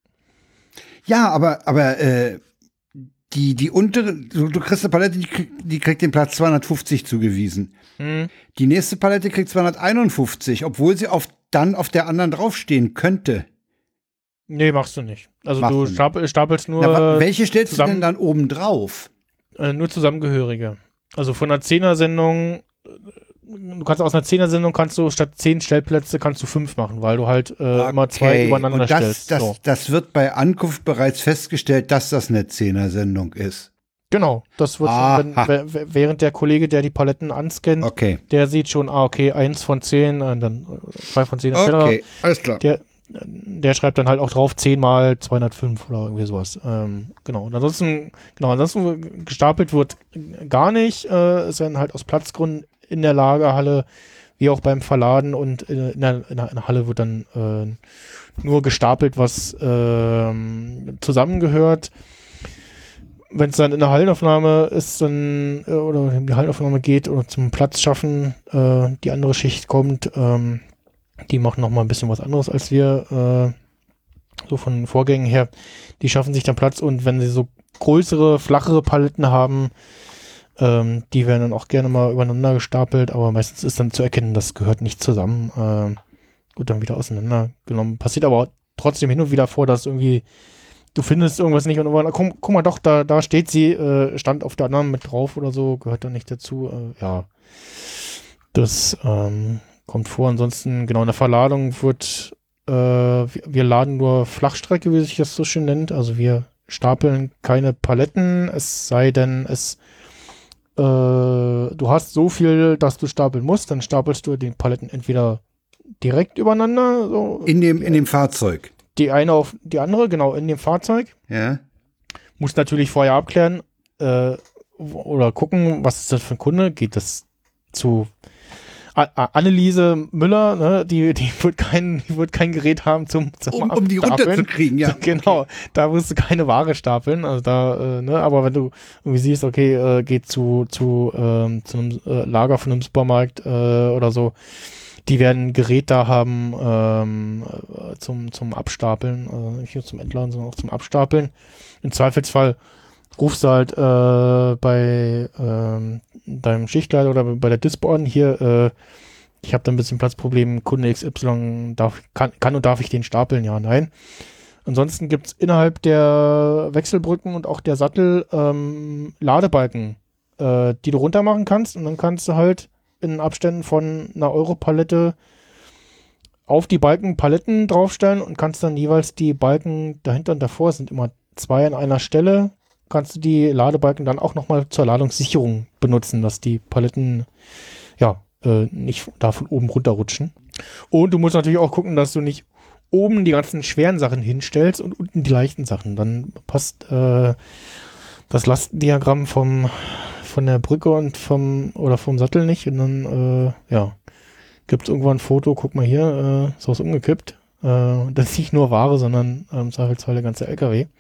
Ja, aber, aber äh, die, die untere, du, du kriegst eine Palette, die, krieg, die kriegt den Platz zweihundertfünfzig zugewiesen. Hm. Die nächste Palette kriegt zweihunderteinundfünfzig, obwohl sie auf, dann auf der anderen draufstehen könnte. Nee, machst du nicht. Also machst du stapel, stapelst nur. Na, welche stellst zusammen, du denn dann oben drauf? Äh, nur Zusammengehörige. Also von einer Zehner-Sendung du kannst aus einer Zehner-Sendung kannst du statt zehn Stellplätze kannst du fünf machen, weil du halt äh, okay. immer zwei übereinander Und das, stellst. Das, so. das wird bei Ankunft bereits festgestellt, dass das eine Zehner-Sendung ist. Genau, das wird schon, wenn, während der Kollege, der die Paletten anscannt, okay. der sieht schon, ah, okay, eins von zehn, und dann zwei von zehn, et cetera. Okay, alles klar. Der, der schreibt dann halt auch drauf zehn mal zweihundertfünf oder irgendwie sowas. Ähm, genau, und ansonsten, genau, ansonsten gestapelt wird gar nicht. Äh, es werden halt aus Platzgründen in der Lagerhalle, wie auch beim Verladen und in der, in der, in der Halle wird dann äh, nur gestapelt, was äh, zusammengehört. Wenn es dann in der Hallenaufnahme ist, dann äh, oder in die Hallenaufnahme geht oder zum Platz schaffen, äh, die andere Schicht kommt, ähm, die machen noch mal ein bisschen was anderes als wir, äh, so von den Vorgängen her. Die schaffen sich dann Platz und wenn sie so größere, flachere Paletten haben, ähm, die werden dann auch gerne mal übereinander gestapelt, aber meistens ist dann zu erkennen, das gehört nicht zusammen. Äh, gut, dann wieder auseinandergenommen. Passiert aber trotzdem hin und wieder vor, dass irgendwie du findest irgendwas nicht und aber, guck, guck mal doch, da, da steht sie, äh, stand auf der anderen mit drauf oder so, gehört da nicht dazu. Äh, ja, das ähm, kommt vor. Ansonsten, genau, in der Verladung wird, äh, wir, wir laden nur Flachstrecke, wie sich das so schön nennt. Also wir stapeln keine Paletten, es sei denn, es äh, du hast so viel, dass du stapeln musst, dann stapelst du die Paletten entweder direkt übereinander. So, in dem, in dem Fahrzeug. Die eine auf die andere, genau, in dem Fahrzeug. Ja. Muss natürlich vorher abklären äh, oder gucken, was ist das für ein Kunde. Geht das zu A- A- Anneliese Müller, ne? die, die, wird kein, die wird kein Gerät haben zum, zum um, um die runterzukriegen, ja. Genau, okay. Da musst du keine Ware stapeln. Also da, äh, ne? Aber wenn du irgendwie siehst, okay, äh, geht zu, zu, ähm, zu einem äh, Lager von einem Supermarkt äh, oder so, die werden ein Gerät da haben ähm, zum, zum Abstapeln, also nicht nur zum Entladen, sondern auch zum Abstapeln. Im Zweifelsfall rufst du halt äh, bei ähm, deinem Schichtleiter oder bei der Dispo an, hier, äh, ich habe da ein bisschen Platzproblem, Kunde X Y, darf, kann, kann und darf ich den stapeln? Ja, nein. Ansonsten gibt es innerhalb der Wechselbrücken und auch der Sattel ähm, Ladebalken, äh, die du runter machen kannst und dann kannst du halt in Abständen von einer Europalette auf die Balken Paletten draufstellen und kannst dann jeweils die Balken dahinter und davor, es sind immer zwei an einer Stelle, kannst du die Ladebalken dann auch nochmal zur Ladungssicherung benutzen, dass die Paletten ja äh, nicht da von oben runterrutschen. Und du musst natürlich auch gucken, dass du nicht oben die ganzen schweren Sachen hinstellst und unten die leichten Sachen. Dann passt äh, das Lastendiagramm vom von der Brücke und vom oder vom Sattel nicht und dann äh, ja gibt es irgendwann ein Foto, guck mal hier, äh, ist was umgekippt. Äh, das ist nicht nur Ware, sondern im ähm, Zweifelsfall der ganze L K W.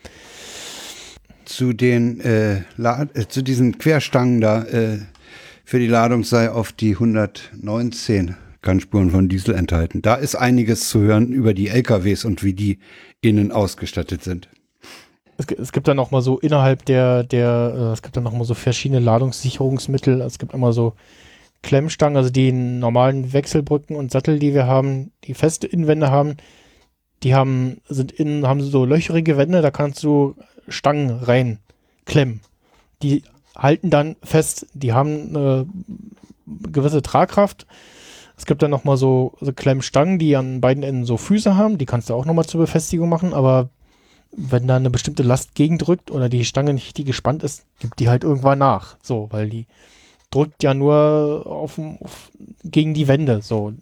Zu den äh, La- äh, zu diesen Querstangen da äh, für die Ladung sei auf die hundertneunzehn Ganzspuren von Diesel enthalten. Da ist einiges zu hören über die L K Ws und wie die innen ausgestattet sind. Es, es gibt dann noch mal so innerhalb der, der, äh, es gibt dann noch mal so verschiedene Ladungssicherungsmittel. Es gibt immer so Klemmstangen, also die normalen Wechselbrücken und Sattel, die wir haben, die feste Innenwände haben, die haben, sind innen, haben so löcherige Wände, da kannst du Stangen rein klemmen. Die halten dann fest, die haben eine gewisse Tragkraft. Es gibt dann noch mal so, so Klemmstangen, die an beiden Enden so Füße haben, die kannst du auch noch mal zur Befestigung machen, aber wenn da eine bestimmte Last gegendrückt oder die Stange nicht richtig gespannt ist, gibt die halt irgendwann nach. So, weil die drückt ja nur auf, auf, gegen die Wände. So,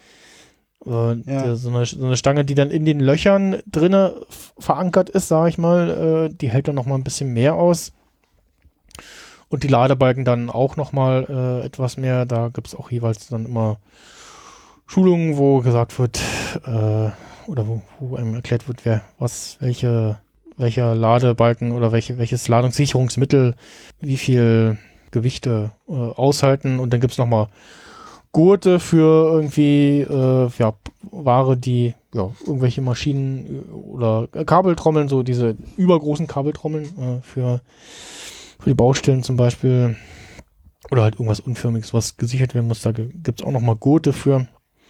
äh, ja. so, eine, so eine Stange, die dann in den Löchern drinne f- verankert ist, sage ich mal, äh, die hält dann noch mal ein bisschen mehr aus. Und die Ladebalken dann auch noch mal äh, etwas mehr. Da gibt es auch jeweils dann immer Schulungen, wo gesagt wird, äh, oder wo, wo einem erklärt wird, wer, was, welche, welcher Ladebalken oder welche, welches Ladungssicherungsmittel, wie viel Gewichte äh, aushalten. Und dann gibt es nochmal Gurte für irgendwie äh, ja, Ware, die ja, irgendwelche Maschinen oder Kabeltrommeln, so diese übergroßen Kabeltrommeln äh, für, für die Baustellen zum Beispiel. Oder halt irgendwas Unförmiges, was gesichert werden muss. Da gibt es auch nochmal Gurte für.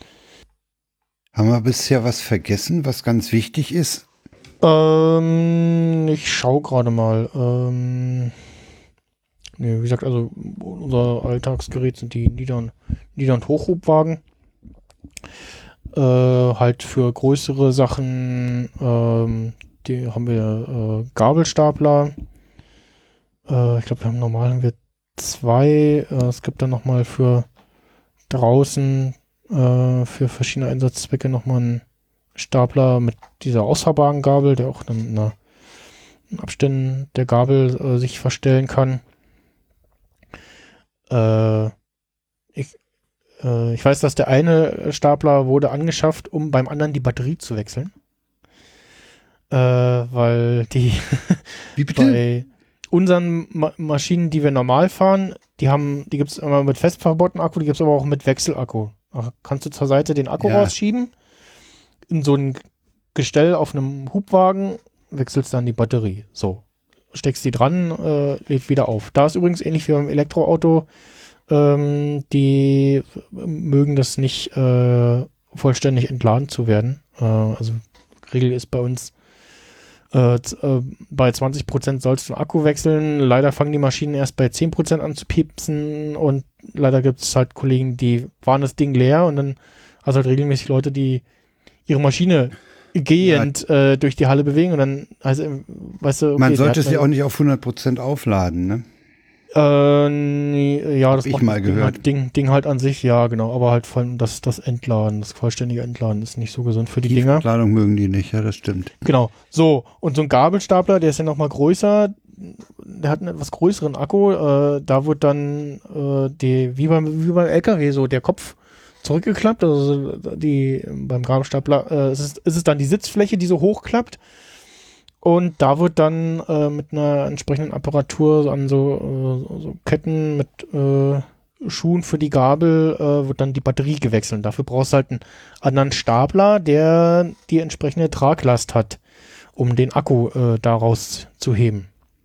Haben wir bisher was vergessen, was ganz wichtig ist? Ähm, ich schaue gerade mal. Ähm, nee, wie gesagt, also unser Alltagsgerät sind die Nieder- Nieder- und Hochhubwagen. Äh, halt für größere Sachen, ähm, die haben wir äh, Gabelstapler. Äh, ich glaube, wir haben normal haben wir zwei. Äh, es gibt dann nochmal für draußen äh, für verschiedene Einsatzzwecke nochmal einen Stapler mit dieser ausfahrbaren Gabel, der auch dann in, einer, in Abständen der Gabel äh, sich verstellen kann. Äh, ich, äh, ich weiß, dass der eine Stapler wurde angeschafft, um beim anderen die Batterie zu wechseln. Äh, weil die Wie bitte? bei unseren Ma- Maschinen, die wir normal fahren, die haben, die gibt es immer mit fest verbauten Akku, die gibt es aber auch mit Wechselakku. Da kannst du zur Seite den Akku Ja. rausschieben, in so ein Gestell auf einem Hubwagen, wechselst dann die Batterie. So. Steckst die dran, äh, lädt wieder auf. Da ist übrigens ähnlich wie beim Elektroauto, ähm, die mögen das nicht äh, vollständig entladen zu werden. Äh, also Regel ist bei uns Äh, z- äh, bei zwanzig Prozent sollst du den Akku wechseln. Leider fangen die Maschinen erst bei zehn Prozent an zu piepsen und leider gibt es halt Kollegen, die waren das Ding leer und dann also halt regelmäßig Leute, die ihre Maschine gehend äh, durch die Halle bewegen und dann, also, weißt du, okay, Man der sollte hat sie eine- auch nicht auf hundert Prozent aufladen, ne? Äh, nee, ja, das ich macht mal das Ding gehört. halt, Ding, Ding halt an sich, ja, genau, aber halt vor allem das, das Entladen, das vollständige Entladen ist nicht so gesund für die Dinger. Ladung mögen die nicht, ja, das stimmt. Genau, so, und so ein Gabelstapler, der ist ja nochmal größer, der hat einen etwas größeren Akku, äh, da wird dann äh, die, wie beim, wie beim L K W, so der Kopf zurückgeklappt, also die, beim Gabelstapler äh, ist, es, ist es dann die Sitzfläche, die so hochklappt. Und da wird dann äh, mit einer entsprechenden Apparatur so an so, äh, so Ketten mit äh, Schuhen für die Gabel äh, wird dann die Batterie gewechselt. Dafür brauchst du halt einen anderen Stapler, der die entsprechende Traglast hat, um den Akku äh, daraus zu heben.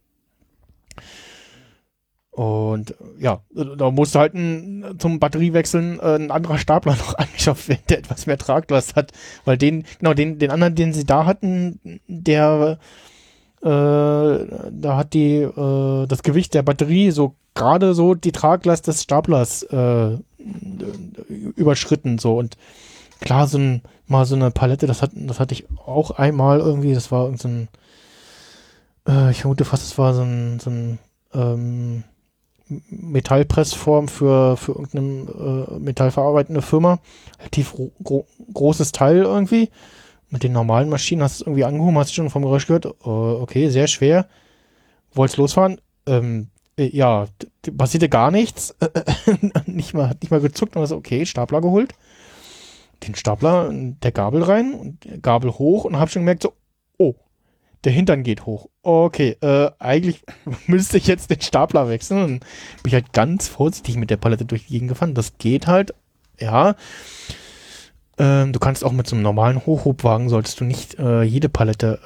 Und ja, da musste halt ein, zum Batteriewechseln äh, ein anderer Stapler noch angeschafft werden, der etwas mehr Traglast hat. Weil den, genau, den, den anderen, den sie da hatten, der äh, da hat die äh, das Gewicht der Batterie so gerade so die Traglast des Staplers äh, überschritten. So und klar, so ein, mal so eine Palette, das hat, das hatte ich auch einmal irgendwie, das war irgend so ein, äh, ich vermute fast, es war so ein, so ein ähm, Metallpressform für, für irgendeine äh, metallverarbeitende Firma. Relativ gro gro großes Teil irgendwie. Mit den normalen Maschinen hast du es irgendwie angehoben, hast du schon vom Geräusch gehört. Uh, okay, sehr schwer. Wolltest losfahren? Ähm, äh, ja, passierte gar nichts. nicht mal, hat nicht mal gezuckt und war so, okay, Stapler geholt. Den Stapler, der Gabel rein und Gabel hoch und hab schon gemerkt so, oh, der Hintern geht hoch. Okay, äh, eigentlich müsste ich jetzt den Stapler wechseln. Dann bin ich halt ganz vorsichtig mit der Palette durch die Gegend gefahren. Das geht halt, ja. Ähm, du kannst auch mit so einem normalen Hochhubwagen, solltest du nicht äh, jede Palette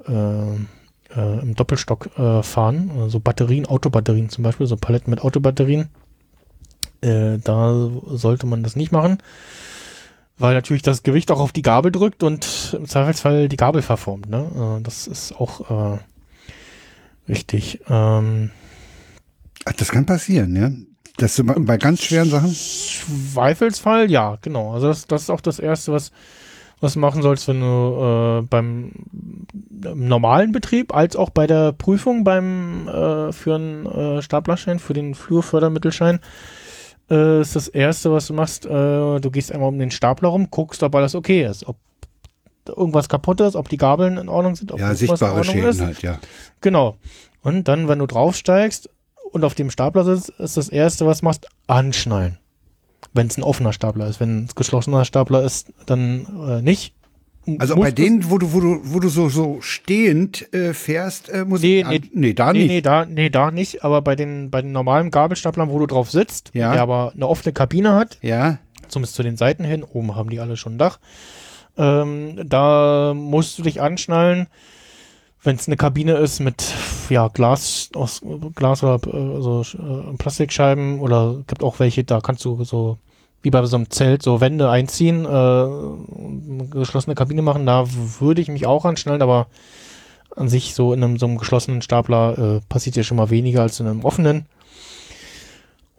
äh, äh, äh, im Doppelstock äh, fahren. So also Batterien, Autobatterien zum Beispiel, so Paletten mit Autobatterien. Äh, da sollte man das nicht machen. Weil natürlich das Gewicht auch auf die Gabel drückt und im Zweifelsfall die Gabel verformt. Ne? Äh, das ist auch äh, richtig. Ähm, Ach, das kann passieren, ja? Das ist bei, bei ganz schweren Sachen? Zweifelsfall, ja, genau. Also das, das ist auch das Erste, was, was du machen sollst, wenn du äh, beim normalen Betrieb, als auch bei der Prüfung beim äh, für einen äh, Staplerschein, für den Flurfördermittelschein, äh, ist das Erste, was du machst, äh, du gehst einmal um den Stapler rum, guckst, ob alles okay ist, ob irgendwas kaputt ist, ob die Gabeln in Ordnung sind, ob Ja, irgendwas in sichtbare Ordnung Schäden ist. halt, ja. Genau. Und dann, wenn du draufsteigst und auf dem Stapler sitzt, ist das Erste, was du machst, anschnallen. Wenn es ein offener Stapler ist. Wenn es geschlossener Stapler ist, dann äh, nicht. Also Musst bei du- denen, wo du, wo du, wo du so, so stehend äh, fährst, äh, muss Nee, ich, nee, nee, da nee, nicht. nee, da, nee, da nicht. Aber bei den, bei den normalen Gabelstaplern, wo du drauf sitzt, Ja. der aber eine offene Kabine hat, Ja, zumindest zu den Seiten hin, oben haben die alle schon ein Dach, ähm, da musst du dich anschnallen, wenn es eine Kabine ist mit ja, Glas aus Glas oder äh, so äh, Plastikscheiben oder gibt auch welche, da kannst du so wie bei so einem Zelt so Wände einziehen, äh, eine geschlossene Kabine machen, da würde ich mich auch anschnallen, aber an sich so in einem so einem geschlossenen Stapler äh, passiert ja schon mal weniger als in einem offenen.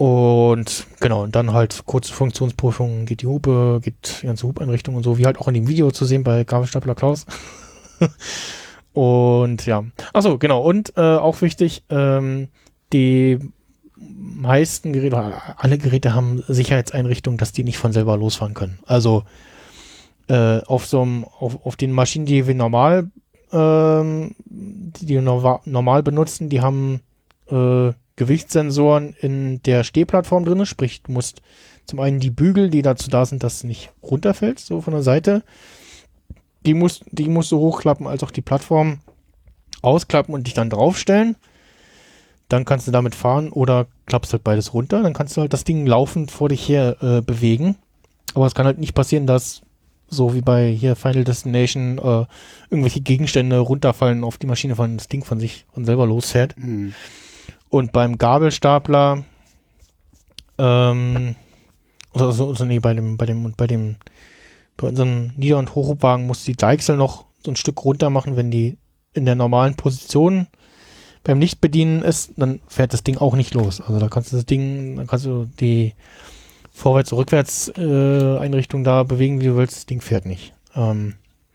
Und genau, und dann halt kurze Funktionsprüfungen, geht die Hupe, geht die ganze Hubeinrichtung und so, wie halt auch in dem Video zu sehen bei Gabelstapler Klaus. Und ja, achso, genau, und äh, auch wichtig, ähm, die meisten Geräte, alle Geräte haben Sicherheitseinrichtungen, dass die nicht von selber losfahren können. Also äh, auf so einem, auf, auf den Maschinen, die wir normal, ähm, die wir nova- normal benutzen, die haben äh, Gewichtssensoren in der Stehplattform drin, sprich, du musst zum einen die Bügel, die dazu da sind, dass es nicht runterfällt, so von der Seite, die musst, die musst du hochklappen, als auch die Plattform ausklappen und dich dann draufstellen. Dann kannst du damit fahren oder klappst halt beides runter, dann kannst du halt das Ding laufend vor dich her äh, bewegen. Aber es kann halt nicht passieren, dass so wie bei hier Final Destination äh, irgendwelche Gegenstände runterfallen auf die Maschine, von das Ding von sich von selber losfährt. Mhm. Und beim Gabelstapler, ähm, also, also nee, bei dem, bei dem, bei dem, bei unserem Nieder- und Hochhubwagen muss die Deichsel noch so ein Stück runter machen, wenn die in der normalen Position beim Nichtbedienen ist, dann fährt das Ding auch nicht los. Also da kannst du das Ding, dann kannst du die Vorwärts- und Rückwärts-Einrichtung äh, da bewegen, wie du willst, das Ding fährt nicht. Ähm,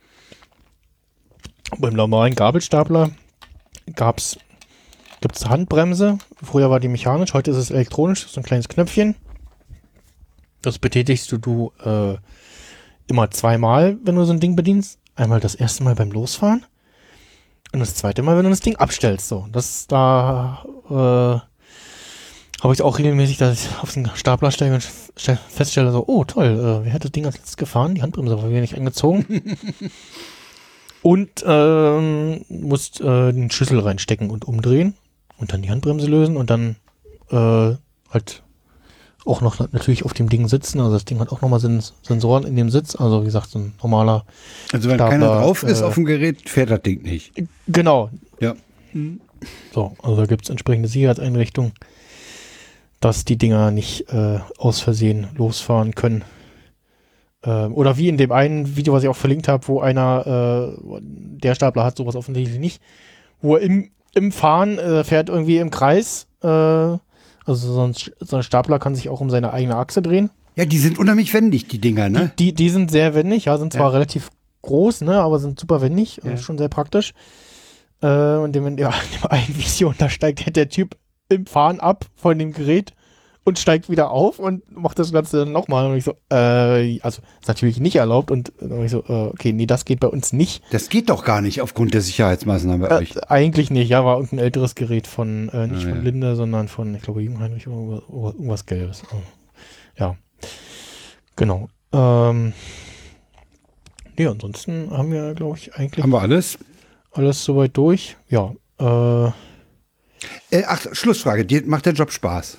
beim normalen Gabelstapler gab's gibt es Handbremse. Früher war die mechanisch, heute ist es elektronisch, so ein kleines Knöpfchen. Das betätigst du, du äh, immer zweimal, wenn du so ein Ding bedienst. Einmal das erste Mal beim Losfahren und das zweite Mal, wenn du das Ding abstellst. So, das da äh, habe ich auch regelmäßig, dass ich auf den Stapler stelle und feststelle so, oh toll, äh, wer hat das Ding als letztes gefahren? Die Handbremse war wieder nicht angezogen. Und ähm, musst äh, den Schlüssel reinstecken und umdrehen und dann die Handbremse lösen und dann äh, halt auch noch natürlich auf dem Ding sitzen. Also das Ding hat auch nochmal Sens- Sensoren in dem Sitz. Also wie gesagt, so ein normaler Also wenn Stapler, keiner drauf ist äh, auf dem Gerät, fährt das Ding nicht. Genau. Ja. So, also da gibt es entsprechende Sicherheitseinrichtungen, dass die Dinger nicht äh, aus Versehen losfahren können. Ähm, oder wie in dem einen Video, was ich auch verlinkt habe, wo einer, äh, der Stapler hat sowas offensichtlich nicht, wo er im, im Fahren äh, fährt irgendwie im Kreis. Äh, also so ein, so ein Stapler kann sich auch um seine eigene Achse drehen. Ja, die sind unheimlich wendig, die Dinger, ne? Die, die, die sind sehr wendig, ja, sind zwar Ja. relativ groß, ne, aber sind super wendig, Ja. äh, schon sehr praktisch. Äh, und dem, in der in dem einen Video, da steigt der Typ im Fahren ab von dem Gerät und steigt wieder auf und macht das Ganze dann nochmal. Und ich so, äh, also ist natürlich nicht erlaubt. Und dann ich so, äh, okay, nee, das geht bei uns nicht. Das geht doch gar nicht aufgrund der Sicherheitsmaßnahmen bei Äh, euch. eigentlich nicht, ja, war irgendein älteres Gerät von, äh, nicht Ah, von ja. Linde, sondern von, ich glaube, Jungheinrich oder irgendwas, irgendwas Gelbes. Oh. Ja, genau. Ähm, nee, ansonsten haben wir, glaube ich, eigentlich Haben wir alles? alles soweit durch. Ja, äh, Äh, ach, Schlussfrage. Dir macht der Job Spaß?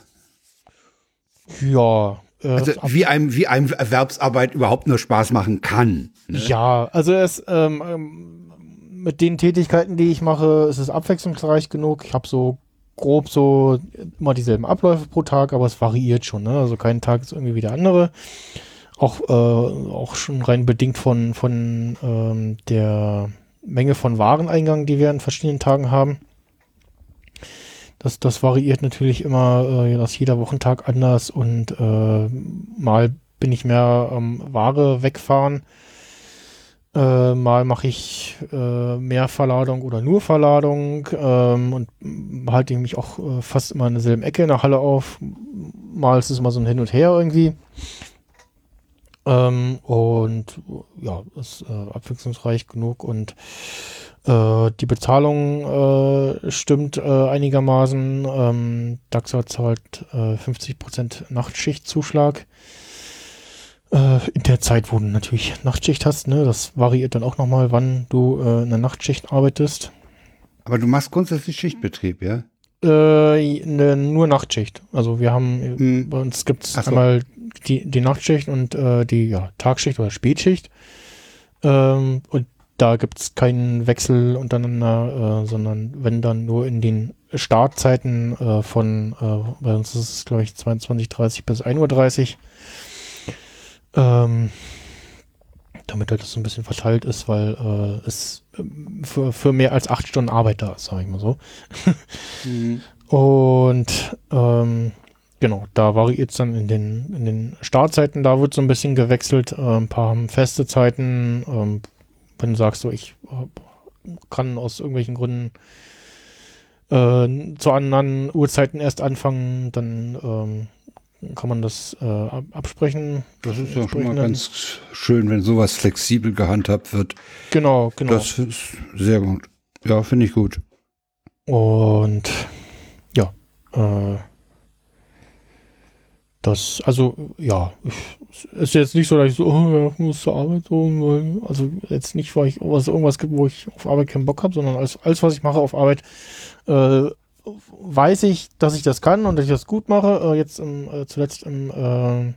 ja. Äh, Also ab- wie einem, wie einem Erwerbsarbeit überhaupt nur Spaß machen kann. Ne? Ja, also es ähm, ähm, mit den Tätigkeiten, die ich mache, ist es abwechslungsreich genug. Ich habe so grob so immer dieselben Abläufe pro Tag, aber es variiert schon. Ne? Also kein Tag ist irgendwie wie der andere. Auch, äh, auch schon rein bedingt von, von ähm, der Menge von Wareneingang, die wir an verschiedenen Tagen haben. Das, das variiert natürlich immer, äh, das jeder Wochentag anders und äh, mal bin ich mehr ähm, Ware wegfahren, äh, mal mache ich äh, mehr Verladung oder nur Verladung ähm, und halte ich mich auch äh, fast immer in derselben Ecke in der Halle auf. Mal ist es immer so ein Hin und Her irgendwie. Ähm, und ja, ist äh, abwechslungsreich genug und äh, die Bezahlung äh, stimmt äh, einigermaßen. Ähm, Daxa zahlt äh, fünfzig Prozent Nachtschichtzuschlag. Äh, in der Zeit, wo du natürlich Nachtschicht hast, ne, das variiert dann auch nochmal, wann du äh, in der Nachtschicht arbeitest. Aber du machst grundsätzlich Schichtbetrieb, ja? Äh, ne, nur Nachtschicht. Also wir haben, Hm. bei uns gibt es Ach so. einmal die, die Nachtschicht und äh, die ja, Tagschicht oder Spätschicht. Ähm, und da gibt es keinen Wechsel untereinander, äh, sondern wenn dann nur in den Startzeiten äh, von, äh, bei uns ist es glaube ich zweiundzwanzig Uhr dreißig bis ein Uhr dreißig. Ähm, damit halt das so ein bisschen verteilt ist, weil äh, es ähm, für, für mehr als acht Stunden Arbeit da ist, sage ich mal so. Mhm. Und ähm, Genau, da variiert es dann in den, in den Startzeiten, da wird so ein bisschen gewechselt, äh, ein paar haben feste Zeiten, ähm, wenn du sagst, so ich äh, kann aus irgendwelchen Gründen äh, zu anderen Uhrzeiten erst anfangen, dann ähm, kann man das äh, ab absprechen. Das ist ja schon mal ganz schön, wenn sowas flexibel gehandhabt wird. Genau, genau. Das ist sehr gut. Ja, finde ich gut. Und ja, äh, das, also, ja, ich, ist jetzt nicht so, dass ich so, oh, ja, ich muss zur Arbeit so, weil, also jetzt nicht, weil ich was, irgendwas gibt, wo ich auf Arbeit keinen Bock habe, sondern alles, alles, was ich mache auf Arbeit, äh, weiß ich, dass ich das kann und dass ich das gut mache. Äh, jetzt im, äh, zuletzt im, äh,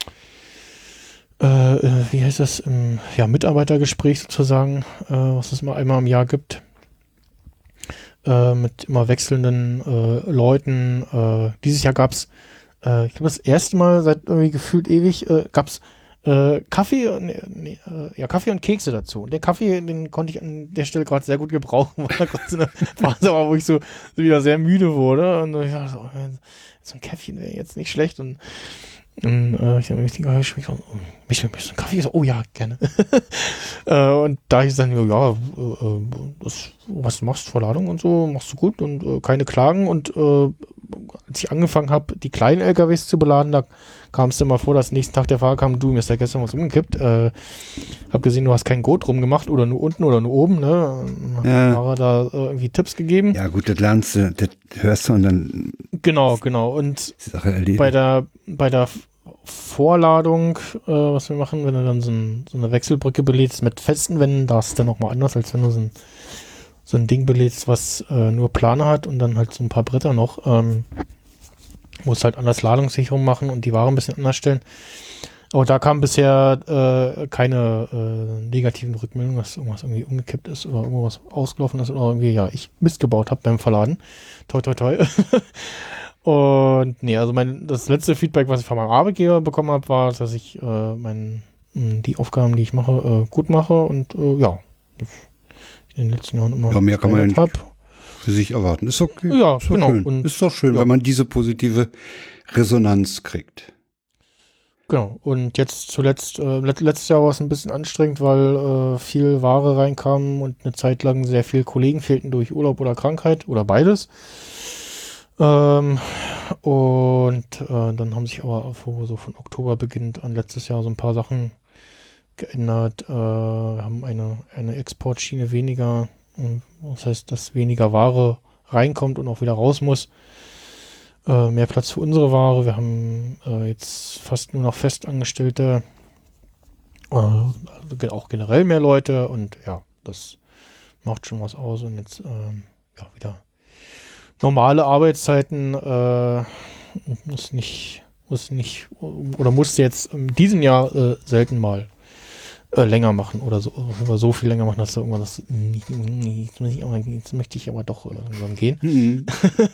äh, wie heißt das, im ja, Mitarbeitergespräch sozusagen, äh, was es mal einmal im Jahr gibt, äh, mit immer wechselnden äh, Leuten. Äh, dieses Jahr gab es ich glaube, das erste Mal seit irgendwie gefühlt ewig äh, gab es äh, Kaffee, nee, nee, äh, ja, Kaffee und Kekse dazu. Und den Kaffee, den konnte ich an der Stelle gerade sehr gut gebrauchen, weil da gerade so eine Phase war, wo ich so, so wieder sehr müde wurde. Und ich dachte, so, so ein Käffchen wäre jetzt nicht schlecht. Und, und äh, ich habe mich geschmeckt, oh, Michael, möchtest du einen Kaffee? So, oh ja, gerne. äh, und da ich dann, ja, äh, das, was du machst, Verladung und so, machst du gut und äh, keine Klagen. Und äh, als ich angefangen habe, die kleinen L K Ws zu beladen, da kam es immer vor, dass nächsten Tag der Fahrer kam, du, mir ist ja gestern was umgekippt. Äh, hab gesehen, du hast keinen Code rumgemacht oder nur unten oder nur oben, ne? Ja. Fahrer da äh, irgendwie Tipps gegeben. Ja gut, das lernst du, das hörst du und dann... Genau, genau. Und Sache erledigt. bei der, bei der Vorladung, äh, was wir machen, wenn du dann so, ein, so eine Wechselbrücke belädst mit festen Wänden, da ist es dann nochmal anders, als wenn du so ein so ein Ding belädst, was äh, nur Plane hat und dann halt so ein paar Bretter noch. Ähm, musst halt anders Ladungssicherung machen und die Ware ein bisschen anders stellen. Aber da kam bisher äh, keine äh, negativen Rückmeldungen, dass irgendwas irgendwie umgekippt ist oder irgendwas ausgelaufen ist oder irgendwie, ja, ich Mist gebaut habe beim Verladen. Toi, toi, toi. Und nee, also mein das letzte Feedback, was ich von meinem Arbeitgeber bekommen habe, war, dass ich äh, mein, die Aufgaben, die ich mache, äh, gut mache und äh, ja, das in den letzten Jahren immer ja, mehr kann man ja hab. nicht für sich erwarten. Ist okay. Ja, ist genau. Schön. Und, ist doch schön, ja. wenn man diese positive Resonanz kriegt. Genau. Und jetzt zuletzt, äh, let letztes Jahr war es ein bisschen anstrengend, weil äh, viel Ware reinkam und eine Zeit lang sehr viele Kollegen fehlten durch Urlaub oder Krankheit oder beides. Ähm, und äh, dann haben sich aber so von Oktober beginnend an letztes Jahr so ein paar Sachen geändert. Äh, wir haben eine, eine Exportschiene weniger. Das heißt, dass weniger Ware reinkommt und auch wieder raus muss. Äh, mehr Platz für unsere Ware. Wir haben äh, jetzt fast nur noch Festangestellte. Äh, also auch generell mehr Leute. Und ja, das macht schon was aus. Und jetzt ähm, ja, wieder normale Arbeitszeiten. Äh, muss nicht, muss nicht, oder musste jetzt in diesem Jahr äh, selten mal Äh, länger machen oder so, oder so viel länger machen, dass du irgendwann das, jetzt, muss ich aber, jetzt möchte ich aber doch irgendwann gehen. Mhm.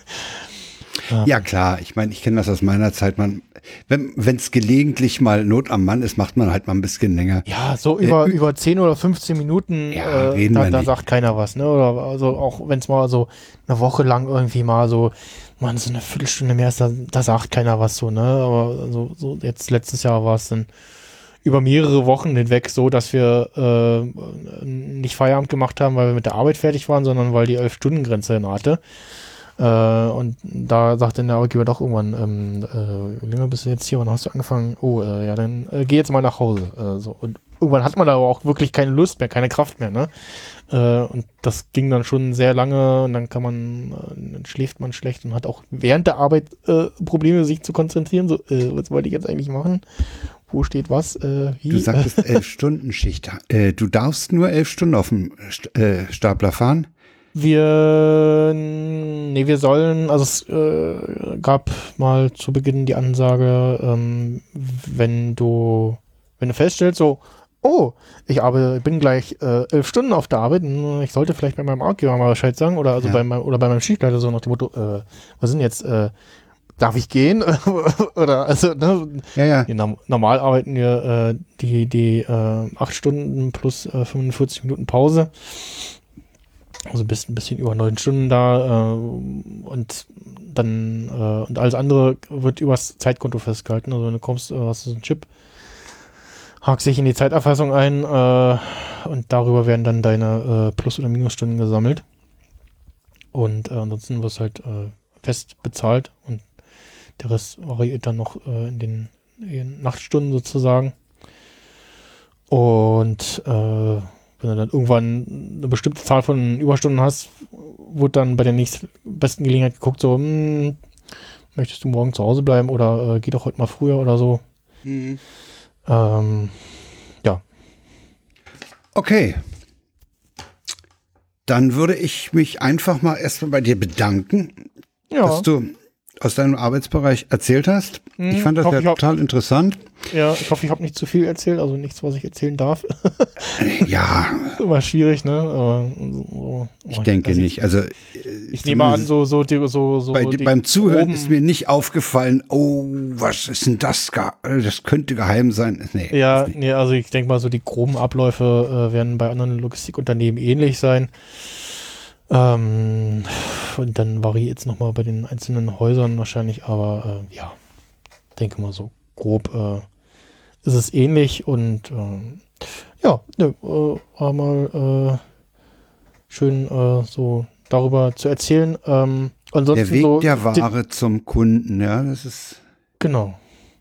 ja. ja klar, ich meine, ich kenne das aus meiner Zeit, man, wenn es gelegentlich mal Not am Mann ist, macht man halt mal ein bisschen länger. Ja, so über, äh, über zehn oder fünfzehn Minuten, ja, äh, reden da, wir da nicht. sagt keiner was, ne? Oder also auch wenn es mal so eine Woche lang irgendwie mal so, man, so eine Viertelstunde mehr ist, da, da sagt keiner was so, ne? Aber so, so jetzt letztes Jahr war es dann über mehrere Wochen hinweg so, dass wir äh, nicht Feierabend gemacht haben, weil wir mit der Arbeit fertig waren, sondern weil die elf-Stunden-Grenze nahte. Äh, und da sagt dann der Arbeitgeber doch irgendwann, ähm, äh, länger bist du jetzt hier, wann hast du angefangen? Oh, äh, ja, dann äh, geh jetzt mal nach Hause. Äh, so. Und irgendwann hat man da aber auch wirklich keine Lust mehr, keine Kraft mehr, ne? Äh, und das ging dann schon sehr lange und dann kann man, äh, dann schläft man schlecht und hat auch während der Arbeit äh, Probleme, sich zu konzentrieren. So, äh, was wollte ich jetzt eigentlich machen? Wo steht was? Äh, wie? Du sagtest elf Stunden Schicht. Äh, du darfst nur elf Stunden auf dem St äh, Stapler fahren? Wir, nee, wir sollen, also es äh, gab mal zu Beginn die Ansage, ähm, wenn du, wenn du feststellst, so, oh, ich arbeite, bin gleich äh, elf Stunden auf der Arbeit, ich sollte vielleicht bei meinem Arbeitgeber mal Bescheid sagen oder also ja. bei meinem oder bei meinem Schichtleiter so nach dem Motto, äh, was sind jetzt, äh, darf ich gehen? Oder also ne, ja, ja. Die, normal arbeiten wir äh, die die äh, acht Stunden plus äh, fünfundvierzig Minuten Pause. Also bist ein bisschen über neun Stunden da äh, und dann äh, und alles andere wird übers Zeitkonto festgehalten. Also wenn du kommst, äh, hast du so einen Chip, hakst dich in die Zeiterfassung ein äh, und darüber werden dann deine äh, Plus- oder Minusstunden gesammelt. Und äh, ansonsten wirst halt äh, fest bezahlt und der Rest variiert dann noch äh, in, den, in den Nachtstunden sozusagen. Und äh, wenn du dann irgendwann eine bestimmte Zahl von Überstunden hast, wird dann bei der nächstbesten Gelegenheit geguckt, so, hm, möchtest du morgen zu Hause bleiben oder äh, geh doch heute mal früher oder so. Mhm. Ähm, ja. Okay. Dann würde ich mich einfach mal erstmal bei dir bedanken, ja. dass du aus deinem Arbeitsbereich erzählt hast. Hm, ich fand das ja total interessant. Ja, ich hoffe, ich habe nicht zu viel erzählt, also nichts, was ich erzählen darf. Ja. Immer schwierig, ne? Aber so, ich oh, denke also ich, nicht. Also ich nehme an, so so die, so so bei, beim Zuhören ist mir nicht aufgefallen. Oh, was ist denn das? Das könnte geheim sein. Nee, ja, nee, also ich denke mal, so die groben Abläufe äh, werden bei anderen Logistikunternehmen ähnlich sein. Ähm, und dann variiert es nochmal bei den einzelnen Häusern wahrscheinlich, aber äh, ja, denke mal so grob äh, ist es ähnlich und äh, ja, ne, äh, mal äh, schön äh, so darüber zu erzählen. Ähm, ansonsten der Weg so, der Ware zum Kunden, ja, das ist genau.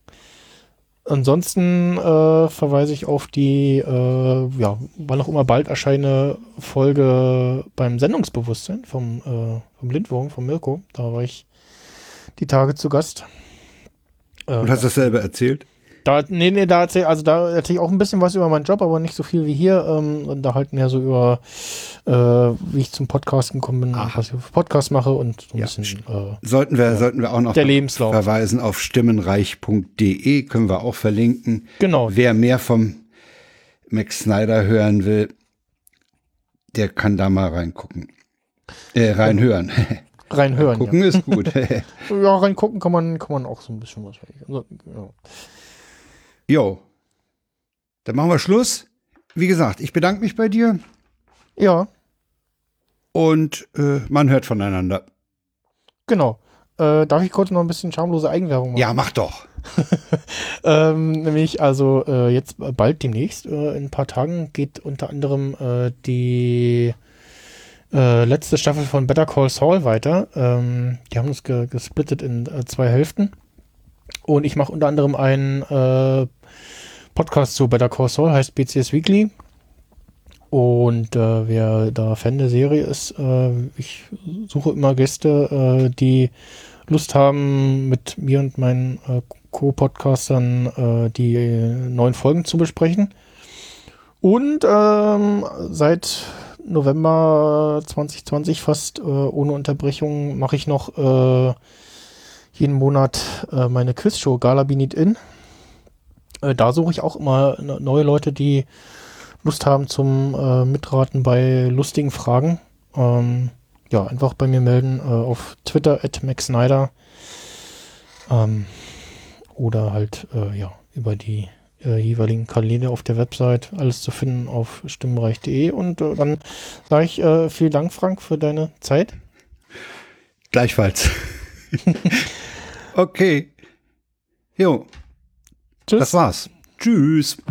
Ansonsten äh, verweise ich auf die, äh, ja, wann auch immer bald erscheinende Folge beim Sendungsbewusstsein vom, äh, vom Lindwurm, von Mirko. Da war ich die Tage zu Gast. Äh, Und hast du das selber erzählt? Da, nee, nee, da erzähle also da erzähl ich auch ein bisschen was über meinen Job, aber nicht so viel wie hier. Ähm, und da halt mehr so über, äh, wie ich zum Podcasten gekommen bin, Ach. was ich für Podcasts mache und so ein ja. bisschen. Äh, sollten wir, ja, sollten wir auch noch der Lebenslauf verweisen auf stimmenreich punkt de, können wir auch verlinken. Genau. Wer mehr vom Max Snyder hören will, der kann da mal reingucken. Äh, reinhören. Reinhören. Gucken ja. ist gut. Ja, reingucken kann man, kann man auch so ein bisschen was. Also, ja. Jo, dann machen wir Schluss. Wie gesagt, ich bedanke mich bei dir. Ja. Und äh, man hört voneinander. Genau. Äh, darf ich kurz noch ein bisschen schamlose Eigenwerbung machen? Ja, mach doch. ähm, nämlich, also äh, jetzt bald demnächst, äh, in ein paar Tagen, geht unter anderem äh, die äh, letzte Staffel von Better Call Saul weiter. Ähm, die haben uns ge gesplittet in äh, zwei Hälften. Und ich mache unter anderem einen äh, Podcast zu Better Call Saul, heißt B C S Weekly. Und äh, wer da Fan der Serie ist, äh, ich suche immer Gäste, äh, die Lust haben, mit mir und meinen äh, Co-Podcastern äh, die neuen Folgen zu besprechen. Und ähm, seit November zwanzig zwanzig fast äh, ohne Unterbrechung mache ich noch äh, jeden Monat äh, meine Quizshow Gala Be Need In. Äh, da suche ich auch immer neue Leute, die Lust haben zum äh, Mitraten bei lustigen Fragen. Ähm, ja, einfach bei mir melden äh, auf Twitter at Max Snyder ähm, oder halt äh, ja über die äh, jeweiligen Kanäle auf der Website. Alles zu finden auf stimmenreich punkt de und äh, dann sage ich äh, vielen Dank, Frank, für deine Zeit. Gleichfalls. Okay. Jo. Tschüss. Das war's. Tschüss.